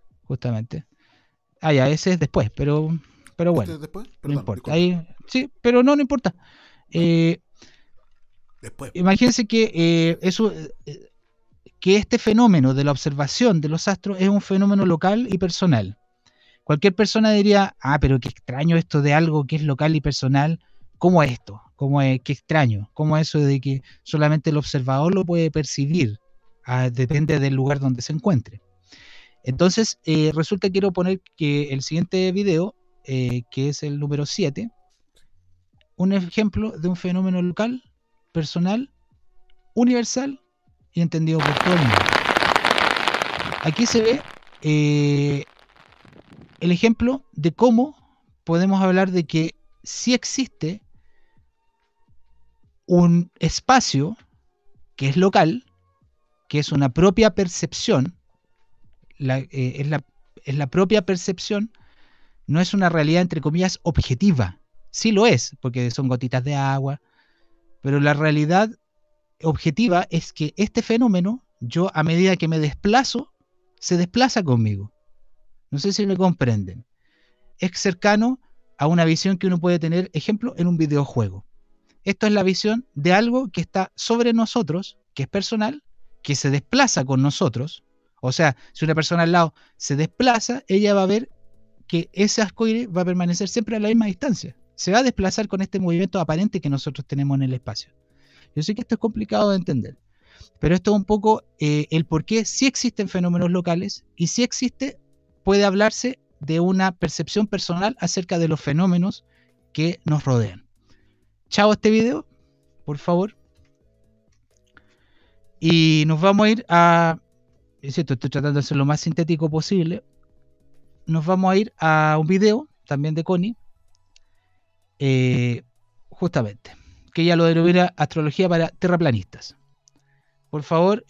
Ah, ya, ese es después, pero bueno. ¿Este es después? Perdón, no importa. Ahí, sí, pero no importa. Después. Imagínense que que este fenómeno de la observación de los astros es un fenómeno local y personal. Cualquier persona diría, pero qué extraño esto de algo que es local y personal. ¿Cómo es esto? Qué extraño. ¿Cómo es eso de que solamente el observador lo puede percibir? Depende del lugar donde se encuentre. Entonces, resulta que quiero poner que el siguiente video, que es el número 7, un ejemplo de un fenómeno local, personal, universal y entendido por todo el mundo. Aquí se ve el ejemplo de cómo podemos hablar de que sí existe un espacio que es local, que es una propia percepción, es la propia percepción, no es una realidad entre comillas objetiva. Sí lo es, porque son gotitas de agua, pero la realidad objetiva es que este fenómeno, yo a medida que me desplazo, se desplaza conmigo. No sé si me comprenden. Es cercano a una visión que uno puede tener, ejemplo, en un videojuego. Esto es la visión de algo que está sobre nosotros, que es personal, que se desplaza con nosotros. O sea, si una persona al lado se desplaza, ella va a ver que ese arcoíris va a permanecer siempre a la misma distancia. Se va a desplazar con este movimiento aparente que nosotros tenemos en el espacio. Yo sé que esto es complicado de entender, pero esto es un poco el por qué sí existen fenómenos locales y sí puede hablarse de una percepción personal acerca de los fenómenos que nos rodean. Chao este video, por favor. Y nos vamos a ir a... Es cierto, estoy tratando de hacer lo más sintético posible. Nos vamos a ir a un video, también de Connie, justamente, que ella lo denomina astrología para terraplanistas. Por favor,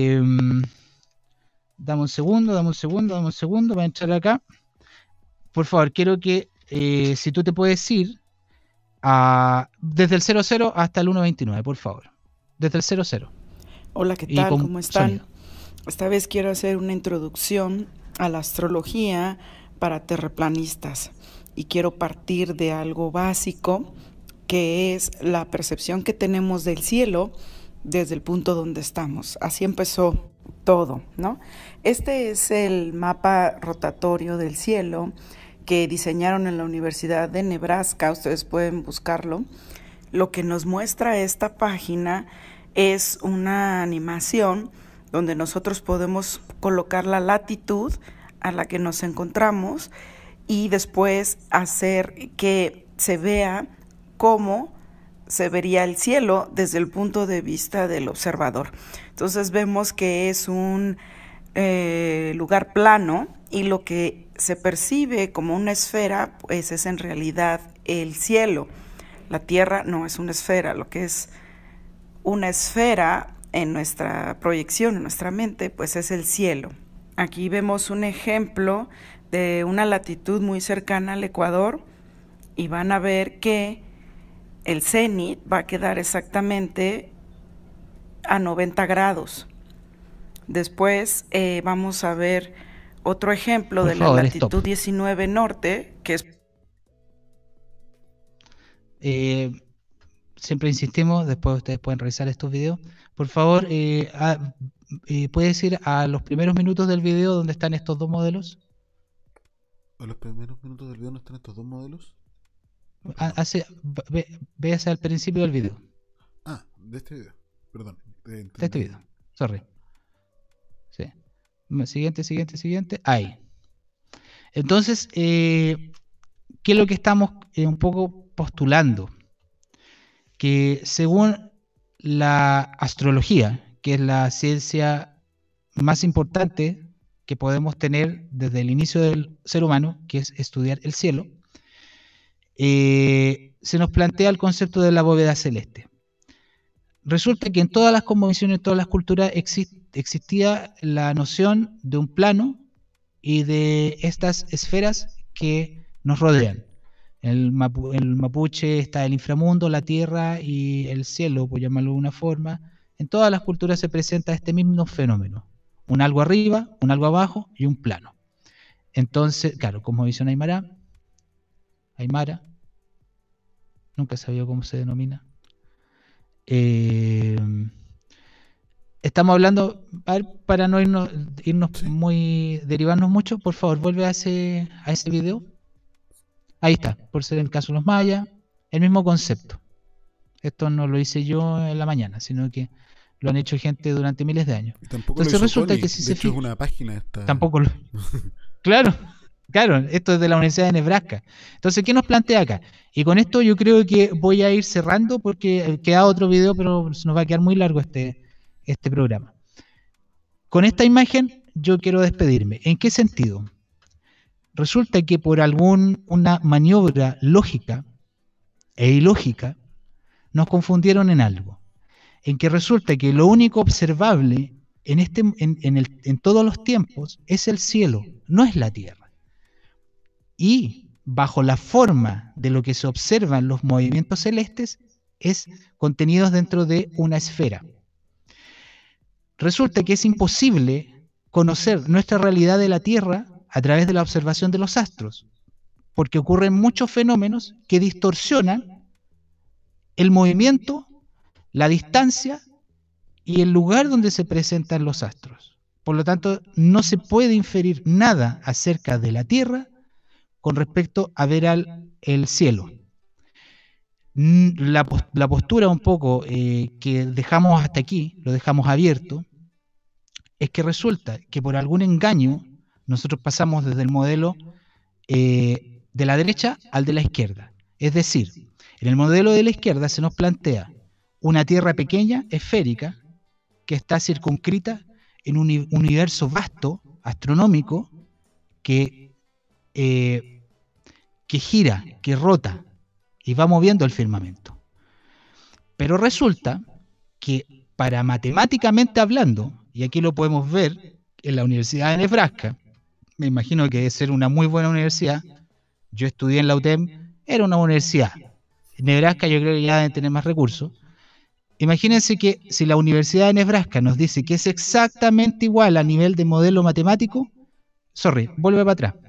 dame un segundo, va a entrar acá. Por favor, quiero que, si tú te puedes ir desde el 00 hasta el 1.29, por favor. Desde el 00. Hola, ¿qué tal? ¿Cómo están? Sonido. Esta vez quiero hacer una introducción a la astrología para terraplanistas y quiero partir de algo básico, que es la percepción que tenemos del cielo desde el punto donde estamos. Así empezó todo, ¿no? Este es el mapa rotatorio del cielo que diseñaron en la Universidad de Nebraska, ustedes pueden buscarlo. Lo que nos muestra esta página es una animación donde nosotros podemos colocar la latitud a la que nos encontramos y después hacer que se vea cómo se vería el cielo desde el punto de vista del observador. Entonces vemos que es un lugar plano y lo que se percibe como una esfera pues es en realidad el cielo. La Tierra no es una esfera, lo que es una esfera en nuestra proyección, en nuestra mente, pues es el cielo. Aquí vemos un ejemplo de una latitud muy cercana al Ecuador y van a ver que el cenit va a quedar exactamente a 90 grados. Después vamos a ver otro ejemplo de la latitud 19 norte, que es... Siempre insistimos, después ustedes pueden revisar estos videos. Por favor, ¿puedes ir a los primeros minutos del video donde están estos dos modelos? ¿A los primeros minutos del video no están estos dos modelos? Ve hacia el principio del video. De este video. Perdón. De este video. Sorry. Sí. Siguiente. Ahí. Entonces, ¿qué es lo que estamos un poco postulando? Que según la astrología, que es la ciencia más importante que podemos tener desde el inicio del ser humano, que es estudiar el cielo, se nos plantea el concepto de la bóveda celeste. Resulta que en todas las cosmovisiones, en todas las culturas, existía la noción de un plano y de estas esferas que nos rodean. El mapuche está el inframundo, la tierra y el cielo, por llamarlo de una forma. En todas las culturas se presenta este mismo fenómeno. Un algo arriba, un algo abajo y un plano. Entonces, claro, cosmovisión aymara, nunca he sabido cómo se denomina. Estamos hablando, para no irnos muy, derivarnos mucho, por favor, vuelve a ese video. Ahí está, por ser el caso de los mayas, el mismo concepto. Esto no lo hice yo en la mañana, sino que lo han hecho gente durante miles de años. Entonces resulta que si se fija, una página esta... tampoco lo... Claro, esto es de la Universidad de Nebraska. Entonces, ¿qué nos plantea acá? Y con esto yo creo que voy a ir cerrando porque queda otro video, pero se nos va a quedar muy largo este programa. Con esta imagen yo quiero despedirme. ¿En qué sentido? Resulta que por una maniobra lógica e ilógica nos confundieron en algo. En que resulta que lo único observable en todos los tiempos es el cielo, no es la tierra. Y bajo la forma de lo que se observan los movimientos celestes es contenidos dentro de una esfera. Resulta que es imposible conocer nuestra realidad de la Tierra a través de la observación de los astros, porque ocurren muchos fenómenos que distorsionan el movimiento, la distancia y el lugar donde se presentan los astros. Por lo tanto, no se puede inferir nada acerca de la Tierra con respecto a ver el cielo. La postura un poco que dejamos hasta aquí, lo dejamos abierto, es que resulta que por algún engaño nosotros pasamos desde el modelo de la derecha al de la izquierda. Es decir, en el modelo de la izquierda se nos plantea una Tierra pequeña, esférica, que está circunscrita en un universo vasto, astronómico, que gira, que rota y va moviendo el firmamento. Pero resulta que para matemáticamente hablando, y aquí lo podemos ver en la Universidad de Nebraska, me imagino que debe ser una muy buena universidad, yo estudié en la UTEM, era una universidad. En Nebraska yo creo que ya deben tener más recursos. Imagínense que si la Universidad de Nebraska nos dice que es exactamente igual a nivel de modelo matemático, vuelve para atrás.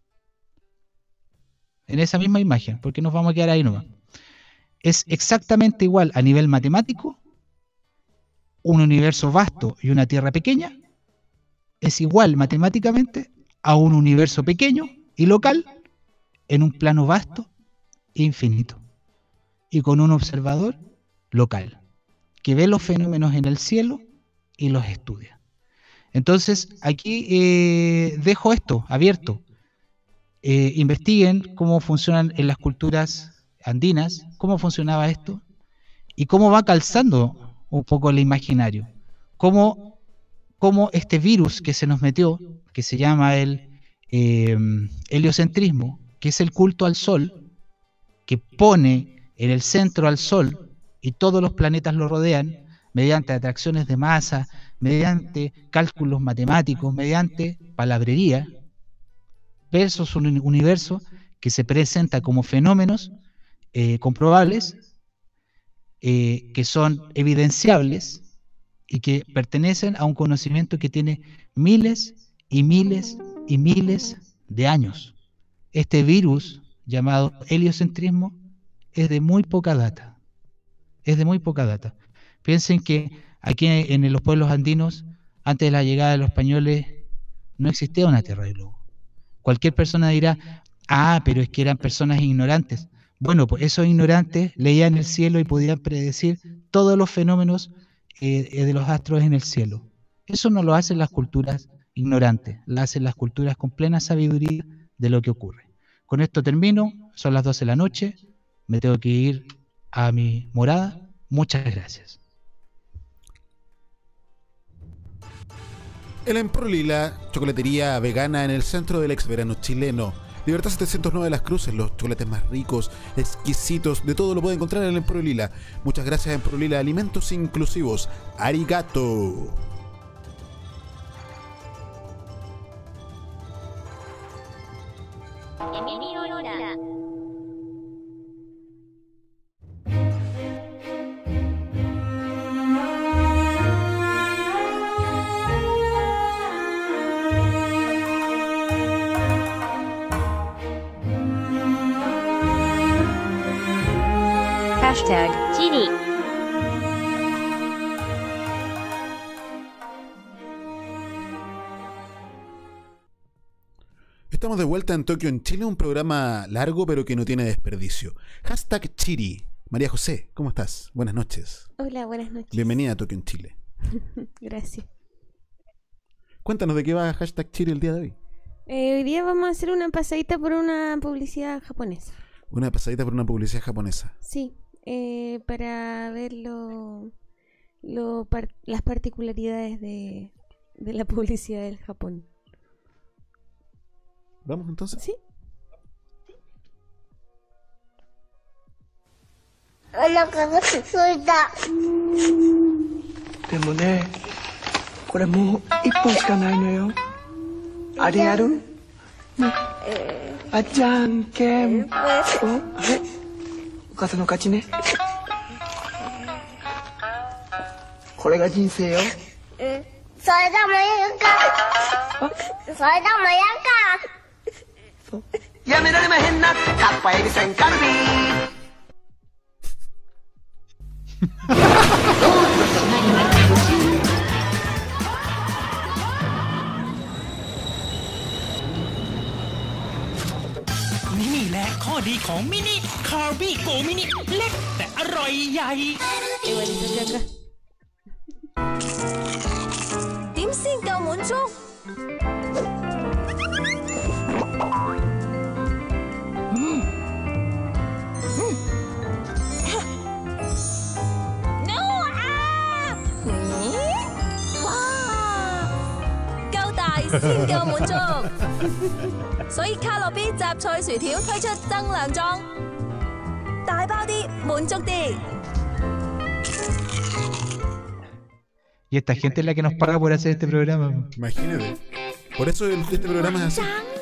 En esa misma imagen, porque nos vamos a quedar ahí nomás. Es exactamente igual a nivel matemático, un universo vasto y una Tierra pequeña, es igual matemáticamente a un universo pequeño y local en un plano vasto e infinito, y con un observador local, que ve los fenómenos en el cielo y los estudia. Entonces, aquí dejo esto abierto. Investiguen cómo funcionan en las culturas andinas, cómo funcionaba esto, y cómo va calzando un poco el imaginario. Cómo este virus que se nos metió, que se llama el heliocentrismo, que es el culto al Sol, que pone en el centro al Sol y todos los planetas lo rodean mediante atracciones de masa, mediante cálculos matemáticos, mediante palabrería, versus un universo que se presenta como fenómenos comprobables, que son evidenciables y que pertenecen a un conocimiento que tiene miles y miles y miles de años. Este virus llamado heliocentrismo es de muy poca data. Es de muy poca data. Piensen que aquí en los pueblos andinos, antes de la llegada de los españoles, no existía una tierra de globo. Cualquier persona dirá, pero es que eran personas ignorantes. Bueno, pues esos ignorantes leían el cielo y podían predecir todos los fenómenos de los astros en el cielo. Eso no lo hacen las culturas ignorantes, lo hacen las culturas con plena sabiduría de lo que ocurre. Con esto termino, son las 12 de la noche, me tengo que ir a mi morada. Muchas gracias. El Emprolila, chocolatería vegana en el centro del ex verano chileno. Libertad 709 de Las Cruces, los chocolates más ricos, exquisitos, de todo lo puede encontrar en el Emprolila. Muchas gracias, Emprolila, alimentos inclusivos. Arigato. #Chiri. Estamos de vuelta en Tokio, en Chile, un programa largo pero que no tiene desperdicio. #Chiri. María José, ¿cómo estás? Buenas noches. Hola, buenas noches. Bienvenida a Tokio, en Chile. Gracias. Cuéntanos de qué va #Chiri el día de hoy. Hoy día vamos a hacer una pasadita por una publicidad japonesa. Una pasadita por una publicidad japonesa. Sí. Para ver las particularidades de la publicidad del Japón. ¿Vamos entonces? Sí. お腹がすいた。 でもね、これもう1本しかないのよ。あれやる？あ、じゃんけん。はい。お母さんの勝ちね。これが人生よ。 それでもやるか。それでもやるか。 やめられまへんな。かっぱえびせんカルビー。 นี่แหละข้อดีของมินิคาร์บี้โกมินิเล็กแต่อร่อยใหญ่點先夠滿足？先夠滿足，所以卡樂 B 雜菜薯條推出增量裝，大包啲，滿足啲。 Y esta gente es la que nos paga por hacer este programa. Imagínate. Por eso este programa es así.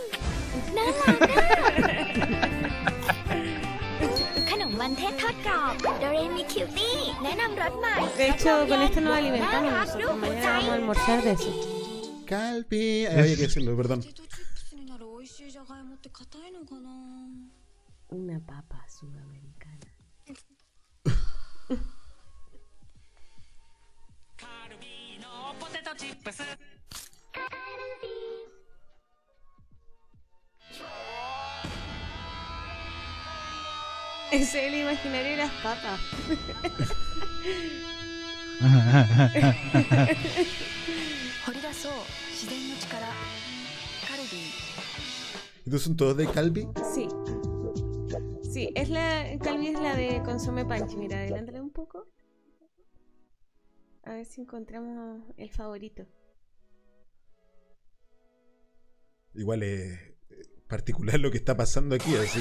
De hecho, con esto nos alimentamos nosotros. Mañana vamos a almorzar de eso. Calpi. Había que decirlo, perdón. Una papa sudamericana. Es el imaginario de las papas. ¿Estos son todos de Calvi? Sí. Sí, Calvi es la de Consome Panchi. Mira, adelántale un poco. A ver si encontramos el favorito. Igual es particular lo que está pasando aquí, así.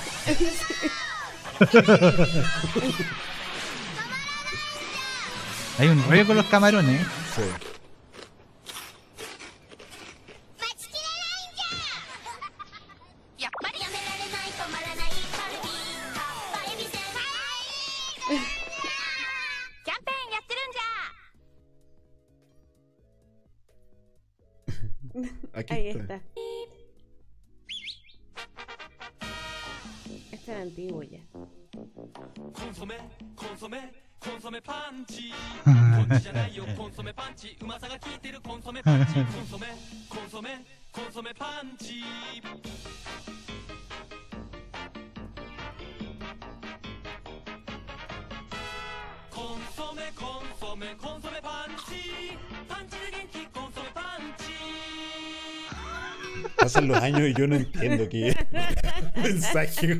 Hay un rollo con los camarones. Sí. Aquí ahí está. Este es antiguo ya. Pasan los años y yo no entiendo qué mensaje.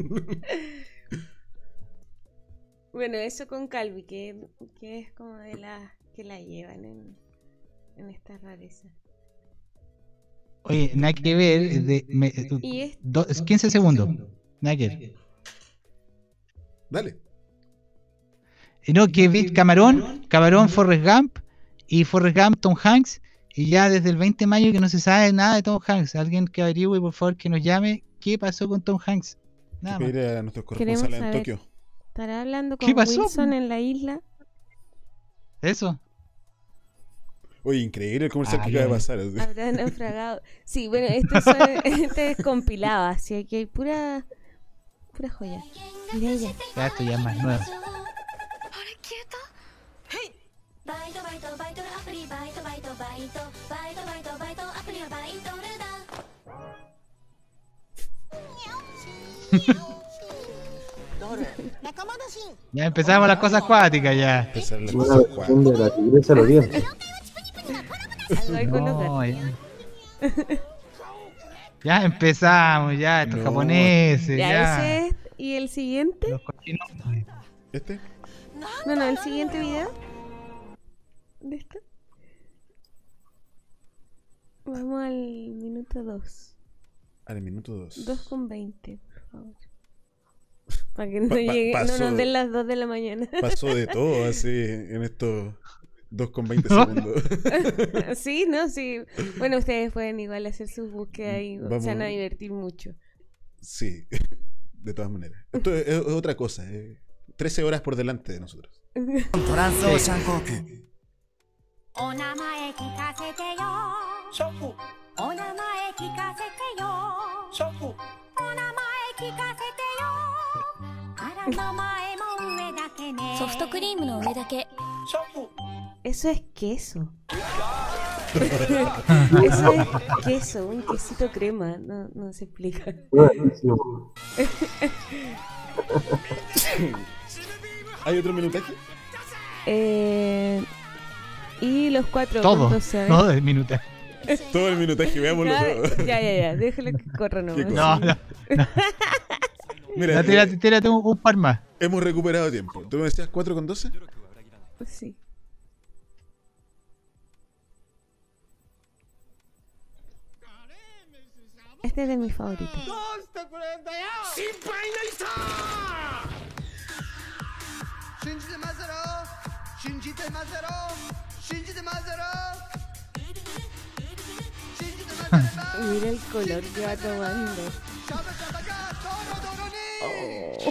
Bueno, eso con Calvi, que es como de las que la llevan en esta rareza. Oye, nada que ver. 15 segundos. Nada que ver. Dale. No, que vi Camarón, Forrest Gump y Forrest Gump, Tom Hanks. Y ya desde el 20 de mayo que no se sabe nada de Tom Hanks. Alguien que averigüe, por favor, que nos llame. ¿Qué pasó con Tom Hanks? Nada más. A nuestros corresponsales en Tokio. ¿Estará hablando con Wilson en la isla? ¿Eso? Oye, increíble el comercial que acaba de pasar. Habrá naufragado. Sí, bueno, este es compilado, así que hay pura joya. Mira ella. Ya, esto ya es más nuevo. Ya empezamos las cosas acuáticas ya. Una versión de la tigresa al oriente. No, ya empezamos, ya, estos japoneses. Ya. Ese es, ¿y el siguiente? Los cochinos. ¿Este? No, el siguiente video. ¿De esto? Vamos al minuto 2. Al minuto 2. 2:20, por favor. Para que no llegue, no nos den las 2 de la mañana. Pasó de todo así en estos 2:20 segundos. Sí, ¿no? Sí. Bueno, ustedes pueden igual hacer sus búsquedas y se van a divertir mucho. Sí, de todas maneras. Esto es otra cosa. 13 horas por delante de nosotros. Eso es queso. Eso es queso, un quesito crema. No se explica. ¿Hay otro minutaje? Y los 4 todo, puntos se ven. Todo el minutaje. Todo el minutaje, veámoslo todo. Ya, déjalo que corra nomás. No. Mira, tírate un par más. Hemos recuperado tiempo. ¿Tú me decías 4:12? Sí. Este es de mis favoritos. Mira el color que va tomando. Oh.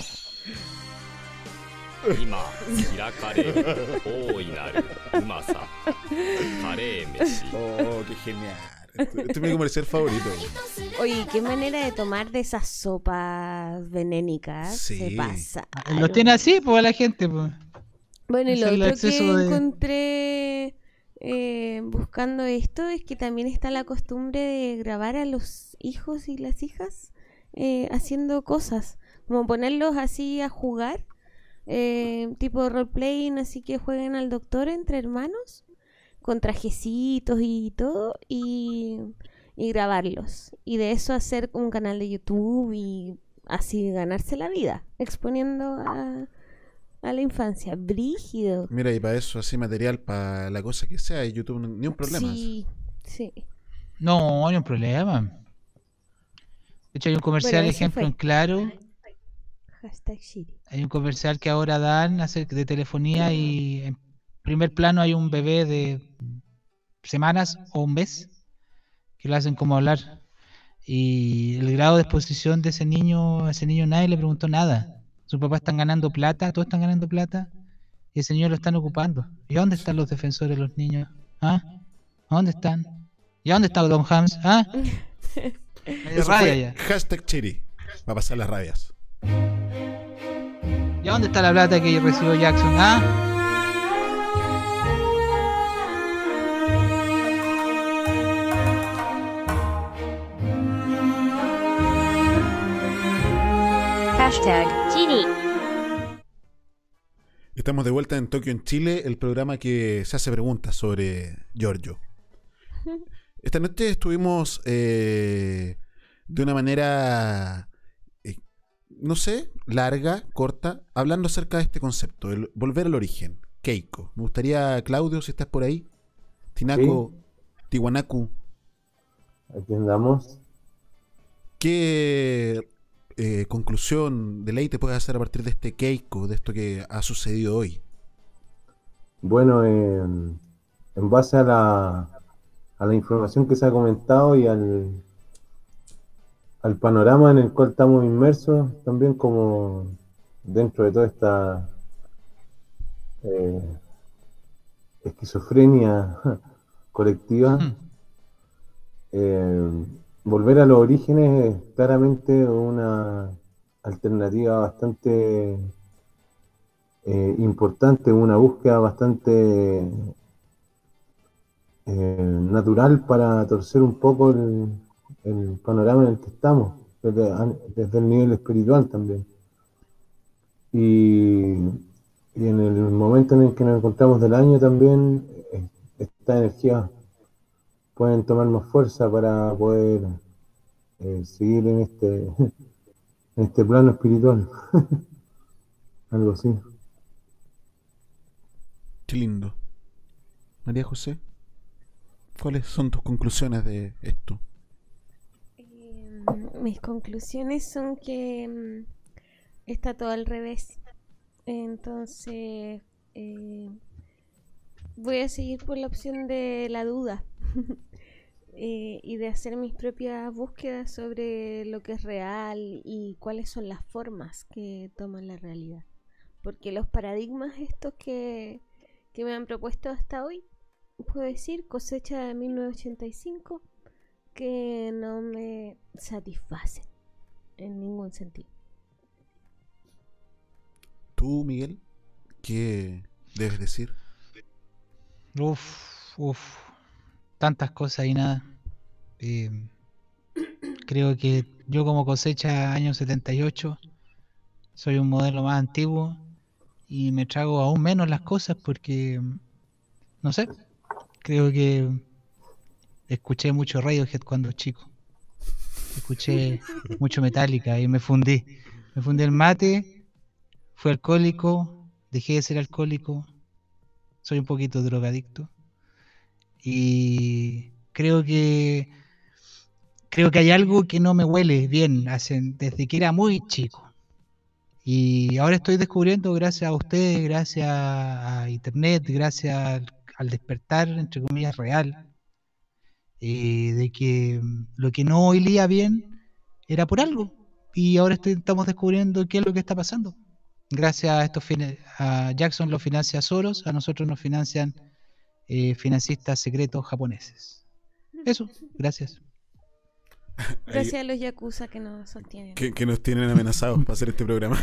Oh, qué genial. Este es mi comercial favorito. Oye, qué manera de tomar de esas sopas venénicas. Sí. Se pasa. Lo tiene así, pues, la gente, pues. Bueno, y lo otro que encontré buscando esto es que también está la costumbre de grabar a los hijos y las hijas haciendo cosas, como ponerlos así a jugar, tipo roleplaying, así que jueguen al doctor entre hermanos, con trajecitos y todo, y grabarlos. Y de eso hacer un canal de YouTube y así ganarse la vida, exponiendo a la infancia. Brígido. Mira, y para eso, así material, para la cosa que sea, YouTube ni un problema. Sí. No hay un problema. De hecho, hay un comercial, ejemplo en claro. #Shiri. Hay un comercial que ahora dan acerca de telefonía y en primer plano hay un bebé de semanas o un mes que lo hacen como hablar. Y el grado de exposición de ese niño nadie le preguntó nada. Sus papás están ganando plata, todos están ganando plata, y ese niño lo están ocupando. ¿Y dónde están los defensores de los niños? ¿Ah? ¿A dónde están? ¿Y a dónde está Tom Hanks? ¿Ah? Eso fue #Chiri. Va a pasar las rabias. ¿Y a dónde está la plata que recibió Jackson? ¿Ah? Esto Estamos de vuelta en Tokio, en Chile, el programa que se hace preguntas sobre Giorgio. Esta noche estuvimos de una manera, no sé, larga, corta, hablando acerca de este concepto, el volver al origen, Keiko. Me gustaría, Claudio, si estás por ahí, Tinaco, sí. Tiwanaku. Aquí andamos. ¿Qué conclusión de ley te puedes hacer a partir de este Keiko, de esto que ha sucedido hoy? Bueno, en base a la información que se ha comentado y al panorama en el cual estamos inmersos, también como dentro de toda esta esquizofrenia colectiva, volver a los orígenes es claramente una alternativa bastante importante, una búsqueda bastante natural para torcer un poco el panorama en el que estamos, desde el nivel espiritual también. Y en el momento en el que nos encontramos del año también, estas energías pueden tomar más fuerza para poder seguir en este plano espiritual. Algo así. Qué lindo. María José, ¿cuáles son tus conclusiones de esto? Mis conclusiones son que está todo al revés. Entonces voy a seguir por la opción de la duda y de hacer mis propias búsquedas sobre lo que es real y cuáles son las formas que toman la realidad. Porque los paradigmas estos que me han propuesto hasta hoy, puedo decir, cosecha de 1985, que no me satisfacen en ningún sentido. ¿Tú, Miguel, qué debes decir? Tantas cosas y nada. Creo que yo como cosecha año 78 soy un modelo más antiguo y me trago aún menos las cosas porque, no sé, creo que escuché mucho Radiohead cuando chico. Escuché mucho Metallica y me fundí. Me fundí el mate, fui alcohólico, dejé de ser alcohólico, soy un poquito drogadicto y creo que hay algo que no me huele bien desde que era muy chico. Y ahora estoy descubriendo, gracias a ustedes, gracias a internet, gracias al despertar, entre comillas, real, de que lo que no olía bien era por algo. Y ahora estamos descubriendo qué es lo que está pasando. Gracias a estos a Jackson lo financia Soros, a nosotros nos financian financistas secretos japoneses. Eso, gracias. Gracias a los yakuza que nos sostienen. Que nos tienen amenazados para hacer este programa.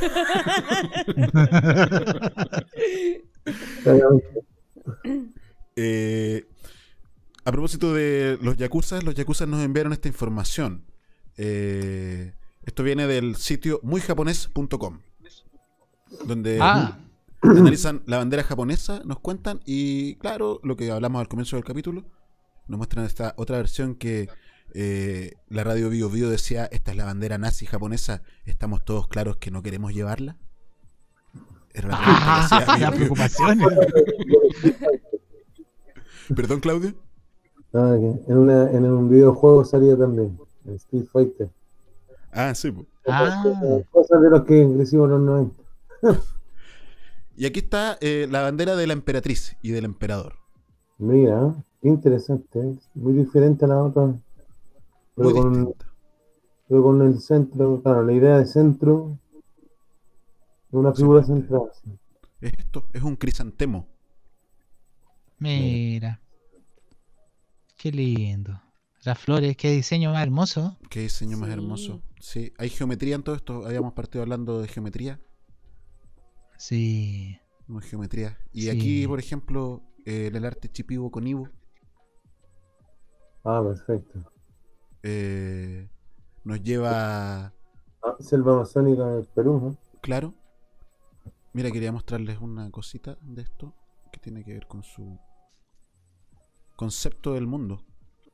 A propósito de los yakuzas nos enviaron esta información. Esto viene del sitio muyjaponés.com, donde analizan la bandera japonesa, nos cuentan, y claro, lo que hablamos al comienzo del capítulo, nos muestran esta otra versión que la radio Bio Bio decía: esta es la bandera nazi japonesa, estamos todos claros que no queremos llevarla. Era la preocupación. ¿Perdón, Claudio? En un videojuego salía también, el Street Fighter. Sí. Cosas de los que crecimos en los 90. Y aquí está la bandera de la emperatriz y del emperador. Mira, qué interesante, muy diferente a la otra. Pero con el centro, claro, la idea de centro, una figura central. Esto es un crisantemo. Mira, qué lindo. Las flores, qué diseño más hermoso. Qué diseño más hermoso. Sí, hay geometría en todo esto. Habíamos partido hablando de geometría. Sí. No, geometría. Y aquí, por ejemplo, el arte Shipibo con Ibu. Perfecto. Nos lleva selva amazónica del Perú, ¿no? Claro. Mira, quería mostrarles una cosita de esto que tiene que ver con su concepto del mundo.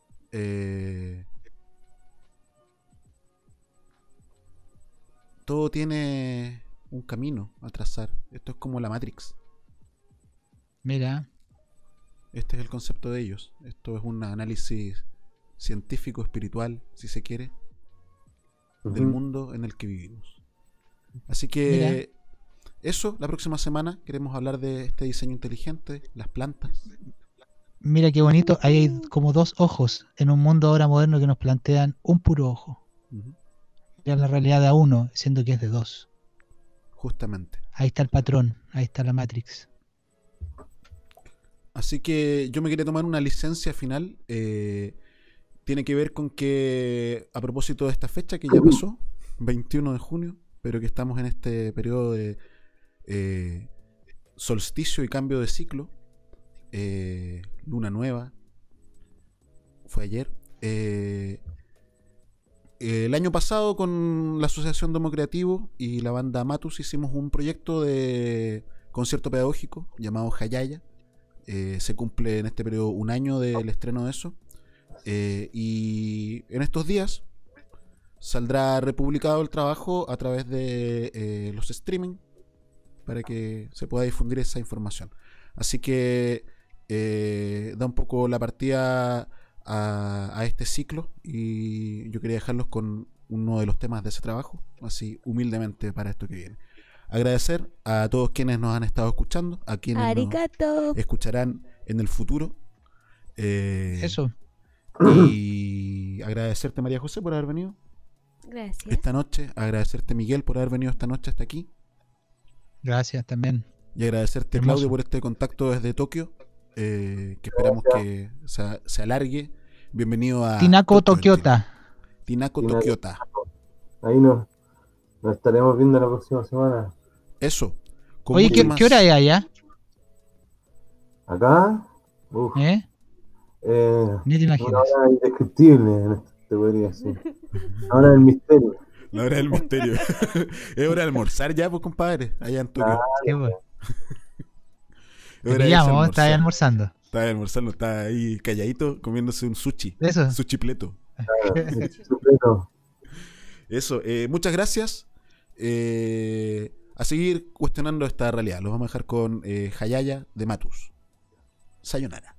Todo tiene un camino a trazar. Esto es como la Matrix. Mira. Este es el concepto de ellos. Esto es un análisis científico, espiritual, si se quiere, del mundo en el que vivimos. Así que eso, la próxima semana queremos hablar de este diseño inteligente, las plantas. Mira qué bonito, ahí hay como 2 ojos en un mundo ahora moderno que nos plantean un puro ojo. Ya la realidad da 1, siendo que es de 2. Justamente. Ahí está el patrón, ahí está la Matrix. Así que yo me quería tomar una licencia final. Tiene que ver con que, a propósito de esta fecha que ya pasó, 21 de junio, pero que estamos en este periodo de solsticio y cambio de ciclo, luna nueva, fue ayer. El año pasado, con la Asociación Domo Creativo y la banda Matus, hicimos un proyecto de concierto pedagógico llamado Hayaya. Se cumple en este periodo 1 año del estreno de eso. Y en estos días saldrá republicado el trabajo a través de los streaming para que se pueda difundir esa información. Así que da un poco la partida a este ciclo, y yo quería dejarlos con uno de los temas de ese trabajo, así humildemente, para esto que viene. Agradecer a todos quienes nos han estado escuchando, a quienes nos escucharán en el futuro. Eso. Y agradecerte, María José, por haber venido. Gracias. Esta noche. Agradecerte, Miguel, por haber venido esta noche hasta aquí. Gracias también. Y agradecerte, Hermoso. Claudio, por este contacto desde Tokio, que esperamos que se alargue. Bienvenido a Tinaco Tokiota. Tinaco Tokiota. Ahí nos estaremos viendo la próxima semana. Eso. Oye, ¿qué hora hay allá? ¿Acá? Uf. Ni te imaginas. Una hora indescriptible, te podría decir. La hora del misterio. La hora del misterio. Es hora de almorzar ya, pues, compadre, allá en Tokio. Qué bueno. Te llamo, estás ahí almorzando. Está ahí almorzando, está ahí calladito comiéndose un sushi. Eso. Sushi pleto. Eso, muchas gracias. A seguir cuestionando esta realidad. Los vamos a dejar con Hayaya de Matus. Sayonara.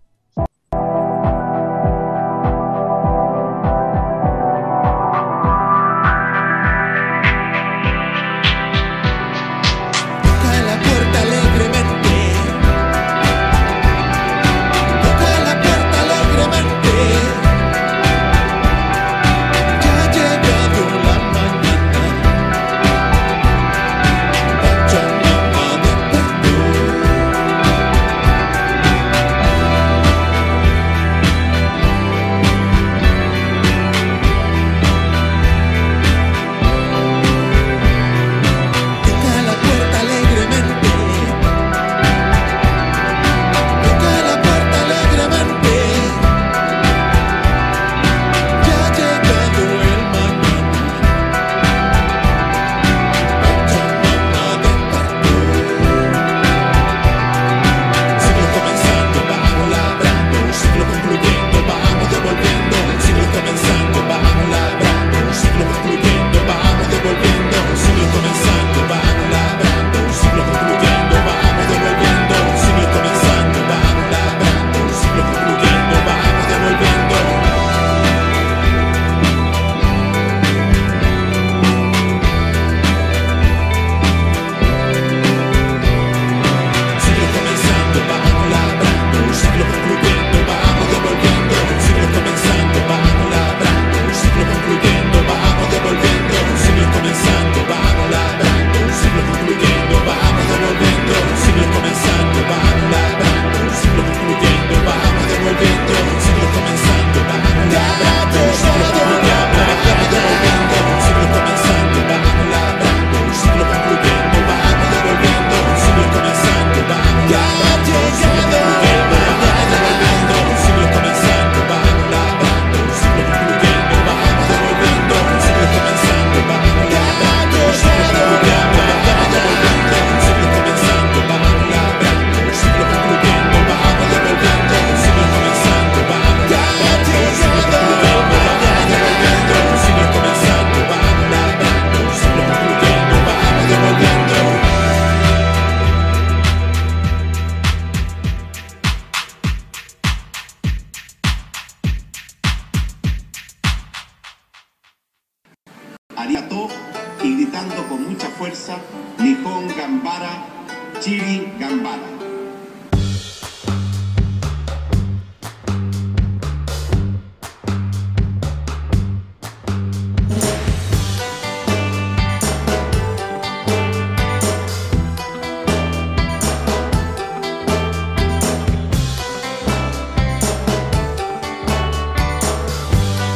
arigato y gritando con mucha fuerza, Nihon Gambara, Chiri Gambara.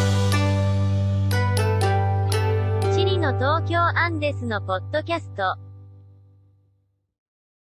Chileの東京アンデスのポッドキャスト